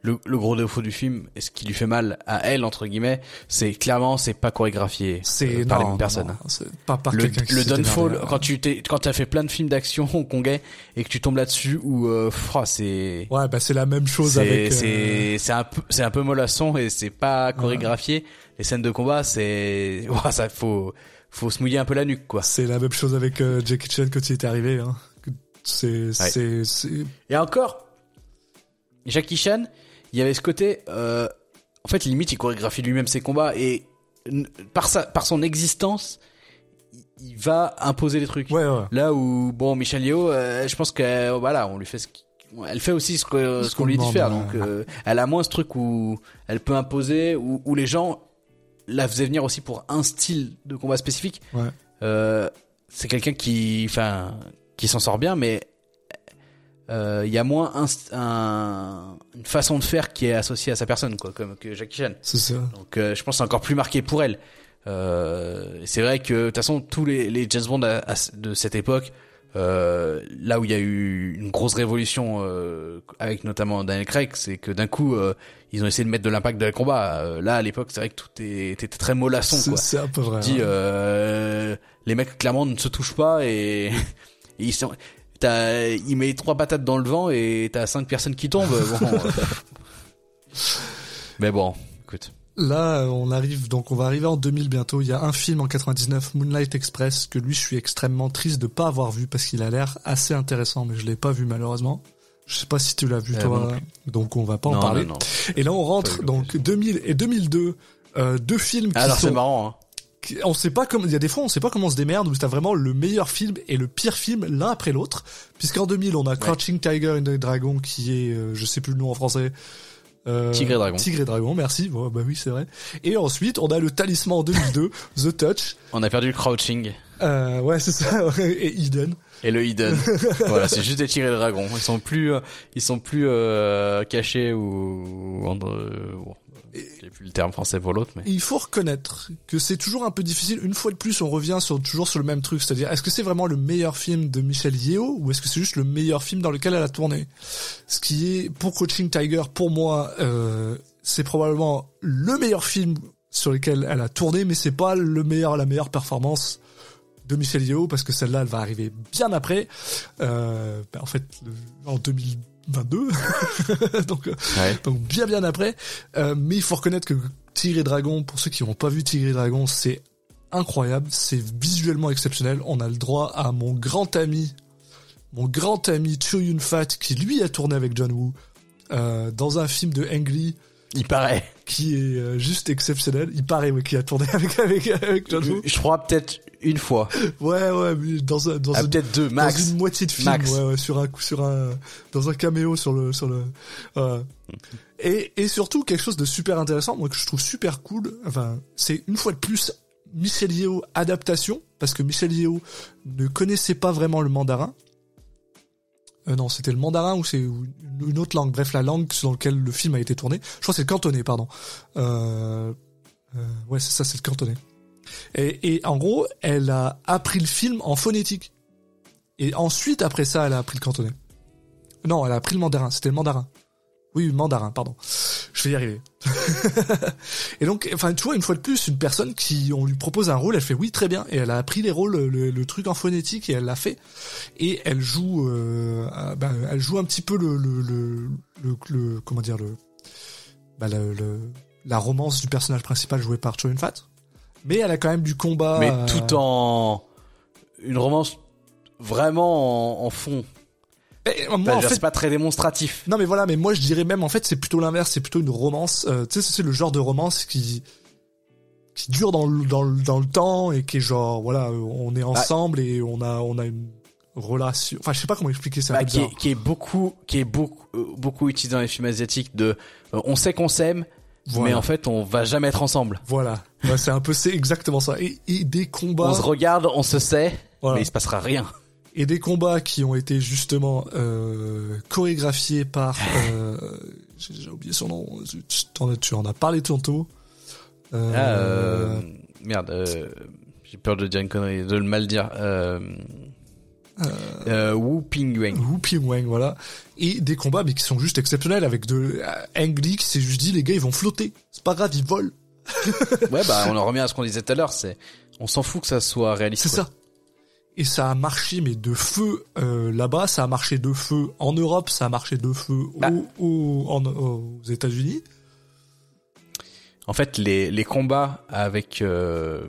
le, le gros défaut du film et ce qui lui fait mal à elle entre guillemets, c'est clairement c'est pas chorégraphié c'est euh, par non, les mêmes personnes. non, c'est pas par Le, quelqu'un qui le s'est downfall démerdé, quand tu t'es quand t'as fait plein de films d'action congais et que tu tombes là-dessus où euh, pff, c'est ouais bah c'est la même chose c'est avec c'est euh... c'est un peu c'est un peu mollasson et c'est pas chorégraphié. Ouais. Les scènes de combat c'est ouais, ça faut faut se mouiller un peu la nuque quoi. C'est la même chose avec euh, Jackie Chan quand il est arrivé hein. C'est ouais. c'est c'est et encore Jackie Chan, il y avait ce côté euh, en fait limite il chorégraphie lui-même ses combats et par sa par son existence il va imposer les trucs. Ouais, ouais. Là où bon Michelle Yeoh euh, je pense que voilà, on lui fait ce elle fait aussi ce que ce qu'on lui dit de faire donc euh, elle a moins ce truc où elle peut imposer où, où les gens la faisaient venir aussi pour un style de combat spécifique. Ouais. Euh, c'est quelqu'un qui enfin qui s'en sort bien mais il euh, y a moins un, un, une façon de faire qui est associée à sa personne quoi comme que Jackie Chan. C'est ça. Donc euh, je pense que c'est encore plus marqué pour elle. Euh, c'est vrai que de toute façon tous les, les James Bond à, à, de cette époque euh, là où il y a eu une grosse révolution euh, avec notamment Daniel Craig, c'est que d'un coup euh, ils ont essayé de mettre de l'impact dans le combat. Euh, là à l'époque c'est vrai que tout était très mollasson c'est, quoi. C'est un peu vrai. Dit, hein. euh, les mecs clairement ne se touchent pas et, et ils sont T'as, il met trois patates dans le vent et t'as cinq personnes qui tombent. Bon, euh... Mais bon, écoute. Là, on arrive, donc on va arriver en deux mille bientôt. Il y a un film en quatre-vingt-dix-neuf, Moonlight Express, que lui, je suis extrêmement triste de pas avoir vu parce qu'il a l'air assez intéressant, mais je l'ai pas vu malheureusement. Je sais pas si tu l'as vu, euh, toi. Donc on va pas non, en parler. Non, non. Et là, on rentre, donc deux mille et deux mille deux, euh, deux films qui Alors, sont... c'est marrant, hein. On sait pas comment, il y a des fois on sait pas comment on se démerde où t'as vraiment le meilleur film et le pire film l'un après l'autre. Puisqu'en deux mille on a ouais. Crouching Tiger and the Dragon qui est, euh, je sais plus le nom en français. Euh, Tigre et Dragon. Tigre et Dragon, merci. Bon, bah oui, c'est vrai. Et ensuite, on a le Talisman en deux mille deux, The Touch. On a perdu le Crouching. Euh, ouais, c'est ça. Et Eden. Et le Eden. Voilà, c'est juste des Tigres et Dragons. Ils sont plus, euh, ils sont plus euh, cachés ou, ou euh, bon. J'ai plus le terme français pour l'autre, mais... Il faut reconnaître que c'est toujours un peu difficile. Une fois de plus, on revient sur, toujours sur le même truc. C'est-à-dire, est-ce que c'est vraiment le meilleur film de Michelle Yeoh ou est-ce que c'est juste le meilleur film dans lequel elle a tourné? Ce qui est, pour Crouching Tiger, pour moi, euh, c'est probablement le meilleur film sur lequel elle a tourné, mais c'est pas le meilleur, la meilleure performance de Michelle Yeoh parce que celle-là, elle va arriver bien après. Euh, ben en fait, en deux mille vingt-deux donc ouais. donc bien bien après euh, mais il faut reconnaître que Tigre et Dragon, pour ceux qui n'ont pas vu Tigre et Dragon, c'est incroyable, c'est visuellement exceptionnel. On a le droit à mon grand ami mon grand ami Chow Yun-fat qui lui a tourné avec John Woo euh, dans un film de Ang Lee, il paraît, qui est euh, juste exceptionnel. Il paraît oui, qui a tourné avec avec avec John Woo. Je crois peut-être une fois. Ouais ouais, mais dans un dans ah, une peut-être deux max. Dans une moitié de film, max. Ouais, ouais, sur un sur un dans un caméo sur le sur le euh. et et surtout quelque chose de super intéressant, moi que je trouve super cool. Enfin, c'est une fois de plus Michelle Yeoh adaptation parce que Michelle Yeoh ne connaissait pas vraiment le mandarin. Euh, non, c'était le mandarin ou c'est une autre langue. Bref, la langue dans laquelle le film a été tourné. Je crois que c'est le cantonais, pardon. Euh, euh, ouais, c'est ça, c'est le cantonais. Et, et en gros, elle a appris le film en phonétique. Et ensuite, après ça, elle a appris le cantonais. Non, elle a appris le mandarin. C'était le mandarin. Oui, le mandarin, pardon. Je vais y arriver. Et donc, enfin, tu vois, une fois de plus, une personne qui, on lui propose un rôle, elle fait oui, très bien. Et elle a appris les rôles, le, le truc en phonétique, et elle l'a fait. Et elle joue, euh, ben, elle joue un petit peu le, le, le, le, le comment dire, le, ben, le, le, la romance du personnage principal joué par Chow Yun-fat. Mais elle a quand même du combat. Mais euh... tout en une romance vraiment en, en fond. Et, moi, bah, en fait, c'est pas très démonstratif. Non, mais voilà, mais moi je dirais même en fait c'est plutôt l'inverse, c'est plutôt une romance. Euh, tu sais, c'est le genre de romance qui qui dure dans le dans le dans le temps et qui est genre voilà, on est ensemble bah, et on a on a une relation. Enfin, je sais pas comment expliquer ça. Bah, qui, est, qui est beaucoup qui est beaucoup euh, beaucoup utilisé dans les films asiatiques de euh, on sait qu'on s'aime. Voilà. Mais en fait, on va jamais être ensemble. Voilà. Ouais, c'est un peu, c'est exactement ça. Et, et des combats. On se regarde, on se sait, voilà. Mais il se passera rien. Et des combats qui ont été justement euh, chorégraphiés par. Euh, j'ai, j'ai oublié son nom. Tu, tu en as parlé tantôt. Euh, ah, euh, merde. Euh, j'ai peur de dire une connerie, de le mal dire. Euh, Euh, Wu Ping-wang. Wu Ping-wang, voilà. Et des combats, mais qui sont juste exceptionnels, avec de Ang Lee qui s'est juste dit, les gars, ils vont flotter. C'est pas grave, ils volent. Ouais, bah, on en revient à ce qu'on disait tout à l'heure, c'est, on s'en fout que ça soit réaliste. C'est quoi. ça. Et ça a marché, mais de feu, euh, là-bas, ça a marché de feu en Europe, ça a marché de feu bah. au, au, en, aux États-Unis. En fait, les, les combats avec, euh,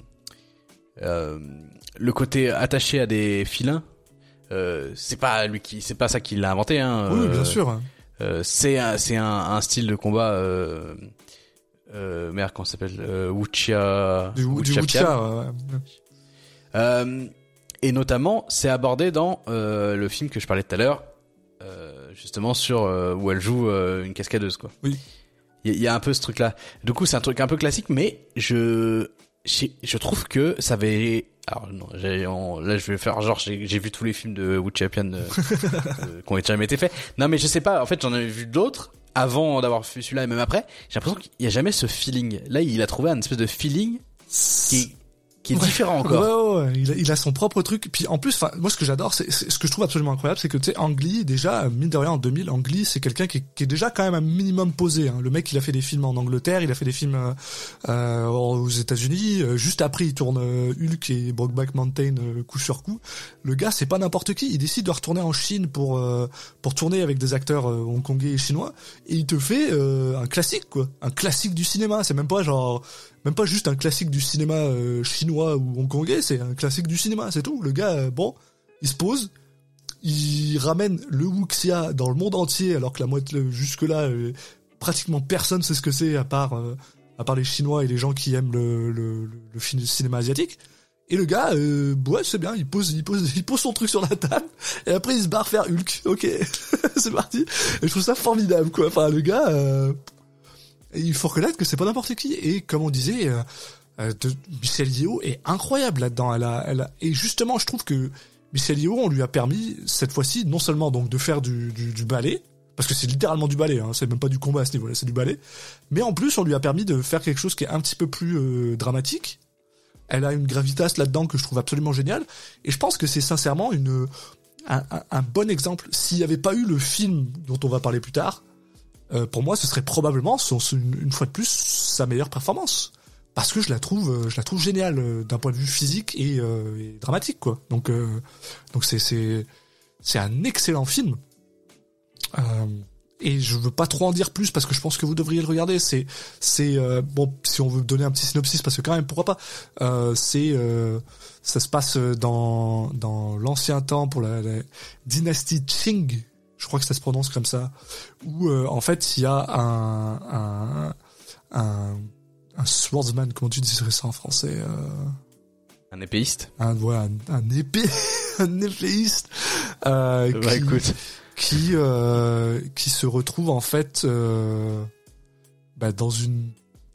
euh, le côté attaché à des filins, euh, c'est pas lui qui, c'est pas ça qui l'a inventé, hein. Oui, euh, bien sûr. Euh, c'est un, c'est un, un style de combat, euh, euh, merde, comment ça s'appelle, euh, Wuxia, Du, du Wuxia, ouais. Euh, et notamment, c'est abordé dans euh, le film que je parlais tout à l'heure, euh, justement sur euh, où elle joue euh, une cascadeuse, quoi. Oui. Il y, y a un peu ce truc-là. Du coup, c'est un truc un peu classique, mais je je trouve que ça avait. Alors non, j'ai, on, là je vais faire genre j'ai, j'ai vu tous les films de Wuxiapian euh, euh, qui ont jamais été faits. Non, mais je sais pas. En fait, j'en avais vu d'autres avant d'avoir fait celui-là et même après. J'ai l'impression qu'il y a jamais ce feeling. Là, il a trouvé un espèce de feeling qui est qui est ouais. différent encore. Ouais, ouais, ouais. Il, a, il a son propre truc. Puis en plus, enfin, moi, ce que j'adore, c'est, c'est ce que je trouve absolument incroyable, c'est que tu sais, Ang Lee, déjà, mine de rien, en deux mille, Ang Lee, c'est quelqu'un qui, qui est déjà quand même un minimum posé. Hein. Le mec, il a fait des films en Angleterre, il a fait des films euh, euh, aux États-Unis. Euh, juste après, il tourne euh, Hulk et Brokeback Mountain euh, coup sur coup. Le gars, c'est pas n'importe qui. Il décide de retourner en Chine pour euh, pour tourner avec des acteurs euh, hongkongais et chinois, et il te fait euh, un classique, quoi, un classique du cinéma. C'est même pas genre Même pas juste un classique du cinéma euh, chinois ou hongkongais, c'est un classique du cinéma, c'est tout. Le gars, euh, bon, il se pose, il ramène le wuxia dans le monde entier, alors que la moitié, jusque-là, euh, pratiquement personne sait ce que c'est, à part euh, à part les Chinois et les gens qui aiment le, le, le, le cinéma asiatique. Et le gars, euh, ouais, c'est bien, il pose, il pose, il pose son truc sur la table, et après il se barre faire Hulk. Ok, c'est parti. Et je trouve ça formidable, quoi. Enfin, le gars... Euh, Et il faut reconnaître que c'est pas n'importe qui. Et comme on disait, euh, de, Michelle Yeoh est incroyable là-dedans. Elle a, elle a, et justement, je trouve que Michelle Yeoh, on lui a permis cette fois-ci non seulement donc de faire du, du, du ballet, parce que c'est littéralement du ballet, hein, c'est même pas du combat à ce niveau-là, c'est du ballet. Mais en plus, on lui a permis de faire quelque chose qui est un petit peu plus euh, dramatique. Elle a une gravitas là-dedans que je trouve absolument géniale. Et je pense que c'est sincèrement une un, un, un bon exemple. S'il y avait pas eu le film dont on va parler plus tard. Euh, pour moi, ce serait probablement, son, une, une fois de plus, sa meilleure performance, parce que je la trouve, je la trouve géniale euh, d'un point de vue physique et, euh, et dramatique, quoi. Donc, euh, donc c'est c'est c'est un excellent film. Euh, et je veux pas trop en dire plus parce que je pense que vous devriez le regarder. C'est c'est euh, bon, si on veut donner un petit synopsis, parce que quand même, pourquoi pas. Euh, c'est euh, ça se passe dans dans l'ancien temps pour la, la dynastie Qing. Je crois que ça se prononce comme ça, où euh, en fait il y a un un un, un swordsman, comment tu dirais ça en français, euh... un épéiste, un ouais un, un épée un épéiste euh, bah, qui écoute. qui euh, qui se retrouve en fait euh, bah, dans une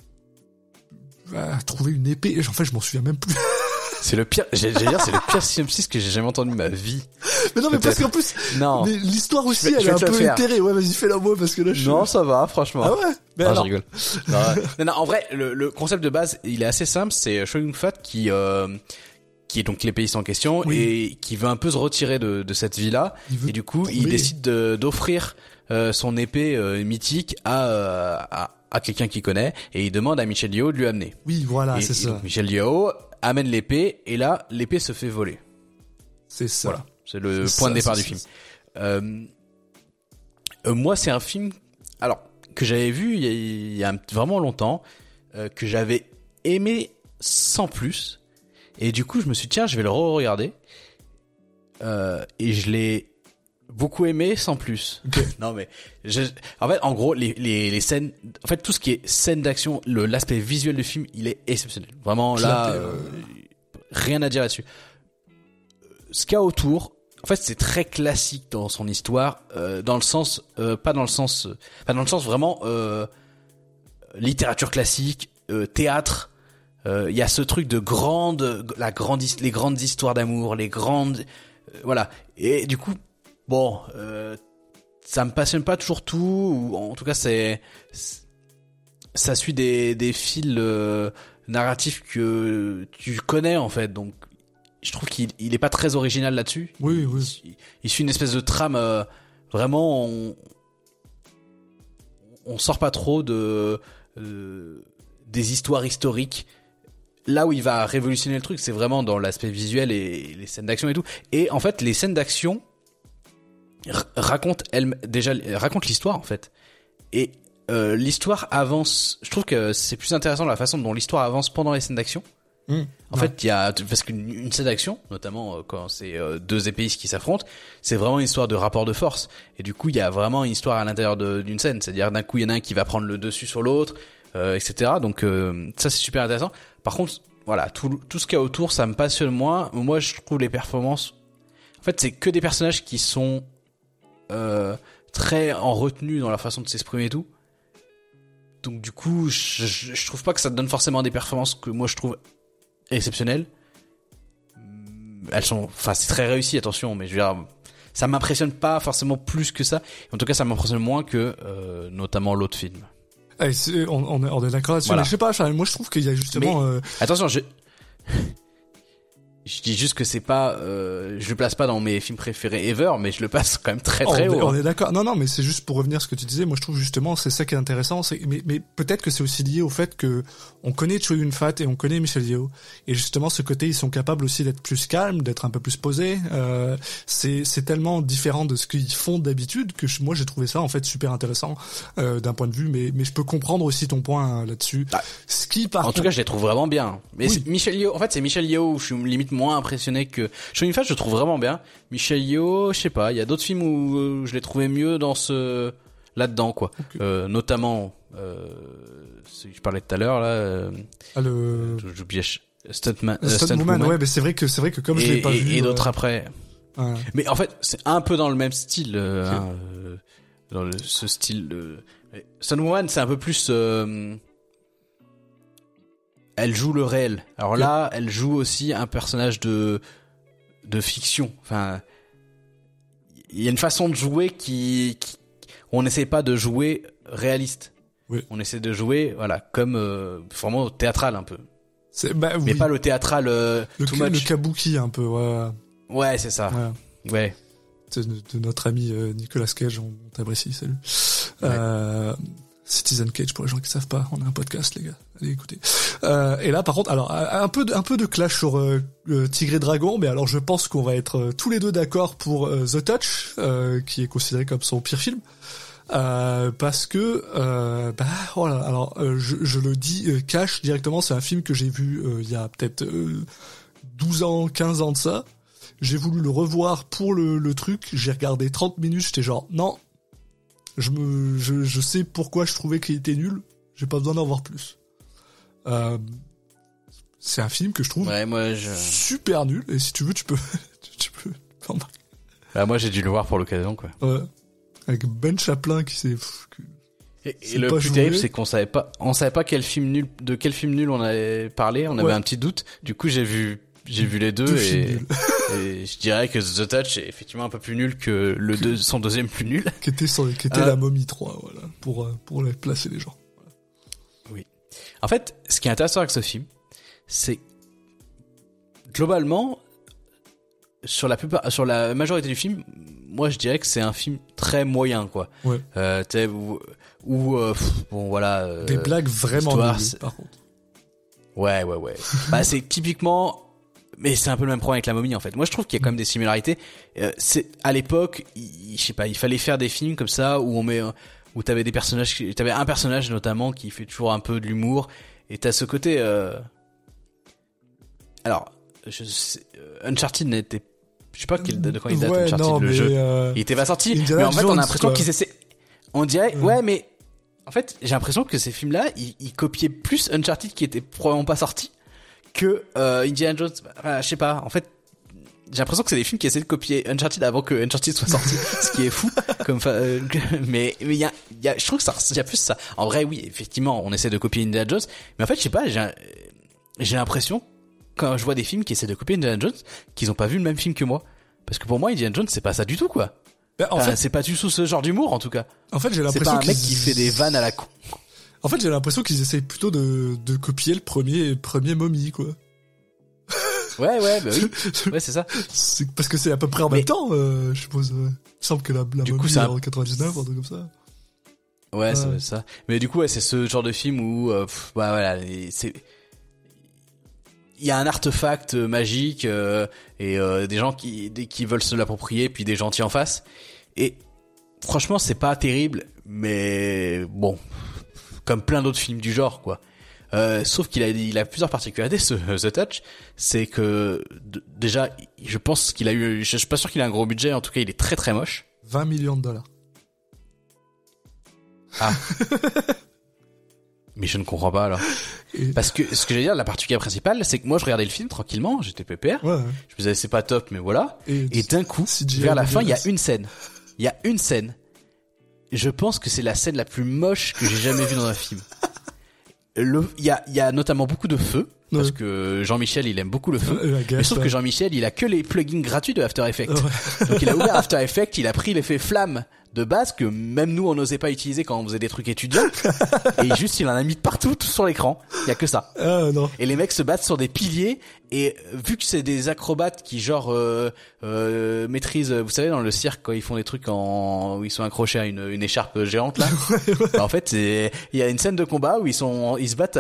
à trouver une épée. En fait, je m'en souviens même plus. C'est le pire, j'allais dire, c'est le pire synopsis que j'ai jamais entendu de ma vie. Mais non, mais Peut-être. parce qu'en plus, non. mais l'histoire aussi, vais, elle est un peu éthérée. Ouais, vas-y, fais-la moi, parce que là, je Non, ça va, franchement. Ah ouais? Mais non, alors... je rigole. Non, non, non, en vrai, le, le concept de base, il est assez simple, c'est Chow Yun-fat qui, euh, qui est donc l'épéiste en question, oui. Et qui veut un peu se retirer de, de cette vie-là. Et du coup, trouver. il décide de, d'offrir, euh, son épée, euh, mythique à, euh, à, à quelqu'un qu'il connaît, et il demande à Michelle Yeoh de lui amener. Oui, voilà, et, c'est et ça. Donc, Michelle Yeoh amène l'épée, et là, l'épée se fait voler. C'est ça. Voilà. C'est le c'est point ça, de départ c'est du ça. film. Euh, euh, moi, c'est un film, alors que j'avais vu il y a, il y a vraiment longtemps, euh, que j'avais aimé sans plus, et du coup, je me suis dit tiens, je vais le re-regarder, euh, et je l'ai beaucoup aimé sans plus. Okay. Non mais, je, en fait, en gros, les, les, les scènes, en fait, tout ce qui est scène d'action, le l'aspect visuel du film, il est exceptionnel. Vraiment là, euh, rien à dire là-dessus. Ce qu'il y a autour, en fait, c'est très classique dans son histoire, euh, dans le sens, euh, pas dans le sens, euh, pas dans le sens vraiment euh, littérature classique, euh, théâtre. Il euh, y a ce truc de grande, la grande, les grandes histoires d'amour, les grandes, euh, voilà. Et du coup, bon, euh, ça me passionne pas toujours tout, ou en tout cas, c'est, c'est ça suit des des fils euh, narratifs que tu connais en fait, donc. je trouve qu'il il est pas très original là-dessus. Oui, oui. Il, il suit une espèce de trame euh, vraiment. On, on sort pas trop de euh, des histoires historiques. Là où il va révolutionner le truc, c'est vraiment dans l'aspect visuel et les scènes d'action et tout. Et en fait, les scènes d'action r- racontent elles déjà racontent l'histoire en fait. Et euh, l'histoire avance. Je trouve que c'est plus intéressant la façon dont l'histoire avance pendant les scènes d'action. Mmh, en ouais. fait, il y a parce qu'une une scène d'action, notamment euh, quand c'est euh, deux épéistes qui s'affrontent, c'est vraiment une histoire de rapport de force. Et du coup, il y a vraiment une histoire à l'intérieur de, d'une scène. C'est-à-dire d'un coup, il y en a un qui va prendre le dessus sur l'autre, euh, et cetera. Donc euh, ça, c'est super intéressant. Par contre, voilà, tout tout ce qu'il y a autour, ça me passionne moins. Moi, je trouve les performances. En fait, c'est que des personnages qui sont euh, très en retenue dans leur façon de s'exprimer et tout. Donc du coup, je, je, je trouve pas que ça donne forcément des performances que moi je trouve exceptionnelles. Elles sont, enfin c'est très réussi, attention, mais je veux dire, ça m'impressionne pas forcément plus que ça. En tout cas, ça m'impressionne moins que euh, notamment l'autre film. Allez, c'est, on, on, est, on est d'accord là-dessus. Voilà. Mais je sais pas, Charles, moi je trouve qu'il y a justement. Mais, euh... Attention, je. Je dis juste que c'est pas, euh, je le place pas dans mes films préférés ever, mais je le passe quand même très très oh, haut. On est d'accord. Non, non, mais c'est juste pour revenir à ce que tu disais. Moi, je trouve justement, c'est ça qui est intéressant. C'est, mais, mais peut-être que c'est aussi lié au fait que on connaît Chow Yun-fat et on connaît Michelle Yeoh. Et justement, ce côté, ils sont capables aussi d'être plus calmes, d'être un peu plus posés. Euh, c'est, c'est tellement différent de ce qu'ils font d'habitude que je, moi, j'ai trouvé ça en fait super intéressant euh, d'un point de vue. Mais, mais je peux comprendre aussi ton point hein, là-dessus. Ah, ce qui, par en contre... tout cas, je les trouve vraiment bien. Mais oui. Michelle Yeoh, en fait, c'est Michelle Yeoh où je suis limite moins impressionné que Chow Yun-fat, je trouve vraiment bien. Michelle Yeoh, je sais pas, il y a d'autres films où je l'ai trouvé mieux dans ce là-dedans quoi. Okay. Euh, notamment euh, celui que je parlais tout à l'heure là. Euh, ah, le j'oubliais Stuntman. Euh, Stuntwoman, ouais, mais c'est vrai que c'est vrai que comme et, je l'ai pas et, vu. Et d'autres euh... après. Ouais. Mais en fait, c'est un peu dans le même style, euh, okay. hein, euh, dans le, ce style. De... Stuntwoman, c'est un peu plus. Euh, elle joue le réel. Alors là, elle joue aussi un personnage de de fiction. Enfin, il y a une façon de jouer qui, qui on n'essaie pas de jouer réaliste. Oui. On essaie de jouer, voilà, comme euh, vraiment théâtral un peu. C'est, bah, oui. Mais pas le théâtral euh, le, too le much. kabuki un peu. Ouais, ouais c'est ça. Ouais. ouais. De, de notre ami euh, Nicolas Cage, on t'apprécie, salut. Ouais. Euh, Citizen Cage pour les gens qui savent pas, on a un podcast les gars, allez écoutez. Euh, et là par contre, alors un peu de, un peu de clash sur euh, Tigre et Dragon, mais alors je pense qu'on va être euh, tous les deux d'accord pour euh, The Touch, euh, qui est considéré comme son pire film, euh, parce que euh, bah voilà, alors euh, je, je le dis euh, cash directement, c'est un film que j'ai vu euh, il y a peut-être euh, douze ans, quinze ans de ça. J'ai voulu le revoir pour le, le truc, j'ai regardé trente minutes, j'étais genre non. Je me, je, je sais pourquoi je trouvais qu'il était nul. J'ai pas besoin d'en voir plus. Euh, c'est un film que je trouve ouais, moi, je... super nul. Et si tu veux, tu peux, tu peux. Bah, moi, j'ai dû le voir pour l'occasion, quoi. Ouais. Avec Ben Chaplin qui s'est. Et, et le plus joué. Terrible, c'est qu'on savait pas, on savait pas quel film nul, de quel film nul on avait parlé. On avait ouais. un petit doute. Du coup, j'ai vu, j'ai vu les deux, deux et. Et je dirais que The Touch est effectivement un peu plus nul que le que, deux, son deuxième plus nul. Qui était, son, qui était euh, la Momie trois, voilà, pour, pour les placer les gens. Voilà. Oui. En fait, ce qui est intéressant avec ce film, c'est globalement, sur la plupart, sur la majorité du film, moi je dirais que c'est un film très moyen, quoi. Ouais. Euh, tu sais, où, où euh, pff, bon voilà. Euh, Des blagues vraiment nulles, par contre. Ouais, ouais, ouais. Bah c'est typiquement. Mais c'est un peu le même problème avec La Momie en fait. Moi je trouve qu'il y a quand même des similarités. Euh, c'est à l'époque, il, je sais pas, il fallait faire des films comme ça où on met, où t'avais des personnages, t'avais un personnage notamment qui fait toujours un peu de l'humour et t'as ce côté. Euh... Alors, je sais, Uncharted n'était, je sais pas quel, de quand il date ouais, Uncharted non, le jeu. Euh... Il était pas sorti. Indiana mais en fait, Jones, on a l'impression quoi. qu'ils essaient. On dirait, ouais, ouais mais en fait, j'ai l'impression que ces films-là, ils, ils copiaient plus Uncharted qui était probablement pas sorti. Que euh, Indiana Jones, enfin, je sais pas, en fait, j'ai l'impression que c'est des films qui essaient de copier Uncharted avant que Uncharted soit sorti, ce qui est fou. Comme, euh, mais mais il y a, y a, je trouve que ça, il y a plus ça. En vrai, oui, effectivement, on essaie de copier Indiana Jones, mais en fait, je sais pas, j'ai, j'ai l'impression quand je vois des films qui essaient de copier Indiana Jones, qu'ils ont pas vu le même film que moi, parce que pour moi, Indiana Jones, c'est pas ça du tout, quoi. Ben, en enfin, fait, c'est pas du tout ce genre d'humour, en tout cas. En fait, j'ai l'impression c'est pas un qu'ils... mec qui fait des vannes à la con. En fait, j'ai l'impression qu'ils essayent plutôt de de copier le premier premier Momie, quoi. Ouais, ouais, bah oui. Ouais, c'est ça. C'est parce que c'est à peu près en Mais... même temps, euh, je suppose. Euh, il semble que la, la du momie coup, c'est un... en quatre-vingt-dix-neuf, un truc comme ça. Ouais, euh... c'est ça. Mais du coup, ouais, c'est ce genre de film où, euh, pff, bah voilà, c'est... il y a un artefact magique euh, et euh, des gens qui qui veulent se l'approprier, puis des gentils en face. Et franchement, c'est pas terrible, mais bon, comme plein d'autres films du genre, quoi. Euh, sauf qu'il a il a plusieurs particularités, ce The Touch, c'est que d- déjà, je pense qu'il a eu, je suis pas sûr qu'il a un gros budget, en tout cas, il est très très moche. vingt millions de dollars. Ah. Mais je ne comprends pas alors. Et... Parce que ce que j'allais dire, la particularité principale, c'est que moi je regardais le film tranquillement, j'étais pépère. Ouais, ouais. Je me disais c'est pas top, mais voilà. Et, et d'un coup, C G I vers la fin, il y a une scène. Il y a une scène. Je pense que c'est la scène la plus moche que j'ai jamais vue dans un film. Le, il y a, il y a notamment beaucoup de feu. Parce ouais. que Jean-Michel, il aime beaucoup le feu. Euh, mais sauf que Jean-Michel, il a que les plugins gratuits de After Effects. Ouais. Donc il a ouvert After Effects, il a pris l'effet flamme de base que même nous on n'osait pas utiliser quand on faisait des trucs étudiants. Et juste il en a mis partout, tout sur l'écran. Il y a que ça. Ah, non. Et les mecs se battent sur des piliers. Et vu que c'est des acrobates qui genre euh, euh, maîtrisent, vous savez, dans le cirque quand ils font des trucs en où ils sont accrochés à une, une écharpe géante là. Ouais, ouais. Bah, en fait, c'est il y a une scène de combat où ils sont ils se battent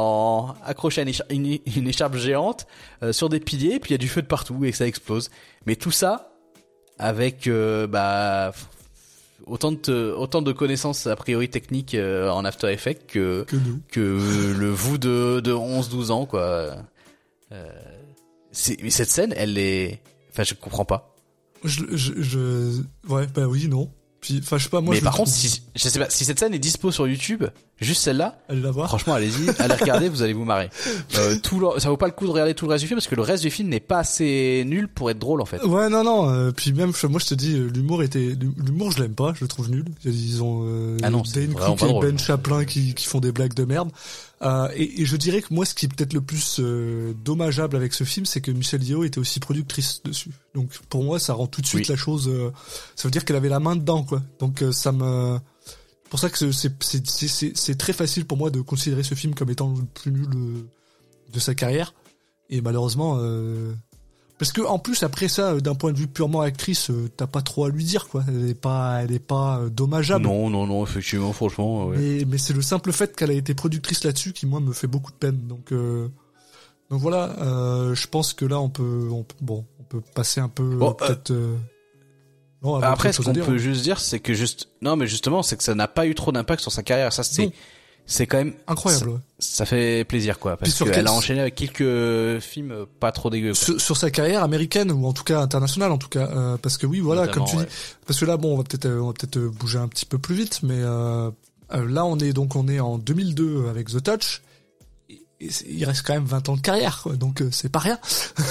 en accrochés à une écharpe, une, une écharpe géante euh, sur des piliers. Et puis il y a du feu de partout et ça explose. Mais tout ça avec euh, bah autant de autant de connaissances a priori techniques euh, en After Effects que que, nous. que le vous de de onze douze ans quoi. Euh, c'est mais cette scène elle est enfin je comprends pas. Je je je ouais bah oui non. Puis enfin je sais pas moi mais je par contre trouve... si je sais pas si cette scène est dispo sur YouTube, juste celle-là, allez la voir. Franchement allez-y, allez regarder, vous allez vous marrer. Euh, tout le... ça vaut pas le coup de regarder tout le reste du film parce que le reste du film n'est pas assez nul pour être drôle en fait. Ouais non non euh, puis même moi je te dis l'humour était l'humour je l'aime pas, je le trouve nul. Ils ont euh, ah non, Dane Cook et Ben Chaplin qui qui font des blagues de merde. Euh, et, et je dirais que moi, ce qui est peut-être le plus euh, dommageable avec ce film, c'est que Michelle Yeoh était aussi productrice dessus. Donc pour moi, ça rend tout de suite oui. la chose. Euh, ça veut dire qu'elle avait la main dedans, quoi. Donc euh, ça me. Pour ça que c'est c'est c'est c'est c'est très facile pour moi de considérer ce film comme étant le plus nul de sa carrière. Et malheureusement, euh... parce que en plus après ça, d'un point de vue purement actrice, t'as pas trop à lui dire, quoi. Elle est pas, elle est pas dommageable. Non, non, non, effectivement, franchement. Ouais. Mais, mais c'est le simple fait qu'elle a été productrice là-dessus qui moi me fait beaucoup de peine. Donc, euh, donc voilà. Euh, je pense que là on peut, on peut, bon, on peut passer un peu bon, peut-être. Euh... Non, après, ce qu'on peut juste dire, c'est que juste, non, mais justement, c'est que ça n'a pas eu trop d'impact sur sa carrière. Ça, c'est. C'est quand même incroyable. Ça, ouais. ça fait plaisir quoi parce qu'elle quel... a enchaîné avec quelques films pas trop dégueux. Sur, sur sa carrière américaine ou en tout cas internationale en tout cas euh, parce que oui voilà Notamment, comme tu ouais. dis parce que là bon on va peut-être on va peut-être bouger un petit peu plus vite mais euh, euh, là on est donc on est en deux mille deux avec The Touch. Et, et il reste quand même vingt ans de carrière quoi, donc euh, c'est pas rien.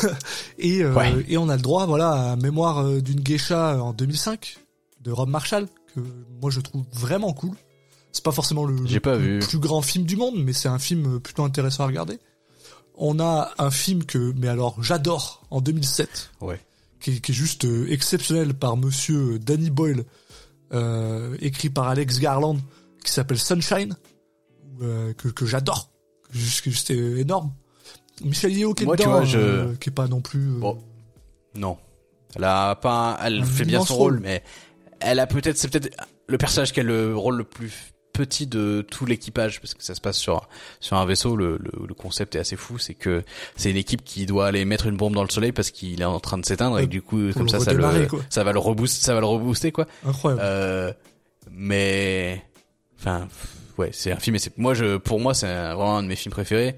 et euh, ouais. et on a le droit voilà à Mémoire d'une geisha en deux mille cinq de Rob Marshall que moi je trouve vraiment cool. C'est pas forcément le, le, pas le vu. plus grand film du monde, mais c'est un film plutôt intéressant à regarder. On a un film que, mais alors j'adore, en deux mille sept, ouais. qui, est, qui est juste euh, exceptionnel par Monsieur Danny Boyle, euh, écrit par Alex Garland, qui s'appelle Sunshine, euh, que, que j'adore, que juste euh, énorme. Michelle Yeoh qui est Moi, dedans, tu vois, je... euh, qui est pas non plus. Euh... Bon. Non, elle a pas, elle fait bien son rôle, rôle, mais elle a peut-être, c'est peut-être le personnage qui a le rôle le plus petit de tout l'équipage parce que ça se passe sur sur un vaisseau. Le, le, le concept est assez fou, c'est que c'est une équipe qui doit aller mettre une bombe dans le soleil parce qu'il est en train de s'éteindre et du coup comme ça ça le quoi. ça va le rebooster ça va le rebooster quoi. Incroyable. Euh, mais enfin ouais c'est un film et c'est moi je pour moi c'est un, vraiment un de mes films préférés.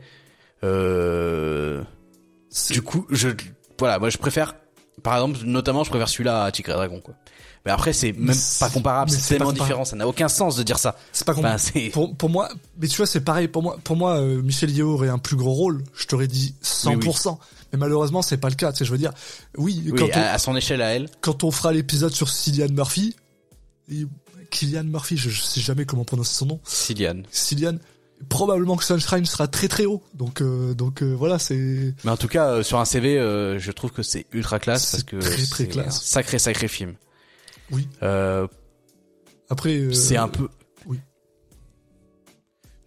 Euh, du coup je voilà moi je préfère par exemple notamment je préfère celui-là à Tigre et Dragon quoi. Mais après, c'est même pas comparable, c'est, c'est tellement différent, ça n'a aucun sens de dire ça. C'est pas comparable. Enfin, pour, pour moi, mais tu vois, c'est pareil, pour moi, pour moi, euh, Michelle Yeoh aurait un plus gros rôle, je t'aurais dit cent pour cent. Oui, oui. Mais malheureusement, c'est pas le cas, tu sais, je veux dire, oui, oui quand à, on, à son échelle à elle. Quand on fera l'épisode sur Cillian Murphy, et, Cillian Murphy, je, je sais jamais comment prononcer son nom. Cillian. Cillian. Probablement que Sunshine sera très très haut, donc euh, donc euh, voilà c'est. Mais en tout cas, euh, sur un C V, euh, je trouve que c'est ultra classe c'est parce que très, très c'est classe. un sacré sacré film. Oui. Euh, Après. Euh, c'est un peu. Oui. Non,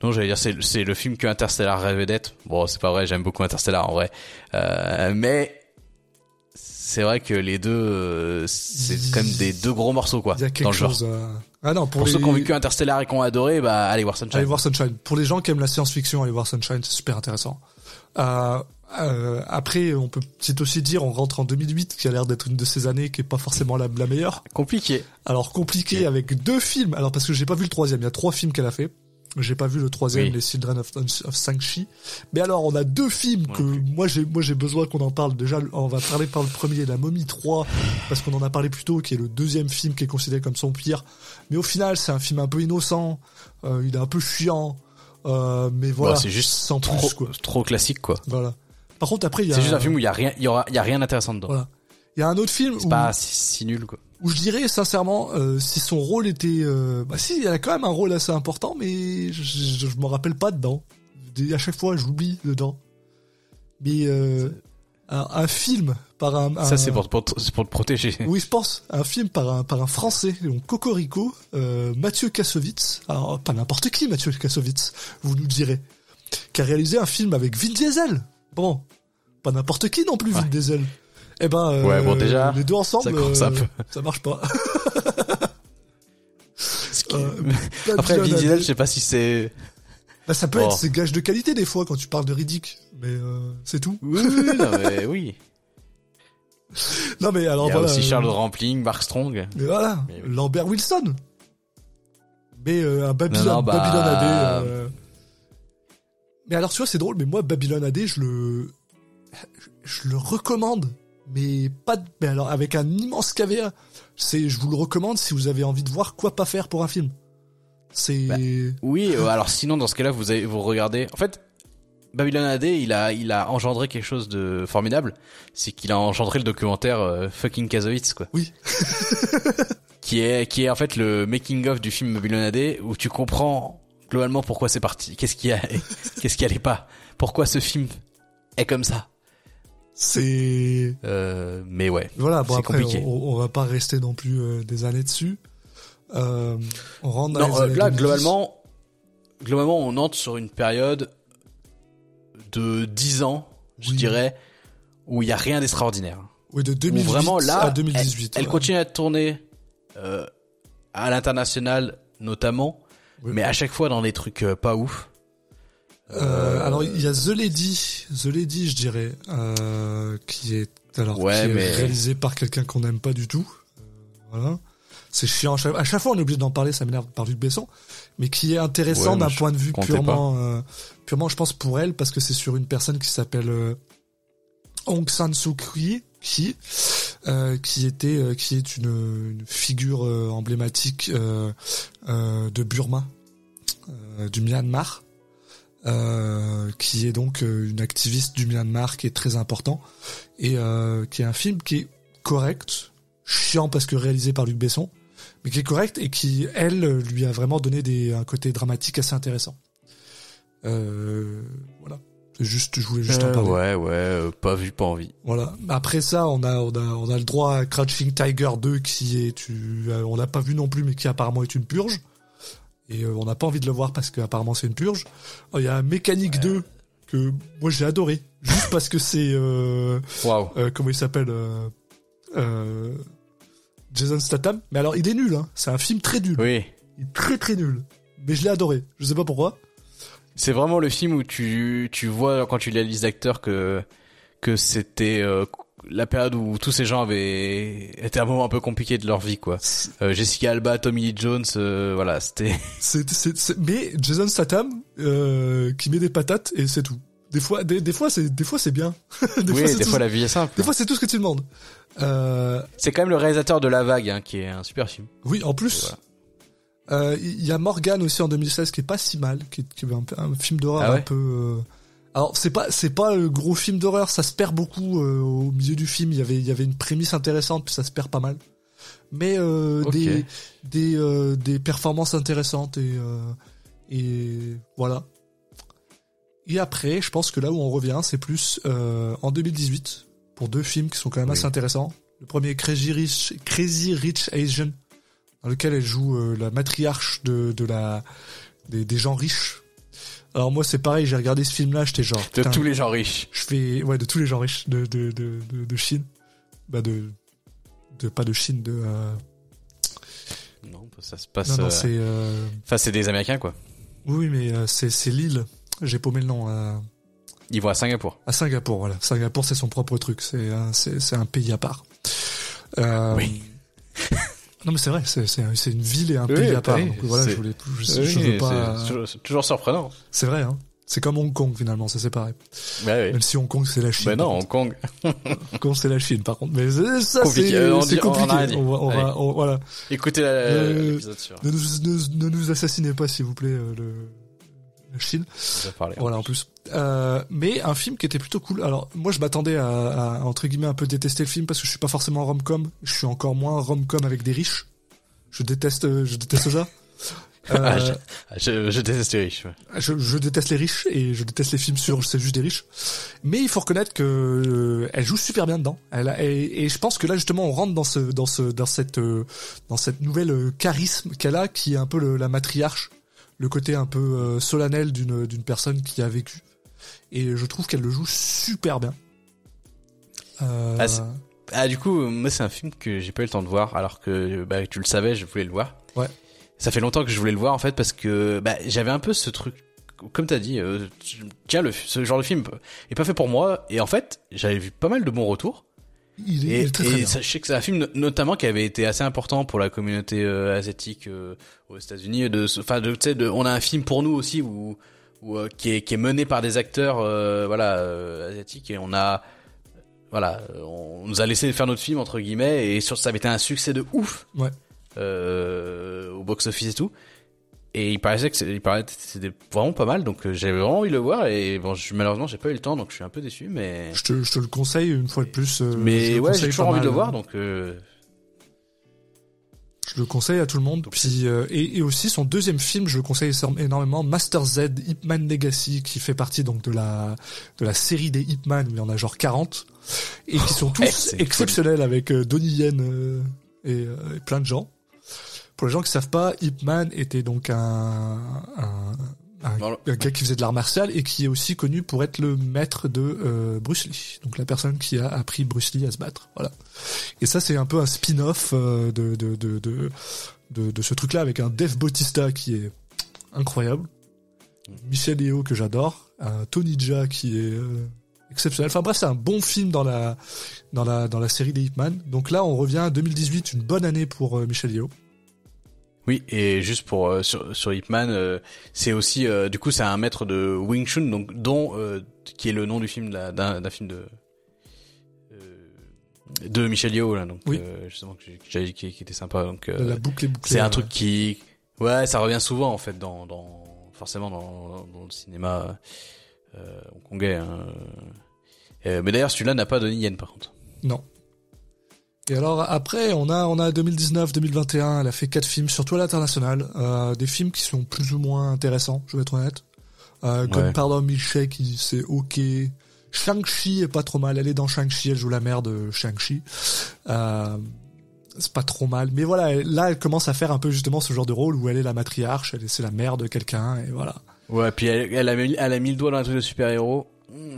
Non, j'allais dire c'est c'est le film que Interstellar rêvait d'être. Bon, c'est pas vrai, j'aime beaucoup Interstellar en vrai. Euh, mais c'est vrai que les deux euh, c'est quand même des deux gros morceaux quoi Il y a dans quelque le genre. chose à... Ah non, pour, Pour les... ceux qui ont vécu Interstellar et qui ont adoré, bah allez voir Sunshine. Allez voir Sunshine. Pour les gens qui aiment la science-fiction, allez voir Sunshine, c'est super intéressant. Euh, euh, après, on peut c'est aussi dire, on rentre en deux mille huit, qui a l'air d'être une de ces années qui est pas forcément la, la meilleure. Compliqué. Alors compliqué Oui. avec deux films. Alors parce que j'ai pas vu le troisième, il y a trois films qu'elle a fait. J'ai pas vu le troisième, Oui. les Children of, of Shang-Chi. Mais alors, on a deux films que Ouais, moi j'ai moi j'ai besoin qu'on en parle. Déjà, on va parler par le premier, La Momie trois, parce qu'on en a parlé plus tôt, qui est le deuxième film qui est considéré comme son pire. Mais au final, c'est un film un peu innocent. Euh, il est un peu chiant. Euh, mais voilà. Bah, c'est juste sans trop plus, quoi. trop classique quoi. Voilà. Par contre, après, il y a. C'est juste un film où il y a rien, il y aura, il y a rien d'intéressant dedans. Voilà. Il y a un autre film C'est où, pas si, si nul quoi. où je dirais sincèrement, euh, si son rôle était, euh, bah si, il a quand même un rôle assez important, mais je, je, je me rappelle pas dedans. Des- À chaque fois, je l'oublie dedans. Mais euh, un, un film par un, un Ça c'est pour, pour c'est pour te protéger. oui, je pense, un film par un par un Français, donc Cocorico, euh, Mathieu Kassovitz. Alors pas n'importe qui, Mathieu Kassovitz, vous nous direz, qui a réalisé un film avec Vin Diesel. Bon, pas n'importe qui non plus, Vin Ouais. Diesel. Eh ben, euh, Ouais, bon, déjà, les deux ensemble, ça commence un euh, peu. ça marche pas. Ce qui- Euh, Après Babylon Vin Diesel, A D. je sais pas si c'est. Bah, ça peut Oh. être ses gages de qualité des fois quand tu parles de Riddick, mais euh, c'est tout. Oui, oui, oui, non, mais oui. Non mais alors Il y a voilà. aussi euh, Charles Rampling, Mark Strong. Mais voilà, Mais oui. Lambert Wilson. Mais euh, un Babylon, Non, non, bah, Babylon A D. euh, Mais alors tu vois, c'est drôle, mais moi Babylon A D, je le, je le recommande, mais pas, de... mais alors avec un immense caveat. C'est, je vous le recommande si vous avez envie de voir quoi pas faire pour un film. C'est. Bah, Oui, euh, alors sinon dans ce cas-là, vous avez, vous regardez. En fait, Babylon A D, il a, il a engendré quelque chose de formidable. C'est qu'il a engendré le documentaire euh, Fucking Kassovitz, quoi. Oui. qui est, qui est en fait le making of du film Babylon A D, où tu comprends globalement pourquoi c'est parti. Qu'est-ce qui a, qu'est-ce qui allait pas. Pourquoi ce film est comme ça. C'est. Euh, mais ouais. Voilà, bon c'est après, compliqué. on, on va pas rester non plus euh, des années dessus. Euh, on rentre dans Non, les euh, années là, deux mille dix. globalement, globalement, on entre sur une période de dix ans, je Oui. dirais, où il y a rien d'extraordinaire. Oui, de Où deux mille huit vraiment là, à deux mille dix-huit. elle, elle ouais. continue à tourner euh, à l'international notamment, Oui. mais à chaque fois dans des trucs euh, pas ouf. Euh, alors il y a The Lady, The Lady, je dirais, euh, qui est alors Ouais, qui est mais- réalisé par quelqu'un qu'on n'aime pas du tout. Euh, voilà, c'est chiant. À chaque, à chaque fois, on est obligé d'en parler, ça m'énerve par Luc Besson, mais qui est intéressant Ouais, d'un mais je point de vue comptais purement, euh, purement, je pense pour elle, parce que c'est sur une personne qui s'appelle euh, Aung San Suu Kyi, qui, euh, qui était, euh, qui est une, une figure euh, emblématique euh, euh, de Burma, euh, du Myanmar. Euh, qui est donc euh, une activiste du Myanmar qui est très important et euh, qui est un film qui est correct, chiant parce que réalisé par Luc Besson, mais qui est correct et qui, elle, lui a vraiment donné des, un côté dramatique assez intéressant. Euh, voilà. C'est juste, je voulais juste en Euh, parler. ouais, ouais, euh, pas vu, pas envie. Voilà. Après ça, on a, on a, on a le droit à Crouching Tiger deux qui est, tu, euh, on l'a pas vu non plus, mais qui apparemment est une purge. Et euh, on n'a pas envie de le voir parce qu'apparemment c'est une purge. Il y a Mécanique Ouais. deux que moi j'ai adoré, juste parce que c'est euh, Waouh. euh, comment il s'appelle euh, euh, Jason Statham. Mais alors il est nul, hein. C'est un film très nul, Oui. il est très très nul. Mais je l'ai adoré. Je sais pas pourquoi. C'est vraiment le film où tu, tu vois quand tu lis la liste d'acteurs que, que c'était euh, la période où tous ces gens avaient été un moment un peu compliqué de leur vie, quoi. Euh, Jessica Alba, Tommy Lee Jones, euh, voilà, c'était. C'est, c'est, c'est... Mais Jason Statham euh, qui met des patates et c'est tout. Des fois, des, des fois c'est, des fois c'est bien. des oui, fois, c'est des tout... fois la vie est simple. Des fois c'est tout ce que tu demandes. Euh... C'est quand même le réalisateur de La Vague, hein, qui est un super film. Oui, en Et plus. voilà. Euh, il y a Morgan aussi en deux mille seize qui est pas si mal, qui est, qui est un, peu- un film d'horreur Ah ouais un peu. Euh... Alors c'est pas c'est pas le gros film d'horreur, ça se perd beaucoup euh, au milieu du film. Il y avait il y avait une prémisse intéressante puis ça se perd pas mal. Mais euh, Ok. des des euh, des performances intéressantes et euh, et voilà. Et après, je pense que là où on revient, c'est plus euh, en deux mille dix-huit pour deux films qui sont quand même Oui. assez intéressants. Le premier est Crazy Rich Crazy Rich Asian, dans lequel elle joue euh, la matriarche de, de la des, des gens riches Alors moi c'est pareil, j'ai regardé ce film-là, j'étais genre... De putain, tous les gens riches. Je fais... Ouais, de tous les gens riches de, de, de, de, de Chine. Bah de... de... Pas de Chine, de... Euh... Non, ça se passe... Non, non, euh... c'est... Euh... Enfin, c'est des Américains, quoi. Oui, mais euh, c'est, c'est l'île. J'ai paumé le nom. Euh... Ils vont à Singapour. À Singapour, voilà. Singapour, c'est son propre truc. C'est, euh, c'est, c'est un pays à part. Euh... Oui. Non mais c'est vrai, c'est c'est, c'est une ville et un oui, pays à part. Oui, donc voilà, c'est... je voulais, je, oui, je veux pas. C'est toujours, c'est toujours surprenant. C'est vrai, hein. C'est comme Hong Kong finalement, c'est séparé. Ouais, oui. Même si Hong Kong c'est la Chine. Ben non, Hong Kong. Hong Kong c'est la Chine par contre. Mais c'est, ça compliqué. c'est, euh, c'est dit, compliqué. On, on va, on va, on, voilà. Écoutez la, euh, l'épisode sur. Ne nous, ne, ne nous assassinez pas s'il vous plaît, euh, le, la Chine. On va parler. Voilà en plus. Euh, mais un film qui était plutôt cool. Alors moi je m'attendais à, à entre guillemets un peu détester le film parce que je suis pas forcément rom-com. Je suis encore moins rom-com avec des riches. Je déteste, je déteste ça. Euh, ah, je, je, je déteste les riches. Ouais. Je, je déteste les riches et je déteste les films sur c'est juste des riches. Mais il faut reconnaître que euh, elle joue super bien dedans. Elle a, et, et je pense que là justement on rentre dans ce, dans ce, dans cette, euh, dans cette nouvelle euh, charisme qu'elle a, qui est un peu le, la matriarche, le côté un peu euh, solennel d'une, d'une personne qui a vécu. Et je trouve qu'elle le joue super bien. Euh... Ah, ah du coup, moi c'est un film que j'ai pas eu le temps de voir, alors que bah tu le savais, je voulais le voir. Ouais. Ça fait longtemps que je voulais le voir en fait parce que bah j'avais un peu ce truc, comme t'as dit, euh, tiens le ce genre de film est pas fait pour moi, et en fait j'avais vu pas mal de bons retours. Il est, et il est très, très et bien. Ça, je sais que c'est un film notamment qui avait été assez important pour la communauté euh, asiatique euh, aux États-Unis. De, enfin de, tu sais, de, on a un film pour nous aussi où, où euh, qui est qui est mené par des acteurs euh, voilà euh, asiatiques, et on a voilà on nous a laissé faire notre film entre guillemets, et sur ça avait été un succès de ouf. Ouais. Euh, au box-office et tout, et il paraissait que c'est, il paraissait que c'était vraiment pas mal, donc euh, j'avais vraiment envie de le voir, et bon je, malheureusement j'ai pas eu le temps, donc je suis un peu déçu, mais je te, je te le conseille une fois de plus. Euh, mais ouais j'ai toujours envie mal. de le voir, donc euh... je le conseille à tout le monde. Donc, puis euh, et, et aussi son deuxième film, je le conseille énormément, Master Z, Ip Man Legacy, qui fait partie donc de la de la série des Ip Man, où il y en a genre quarante, et qui sont tous ouais, exceptionnels, avec euh, Donnie Yen euh, et, euh, et plein de gens. Pour les gens qui savent pas, Ip Man était donc un, un, un, un gars qui faisait de l'art martial et qui est aussi connu pour être le maître de euh, Bruce Lee, donc la personne qui a appris Bruce Lee à se battre. Voilà. Et ça, c'est un peu un spin-off euh, de, de, de, de, de, de ce truc-là, avec un Dave Bautista qui est incroyable, Michelle Yeoh que j'adore, un Tony Jaa qui est euh, exceptionnel. Enfin bref, c'est un bon film dans la dans la dans la série des Ip Man. Donc là, on revient à deux mille dix-huit, une bonne année pour euh, Michelle Yeoh. Oui, et juste pour euh, sur sur Ip Man, euh, c'est aussi euh, du coup c'est un maître de Wing Chun, donc dont euh, qui est le nom du film là, d'un d'un film de euh, de Michelle Yeoh là, donc oui. euh, justement que j'avais dit qui, qui était sympa, donc euh, de la boucle bouclée. C'est un truc qui ouais, ça revient souvent en fait dans dans forcément dans dans le cinéma euh, hongkongais. Hein. Euh, mais d'ailleurs celui-là n'a pas Donnie Yen par contre. Non. Et alors après, on a on a deux mille dix-neuf, deux mille vingt et un, elle a fait quatre films, surtout à l'international, euh, des films qui sont plus ou moins intéressants, je vais être honnête. Euh, comme ouais. Pardon Milkshake, c'est ok. Shang-Chi est pas trop mal, elle est dans Shang-Chi, elle joue la mère de Shang-Chi. Euh, c'est pas trop mal, mais voilà, là elle commence à faire un peu justement ce genre de rôle où elle est la matriarche, elle est, c'est la mère de quelqu'un, et voilà. Ouais, puis elle, elle, a, mis, elle a mis le doigt dans un truc de super-héros.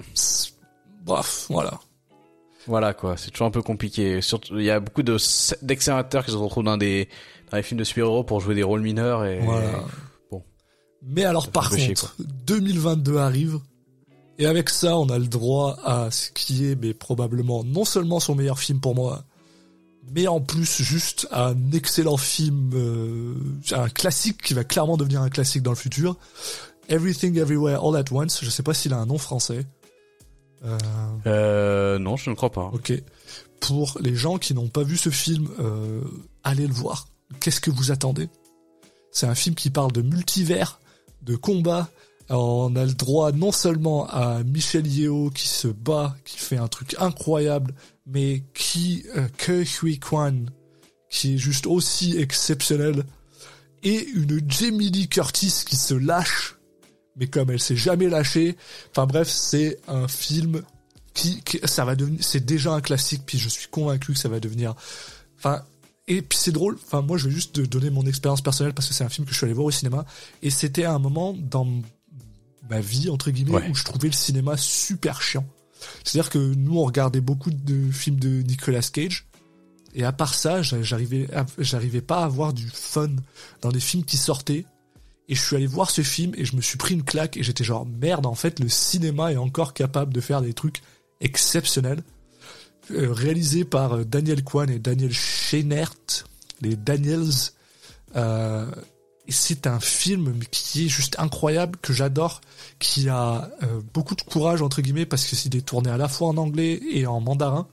Bref, voilà. Voilà quoi, c'est toujours un peu compliqué. Surtout, il y a beaucoup de d'excellents acteurs qui se retrouvent dans des dans les films de super-héros pour jouer des rôles mineurs, et voilà. Bon. Mais alors par contre, chier, deux mille vingt-deux arrive, et avec ça, on a le droit à ce qui est, mais probablement non seulement son meilleur film pour moi, mais en plus juste un excellent film, euh, un classique qui va clairement devenir un classique dans le futur. Everything Everywhere All at Once. Je sais pas s'il a un nom français. Euh... euh non, je ne crois pas. Ok. Pour les gens qui n'ont pas vu ce film, euh, allez le voir. Qu'est-ce que vous attendez ? C'est un film qui parle de multivers, de combat. Alors, on a le droit non seulement à Michelle Yeoh qui se bat, qui fait un truc incroyable, mais qui euh, Ke Huy Quan, qui est juste aussi exceptionnel, et une Jamie Lee Curtis qui se lâche. Mais comme elle s'est jamais lâchée, enfin bref, c'est un film qui, qui ça va devenir, c'est déjà un classique, puis je suis convaincu que ça va devenir, enfin, et puis c'est drôle, enfin moi je vais juste donner mon expérience personnelle parce que c'est un film que je suis allé voir au cinéma, et c'était un moment dans ma vie entre guillemets ouais. où je trouvais le cinéma super chiant. C'est-à-dire que nous on regardait beaucoup de films de Nicolas Cage et à part ça, j'arrivais à, j'arrivais pas à avoir du fun dans des films qui sortaient. Et je suis allé voir ce film et je me suis pris une claque et j'étais genre merde, en fait le cinéma est encore capable de faire des trucs exceptionnels. Euh, réalisé par euh, Daniel Kwan et Daniel Scheinert, les Daniels. Euh, et c'est un film qui est juste incroyable, que j'adore, qui a euh, beaucoup de courage entre guillemets parce que c'est tourné à la fois en anglais et en mandarin.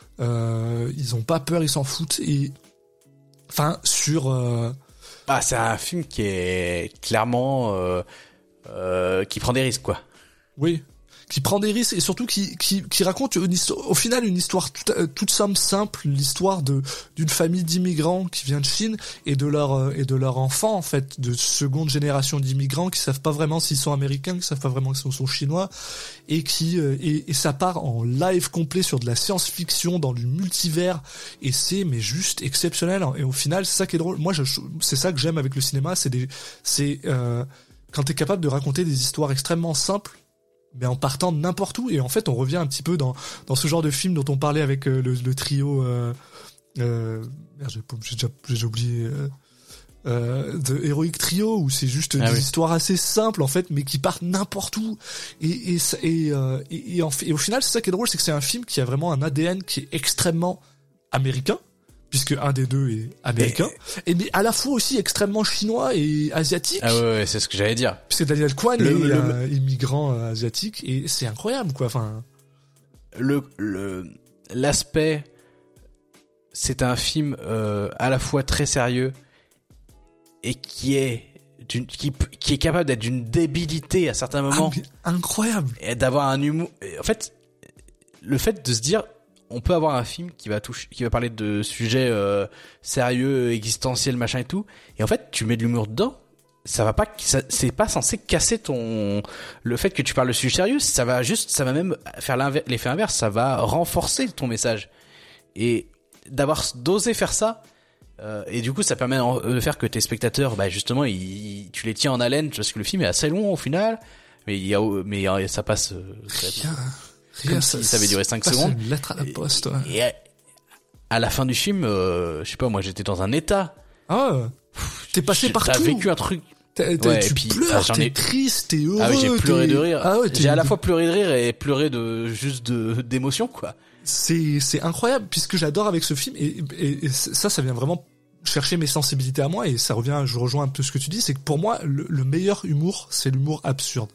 Euh, ils ont pas peur, ils s'en foutent et enfin sur euh, ah c'est un film qui est clairement euh, euh, qui prend des risques quoi. Oui. Qui prend des risques et surtout qui qui qui raconte une histoire, au final une histoire toute toute somme simple, l'histoire de d'une famille d'immigrants qui vient de Chine et de leur et de leur enfant en fait de seconde génération d'immigrants qui savent pas vraiment s'ils sont américains, qui savent pas vraiment s'ils sont chinois et qui et, et ça part en live complet sur de la science-fiction dans du multivers et c'est mais juste exceptionnel et au final c'est ça qui est drôle. Moi je, c'est ça que j'aime avec le cinéma, c'est des c'est euh, quand t'es capable de raconter des histoires extrêmement simples mais en partant de n'importe où et en fait on revient un petit peu dans dans ce genre de film dont on parlait avec euh, le, le trio euh, euh, merde, j'ai, j'ai déjà j'ai déjà oublié euh, euh, The Heroic Trio où c'est juste ah des oui. histoires assez simples en fait mais qui partent n'importe où et et et, euh, et, et, en fait, et au final c'est ça qui est drôle, c'est que c'est un film qui a vraiment un A D N qui est extrêmement américain puisque un des deux est américain, et, et mais à la fois aussi extrêmement chinois et asiatique. Ah ouais, ouais c'est ce que j'allais dire. Puisque Daniel Kwan le, est le, un le... immigrant euh, asiatique et c'est incroyable quoi. Enfin, le le l'aspect, c'est un film euh, à la fois très sérieux et qui est d'une qui qui est capable d'être d'une débilité à certains moments. Ah, incroyable. Et d'avoir un humour. En fait, le fait de se dire on peut avoir un film qui va toucher, qui va parler de sujets euh, sérieux, existentiels, machin et tout, et en fait, tu mets de l'humour dedans, ça va pas, ça, c'est pas censé casser ton, le fait que tu parles de sujets sérieux, ça va juste, ça va même faire l'effet inverse, ça va renforcer ton message. Et d'avoir d'oser faire ça, euh, et du coup, ça permet de faire que tes spectateurs, bah justement, ils, tu les tiens en haleine parce que le film est assez long au final, mais il y a, mais ça passe. Euh, Rien. Comme Rien, si ça, ça avait duré cinq secondes. C'est une lettre à la poste. Ouais. Et à, à la fin du film, euh, je sais pas, moi j'étais dans un état. Ah, t'es passé partout. T'as vécu un truc. T'as, t'as, ouais, tu puis, pleures, j'en t'es ai... triste, t'es heureux. Ah oui, j'ai pleuré t'es... de rire. Ah ouais, j'ai à la fois pleuré de rire et pleuré de juste de d'émotion quoi. C'est c'est incroyable puisque j'adore avec ce film et, et, et ça ça vient vraiment chercher mes sensibilités à moi et ça revient, je rejoins un peu ce que tu dis, c'est que pour moi le, le meilleur humour c'est l'humour absurde.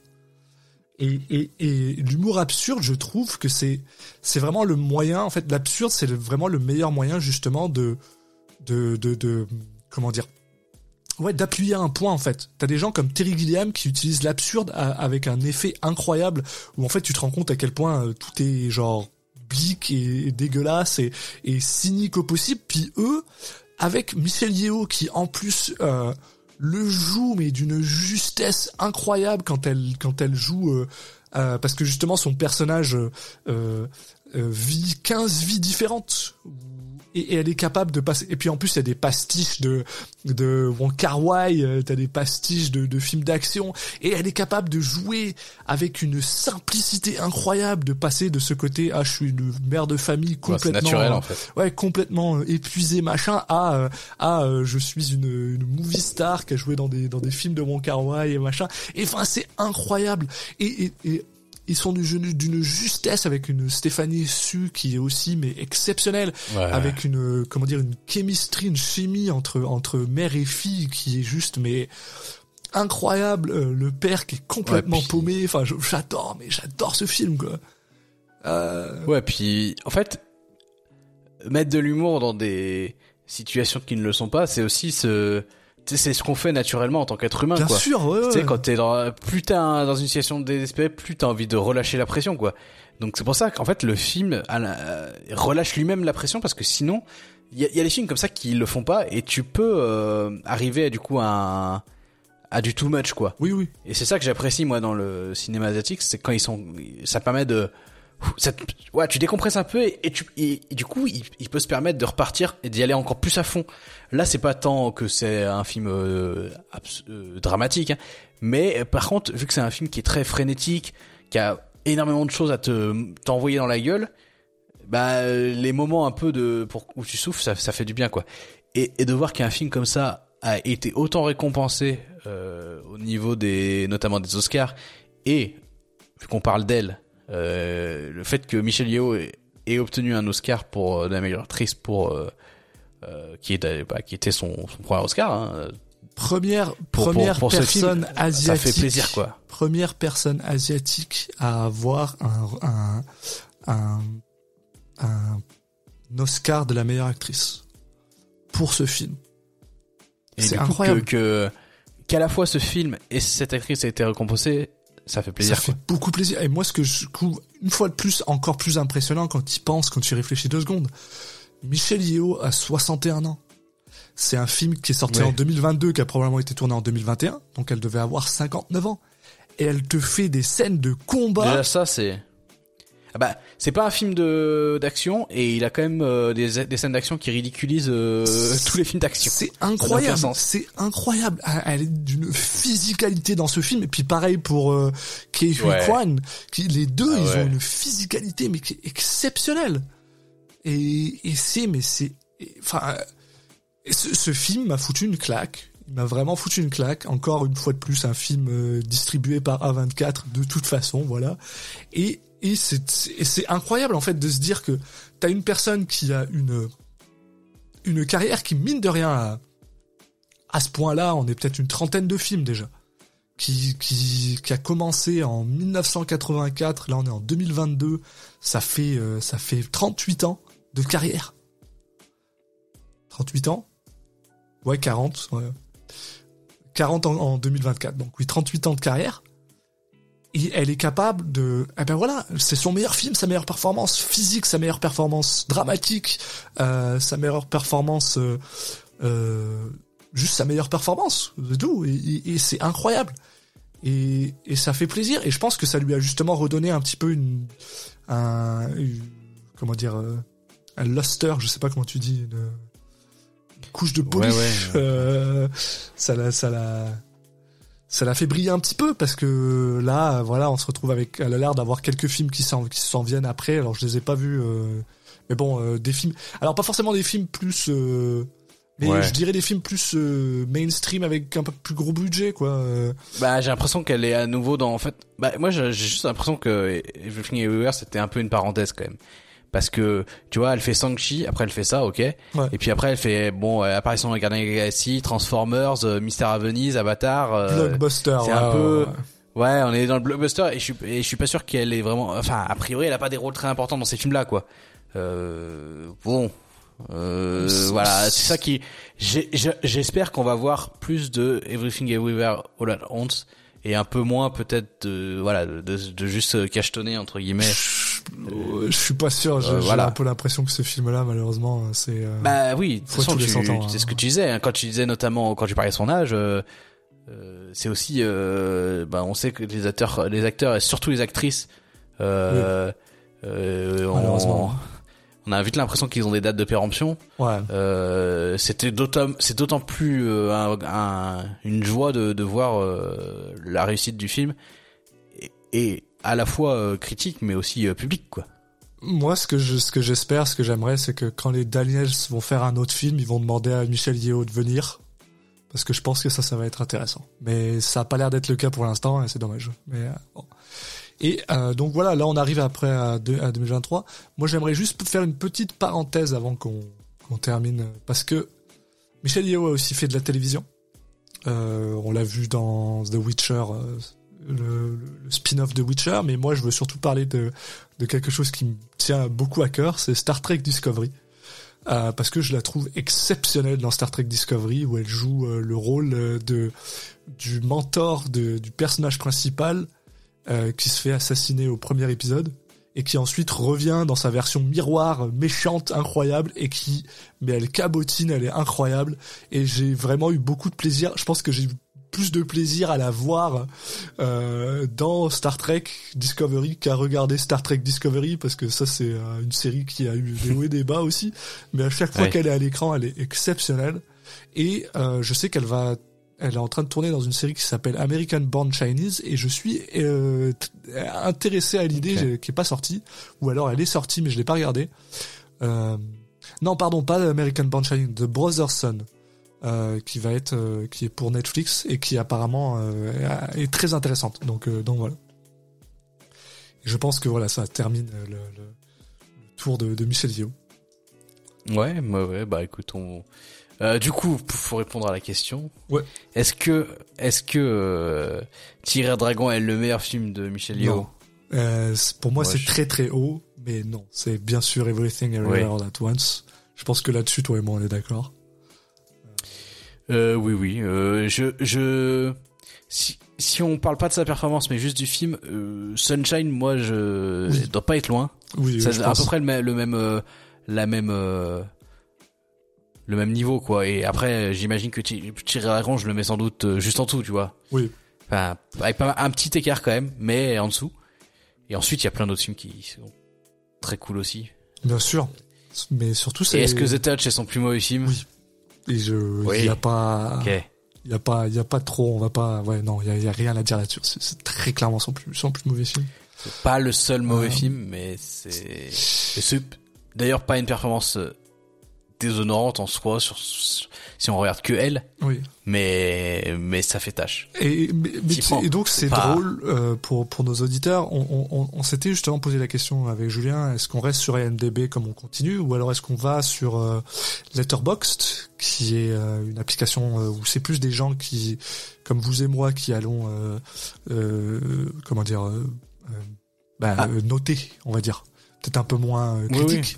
Et, et, et l'humour absurde, je trouve que c'est c'est vraiment le moyen. En fait, l'absurde, c'est le, vraiment le meilleur moyen justement de de de, de comment dire, ouais, d'appuyer un point en fait. T'as des gens comme Terry Gilliam qui utilisent l'absurde à, avec un effet incroyable où en fait tu te rends compte à quel point euh, tout est genre bleak et, et dégueulasse et, et cynique au possible. Puis eux, avec Michelle Yeoh qui en plus euh, le joue mais d'une justesse incroyable quand elle quand elle joue euh, euh, parce que justement son personnage euh, euh, vit quinze vies différentes et, et elle est capable de passer et puis en plus il y a des pastiches de de Wong Kar-wai, euh, t'as des pastiches de de films d'action et elle est capable de jouer avec une simplicité incroyable, de passer de ce côté ah je suis une mère de famille complètement ouais, c'est naturel, en fait. ouais complètement euh, épuisée machin à euh, à euh, je suis une une movie star qui a joué dans des dans des films de Wong Kar-wai et machin et enfin c'est incroyable et et, et ils sont d'une justesse avec une Stéphanie Su qui est aussi mais exceptionnelle ouais. Avec une comment dire une chemistry, une chimie entre entre mère et fille qui est juste mais incroyable. Euh, le père qui est complètement ouais, puis... paumé. Enfin, j'adore, mais j'adore ce film quoi. Euh... Ouais, puis en fait, mettre de l'humour dans des situations qui ne le sont pas, c'est aussi ce tu sais, c'est ce qu'on fait naturellement en tant qu'être humain, Bien quoi. Bien sûr, ouais, ouais. Tu sais, quand t'es dans, plus t'es dans une situation désespérée, plus t'as envie de relâcher la pression, quoi. Donc c'est pour ça qu'en fait, le film euh, relâche lui-même la pression parce que sinon, il y a, y a des films comme ça qui le font pas et tu peux euh, arriver à, du coup, à, un, à du too much, quoi. Oui, oui. Et c'est ça que j'apprécie, moi, dans le cinéma asiatique, c'est quand ils sont, ça permet de, ça te, ouais, tu décompresses un peu et, et, tu, et, et du coup, il, il peut se permettre de repartir et d'y aller encore plus à fond. Là, c'est pas tant que c'est un film euh, abs- euh, dramatique, hein, mais euh, par contre, vu que c'est un film qui est très frénétique, qui a énormément de choses à te t'envoyer dans la gueule, bah euh, les moments un peu de pour où tu souffles, ça, ça fait du bien, quoi. Et, et de voir qu'un film comme ça a été autant récompensé euh, au niveau des, notamment des Oscars, et vu qu'on parle d'elle. Euh, le fait que Michelle Yeoh ait, ait obtenu un Oscar pour euh, la meilleure actrice pour euh, euh, qui est bah, qui était son, son premier Oscar, hein, première pour, première pour, pour personne film, asiatique, ça fait plaisir, quoi. Première personne asiatique à avoir un un un, un Oscar de la meilleure actrice pour ce film. Et c'est du coup, incroyable que, que qu'à la fois ce film et cette actrice a été récompensée. Ça fait plaisir. Ça fait quoi. beaucoup plaisir. Et moi, ce que je trouve une fois de plus encore plus impressionnant quand tu y penses, quand tu y réfléchis deux secondes, Michelle Yeoh a soixante et un ans. C'est un film qui est sorti ouais. en deux mille vingt-deux, qui a probablement été tourné en deux mille vingt et un, donc elle devait avoir cinquante-neuf ans. Et elle te fait des scènes de combat. Déjà ça, c'est... Ah bah, c'est pas un film de d'action et il a quand même euh, des des scènes d'action qui ridiculisent euh, tous les films d'action. C'est incroyable, c'est incroyable. Elle est d'une physicalité dans ce film et puis pareil pour euh, Ke Huy ouais. Quan, qui les deux ah ils ouais. ont une physicalité mais qui est exceptionnelle. Et et c'est mais c'est enfin ce, ce film m'a foutu une claque. Il m'a vraiment foutu une claque. Encore une fois de plus un film euh, distribué par A vingt-quatre de toute façon, voilà. Et Et c'est, c'est, c'est incroyable en fait de se dire que t'as une personne qui a une une carrière qui mine de rien à, à ce point-là, on est peut-être une trentaine de films déjà, qui qui qui a commencé en dix-neuf cent quatre-vingt-quatre, là on est en deux mille vingt-deux, ça fait euh, ça fait trente-huit ans de carrière. trente-huit ans ? Ouais, quarante, ouais. quarante en, en deux mille vingt-quatre. Donc oui, trente-huit ans de carrière. Et elle est capable de, eh ben voilà, c'est son meilleur film, sa meilleure performance physique, sa meilleure performance dramatique, euh, sa meilleure performance, euh, euh, juste sa meilleure performance, c'est tout. Et, et, et c'est incroyable. Et, et ça fait plaisir. Et je pense que ça lui a justement redonné un petit peu une, un, une, comment dire, euh, un luster, je sais pas comment tu dis, une, une couche de polish. Ouais, ouais, ouais. Euh, ça l'a, ça l'a. Ça l'a fait briller un petit peu parce que là, voilà, on se retrouve avec, elle a l'air d'avoir quelques films qui s'en, qui s'en viennent après. Alors je les ai pas vus, euh, mais bon, euh, des films. Alors pas forcément des films plus, euh, mais ouais. je dirais des films plus euh, mainstream avec un peu plus gros budget, quoi. Euh. Bah j'ai l'impression qu'elle est à nouveau dans, en fait, bah moi j'ai juste l'impression que Everything Everywhere c'était un peu une parenthèse quand même. Parce que, tu vois, elle fait Shang-Chi, après elle fait ça, ok. Ouais. Et puis après elle fait, bon, euh, apparition dans Guardians of the Galaxy, Transformers, euh, Mystère à Venise, Avatar. Euh, blockbuster. C'est ouais, un peu, ouais, ouais. ouais, on est dans le blockbuster et je suis, et je suis pas sûr qu'elle est vraiment, enfin, a priori elle a pas des rôles très importants dans ces films-là, quoi. Euh, bon, euh, c'est, voilà, c'est ça qui, j'ai, j'espère qu'on va voir plus de Everything Everywhere All at Once et un peu moins peut-être de, voilà, de, de juste cachetonner entre guillemets. Je suis pas sûr, j'ai, euh, voilà. j'ai un peu l'impression que ce film-là, malheureusement, c'est... Euh, bah oui, de toute façon, tu, tu, c'est ce que tu disais, hein, quand tu disais notamment, quand tu parlais de son âge, euh, euh, c'est aussi, euh, bah on sait que les acteurs, les acteurs et surtout les actrices, euh, oui. euh, malheureusement. On, on a vite l'impression qu'ils ont des dates de péremption. Ouais. Euh, c'était d'autant, c'est d'autant plus euh, un, un, une joie de, de voir euh, la réussite du film et, et à la fois euh, critique mais aussi euh, public, quoi. Moi, ce que je, ce que j'espère, ce que j'aimerais, c'est que quand les Daniels vont faire un autre film, ils vont demander à Michelle Yeoh de venir, parce que je pense que ça, ça va être intéressant. Mais ça a pas l'air d'être le cas pour l'instant, et c'est dommage. Mais euh, bon. Et euh, donc voilà, là on arrive après à, deux, à deux mille vingt-trois. Moi, j'aimerais juste faire une petite parenthèse avant qu'on, qu'on termine, parce que Michelle Yeoh a aussi fait de la télévision. Euh, on l'a vu dans The Witcher. Euh, Le, le spin-off de Witcher, mais moi je veux surtout parler de, de quelque chose qui me tient beaucoup à cœur, c'est Star Trek Discovery, euh, parce que je la trouve exceptionnelle dans Star Trek Discovery, où elle joue euh, le rôle de du mentor de, du personnage principal euh, qui se fait assassiner au premier épisode et qui ensuite revient dans sa version miroir méchante, incroyable, et qui, mais elle cabotine, elle est incroyable, et j'ai vraiment eu beaucoup de plaisir. Je pense que j'ai plus de plaisir à la voir euh, dans Star Trek Discovery qu'à regarder Star Trek Discovery, parce que ça c'est euh, une série qui a eu des hauts et des bas aussi, mais à chaque fois ouais. qu'elle est à l'écran, elle est exceptionnelle. Et euh, je sais qu'elle va, elle est en train de tourner dans une série qui s'appelle American Born Chinese, et je suis euh, t- intéressé à l'idée okay. qui est pas sortie, ou alors elle est sortie mais je l'ai pas regardée. Euh, non pardon, pas American Born Chinese, The Brother's Son. Euh, qui va être euh, qui est pour Netflix et qui apparemment euh, est très intéressante, donc euh, donc voilà. Et je pense que voilà, ça termine le, le, le tour de, de Michel Yeo. Ouais, ouais, ouais, bah écoute, on euh, du coup, faut répondre à la question. Ouais. Est-ce que est-ce que euh, Tigre et Dragon est le meilleur film de Michel Yeo? Non. Euh, pour moi, moi c'est je... très très haut, mais non, c'est bien sûr Everything Everywhere All at Once. Je pense que là-dessus, toi et moi, on est d'accord. Euh, oui, oui. Euh, je, je, si, si on parle pas de sa performance, mais juste du film, euh, Sunshine, moi, je, oui. doit pas être loin. Oui, ça, oui, à peu près le, le même, euh, la même, euh, le même niveau, quoi. Et après, j'imagine que Thierry Dragon, je le mets sans doute euh, juste en dessous, tu vois. Oui. Enfin, avec pas un petit écart quand même, mais en dessous. Et ensuite, il y a plein d'autres films qui sont très cool aussi. Bien sûr. Mais surtout, c'est. Et est-ce que The Touch est son plus mauvais film? Oui. Et je, oui. il y a pas, okay. il y a pas, il y a pas trop, on va pas, ouais, non, il y a, il y a rien à dire là-dessus. C'est, c'est très clairement son plus, son plus mauvais film. C'est pas le seul mauvais euh... film, mais c'est, c'est d'ailleurs pas une performance déshonorante en soi sur, si on regarde que elle. Oui. Mais, mais ça fait tâche. Et, mais, mais et donc c'est, c'est pas... drôle, euh, pour, pour nos auditeurs. On, on, on s'était justement posé la question avec Julien, est-ce qu'on reste sur I M D B comme on continue, ou alors est-ce qu'on va sur, euh, Letterboxd, qui est, euh, une application euh, où c'est plus des gens qui, comme vous et moi, qui allons, euh, euh, comment dire, euh, euh, bah, ah. euh, noter, on va dire. Peut-être un peu moins euh, critique. Oui, oui.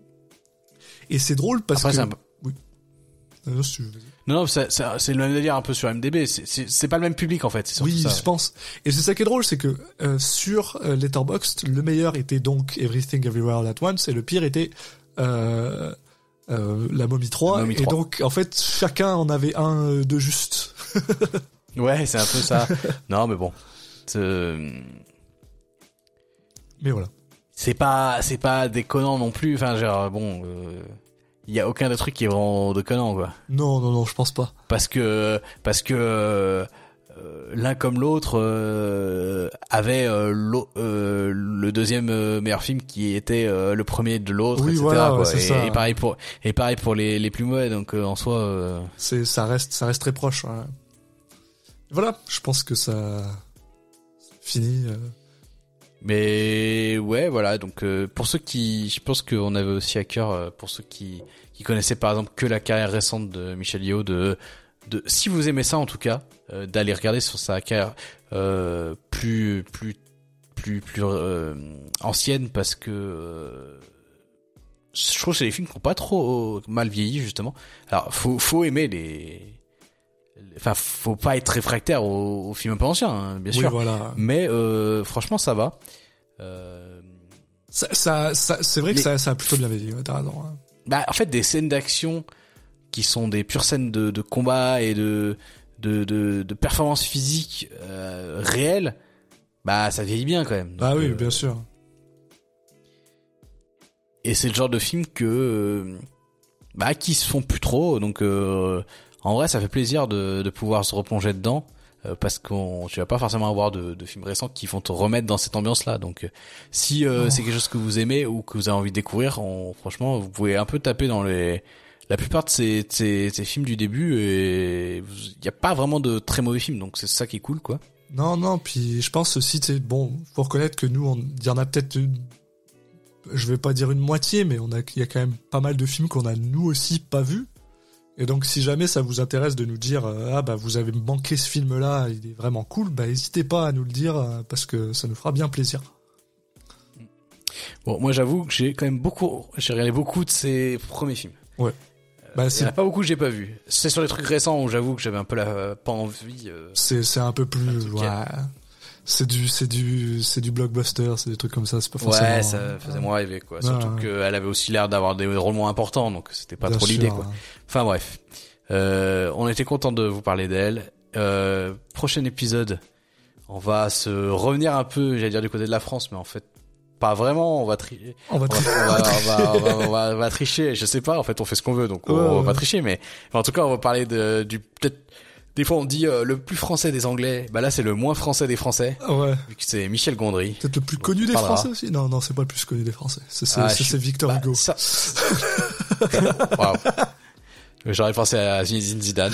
Et c'est drôle parce Après, que... Un peu... Oui. Non, si tu veux, non, non, c'est, c'est, c'est le même délire un peu sur I M D B. C'est, c'est, c'est pas le même public en fait. C'est oui, ça. je pense. Et c'est ça qui est drôle, c'est que euh, sur euh, Letterboxd, le meilleur était donc Everything Everywhere All at Once, et le pire était euh, euh, La Momie trois. La Momie trois. Et donc, en fait, chacun en avait un euh, de juste. Ouais, c'est un peu ça. Non, mais bon. C'est... Mais voilà. C'est pas, c'est pas déconnant non plus. Enfin, genre, bon, euh, il y a aucun des trucs qui est vraiment déconnant, quoi. Non, non, non, je pense pas. Parce que, parce que euh, l'un comme l'autre euh, avait euh, euh, le deuxième euh, meilleur film qui était euh, le premier de l'autre, oui, et cetera. Voilà, quoi. Ouais, c'est et, ça. et pareil pour, et pareil pour les les plus mauvais. Donc euh, en soi, euh... c'est, ça reste, ça reste très proche. Ouais. Voilà, je pense que ça finit. Euh... Mais ouais, voilà. Donc euh, pour ceux qui, je pense qu'on avait aussi à cœur, euh, pour ceux qui qui connaissaient par exemple que la carrière récente de Michel Yeo, de de si vous aimez ça en tout cas, euh, d'aller regarder sur sa carrière euh, plus plus plus plus euh, ancienne, parce que euh, je trouve que c'est des films qui n'ont pas trop mal vieilli justement. Alors faut faut aimer les Enfin, faut pas être réfractaire aux, aux films un peu anciens, hein, bien oui, sûr. Voilà. Mais euh, franchement, ça va. Euh... Ça, ça, ça, c'est vrai que les... ça, ça a plutôt bien vieilli. T'as raison. Hein. Bah, en fait, des scènes d'action qui sont des pures scènes de, de combat et de de de, de performance physique euh, réelle, bah, ça vieillit bien quand même. Donc, bah oui, euh... bien sûr. Et c'est le genre de film que euh, bah qui se font plus trop, donc. Euh, En vrai, ça fait plaisir de, de pouvoir se replonger dedans, euh, parce qu'on tu vas pas forcément avoir de, de films récents qui vont te remettre dans cette ambiance-là. Donc, euh, si euh, oh. c'est quelque chose que vous aimez ou que vous avez envie de découvrir, on, franchement, vous pouvez un peu taper dans les la plupart de ces, de ces, ces films du début, et il y a pas vraiment de très mauvais films, donc c'est ça qui est cool, quoi. Non, non, puis je pense aussi, tu sais, bon, faut reconnaître que nous, il y en a peut-être, une, je vais pas dire une moitié, mais on a, il y a quand même pas mal de films qu'on a nous aussi pas vus. Et donc, si jamais ça vous intéresse de nous dire euh, ah bah vous avez manqué ce film-là, il est vraiment cool, bah n'hésitez pas à nous le dire, euh, parce que ça nous fera bien plaisir. Bon, moi j'avoue que j'ai quand même beaucoup, j'ai regardé beaucoup de ces premiers films. Ouais. Euh, bah, il y en a pas beaucoup que j'ai pas vu. C'est sur les trucs récents où j'avoue que j'avais un peu la pas envie. Euh, c'est c'est un peu plus ouais. C'est du c'est du c'est du blockbuster, c'est des trucs comme ça, c'est pas forcément. Ouais, ça faisait moins rêver, quoi. Ouais, surtout ouais. qu'elle avait aussi l'air d'avoir des rôles moins importants, donc c'était pas bien trop sûr, l'idée, quoi. Enfin bref, euh, on était content de vous parler d'elle. euh, prochain épisode, on va se revenir un peu, j'allais dire du côté de la France, mais en fait, pas vraiment, on va tricher. On va, tri- on, va, on, va, on, va, on, va, on va tricher, je sais pas, en fait, on fait ce qu'on veut, donc on, ouais, on va ouais. pas tricher, mais, mais en tout cas, on va parler de, du, peut-être, des fois on dit euh, le plus français des Anglais, bah là c'est le moins français des Français, Ouais. vu que c'est Michel Gondry. Peut-être le plus Donc, connu on des parlera. Français aussi. Non, non, c'est pas le plus connu des Français. C'est, c'est, Ah, c'est, je- c'est Victor bah, Hugo. ça... Waouh. J'aurais pensé à Zinedine Zidane.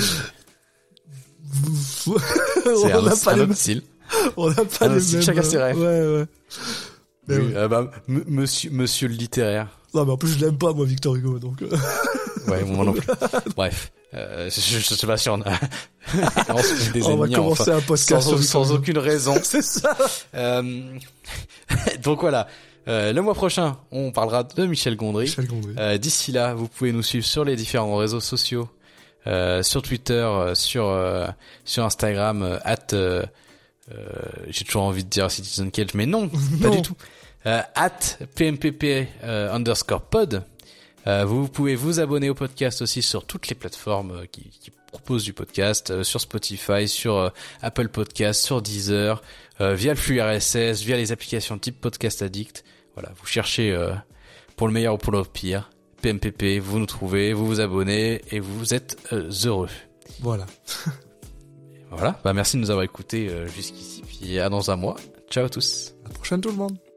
on C'est n'a un, pas un les autre mêmes. style. On n'a pas Un les autre style, mêmes. chacun ses rêves. Ouais, ouais. Mais Oui, ouais. euh, bah, m- monsieur, monsieur le littéraire. Non, mais en plus, je l'aime pas, moi, Victor Hugo, donc. euh, Ouais, moi non plus. Bref, euh, je, je sais pas si on a, on se fait des on va ennemis, commencer enfin, un podcast sans, sur sans Victor Hugo. aucune raison. C'est ça. Euh, donc voilà. Euh, le mois prochain, on parlera de Michel Gondry. Michel Gondry. Euh, d'ici là, vous pouvez nous suivre sur les différents réseaux sociaux, euh, sur Twitter, euh, sur euh, sur Instagram, euh, at euh, euh, j'ai toujours envie de dire Citizen Cage, mais non, pas Non. du tout. Euh, at pmpp euh, underscore pod. Euh, vous pouvez vous abonner au podcast aussi sur toutes les plateformes euh, qui, qui proposent du podcast, euh, sur Spotify, sur euh, Apple Podcast, sur Deezer, euh, via le flux R S S, via les applications type Podcast Addict. Voilà, vous cherchez euh, pour le meilleur ou pour le pire, P M P P, vous nous trouvez, vous vous abonnez et vous êtes euh, heureux. Voilà. Voilà, bah merci de nous avoir écoutés euh, jusqu'ici, puis à dans un mois. Ciao à tous. À la prochaine, tout le monde.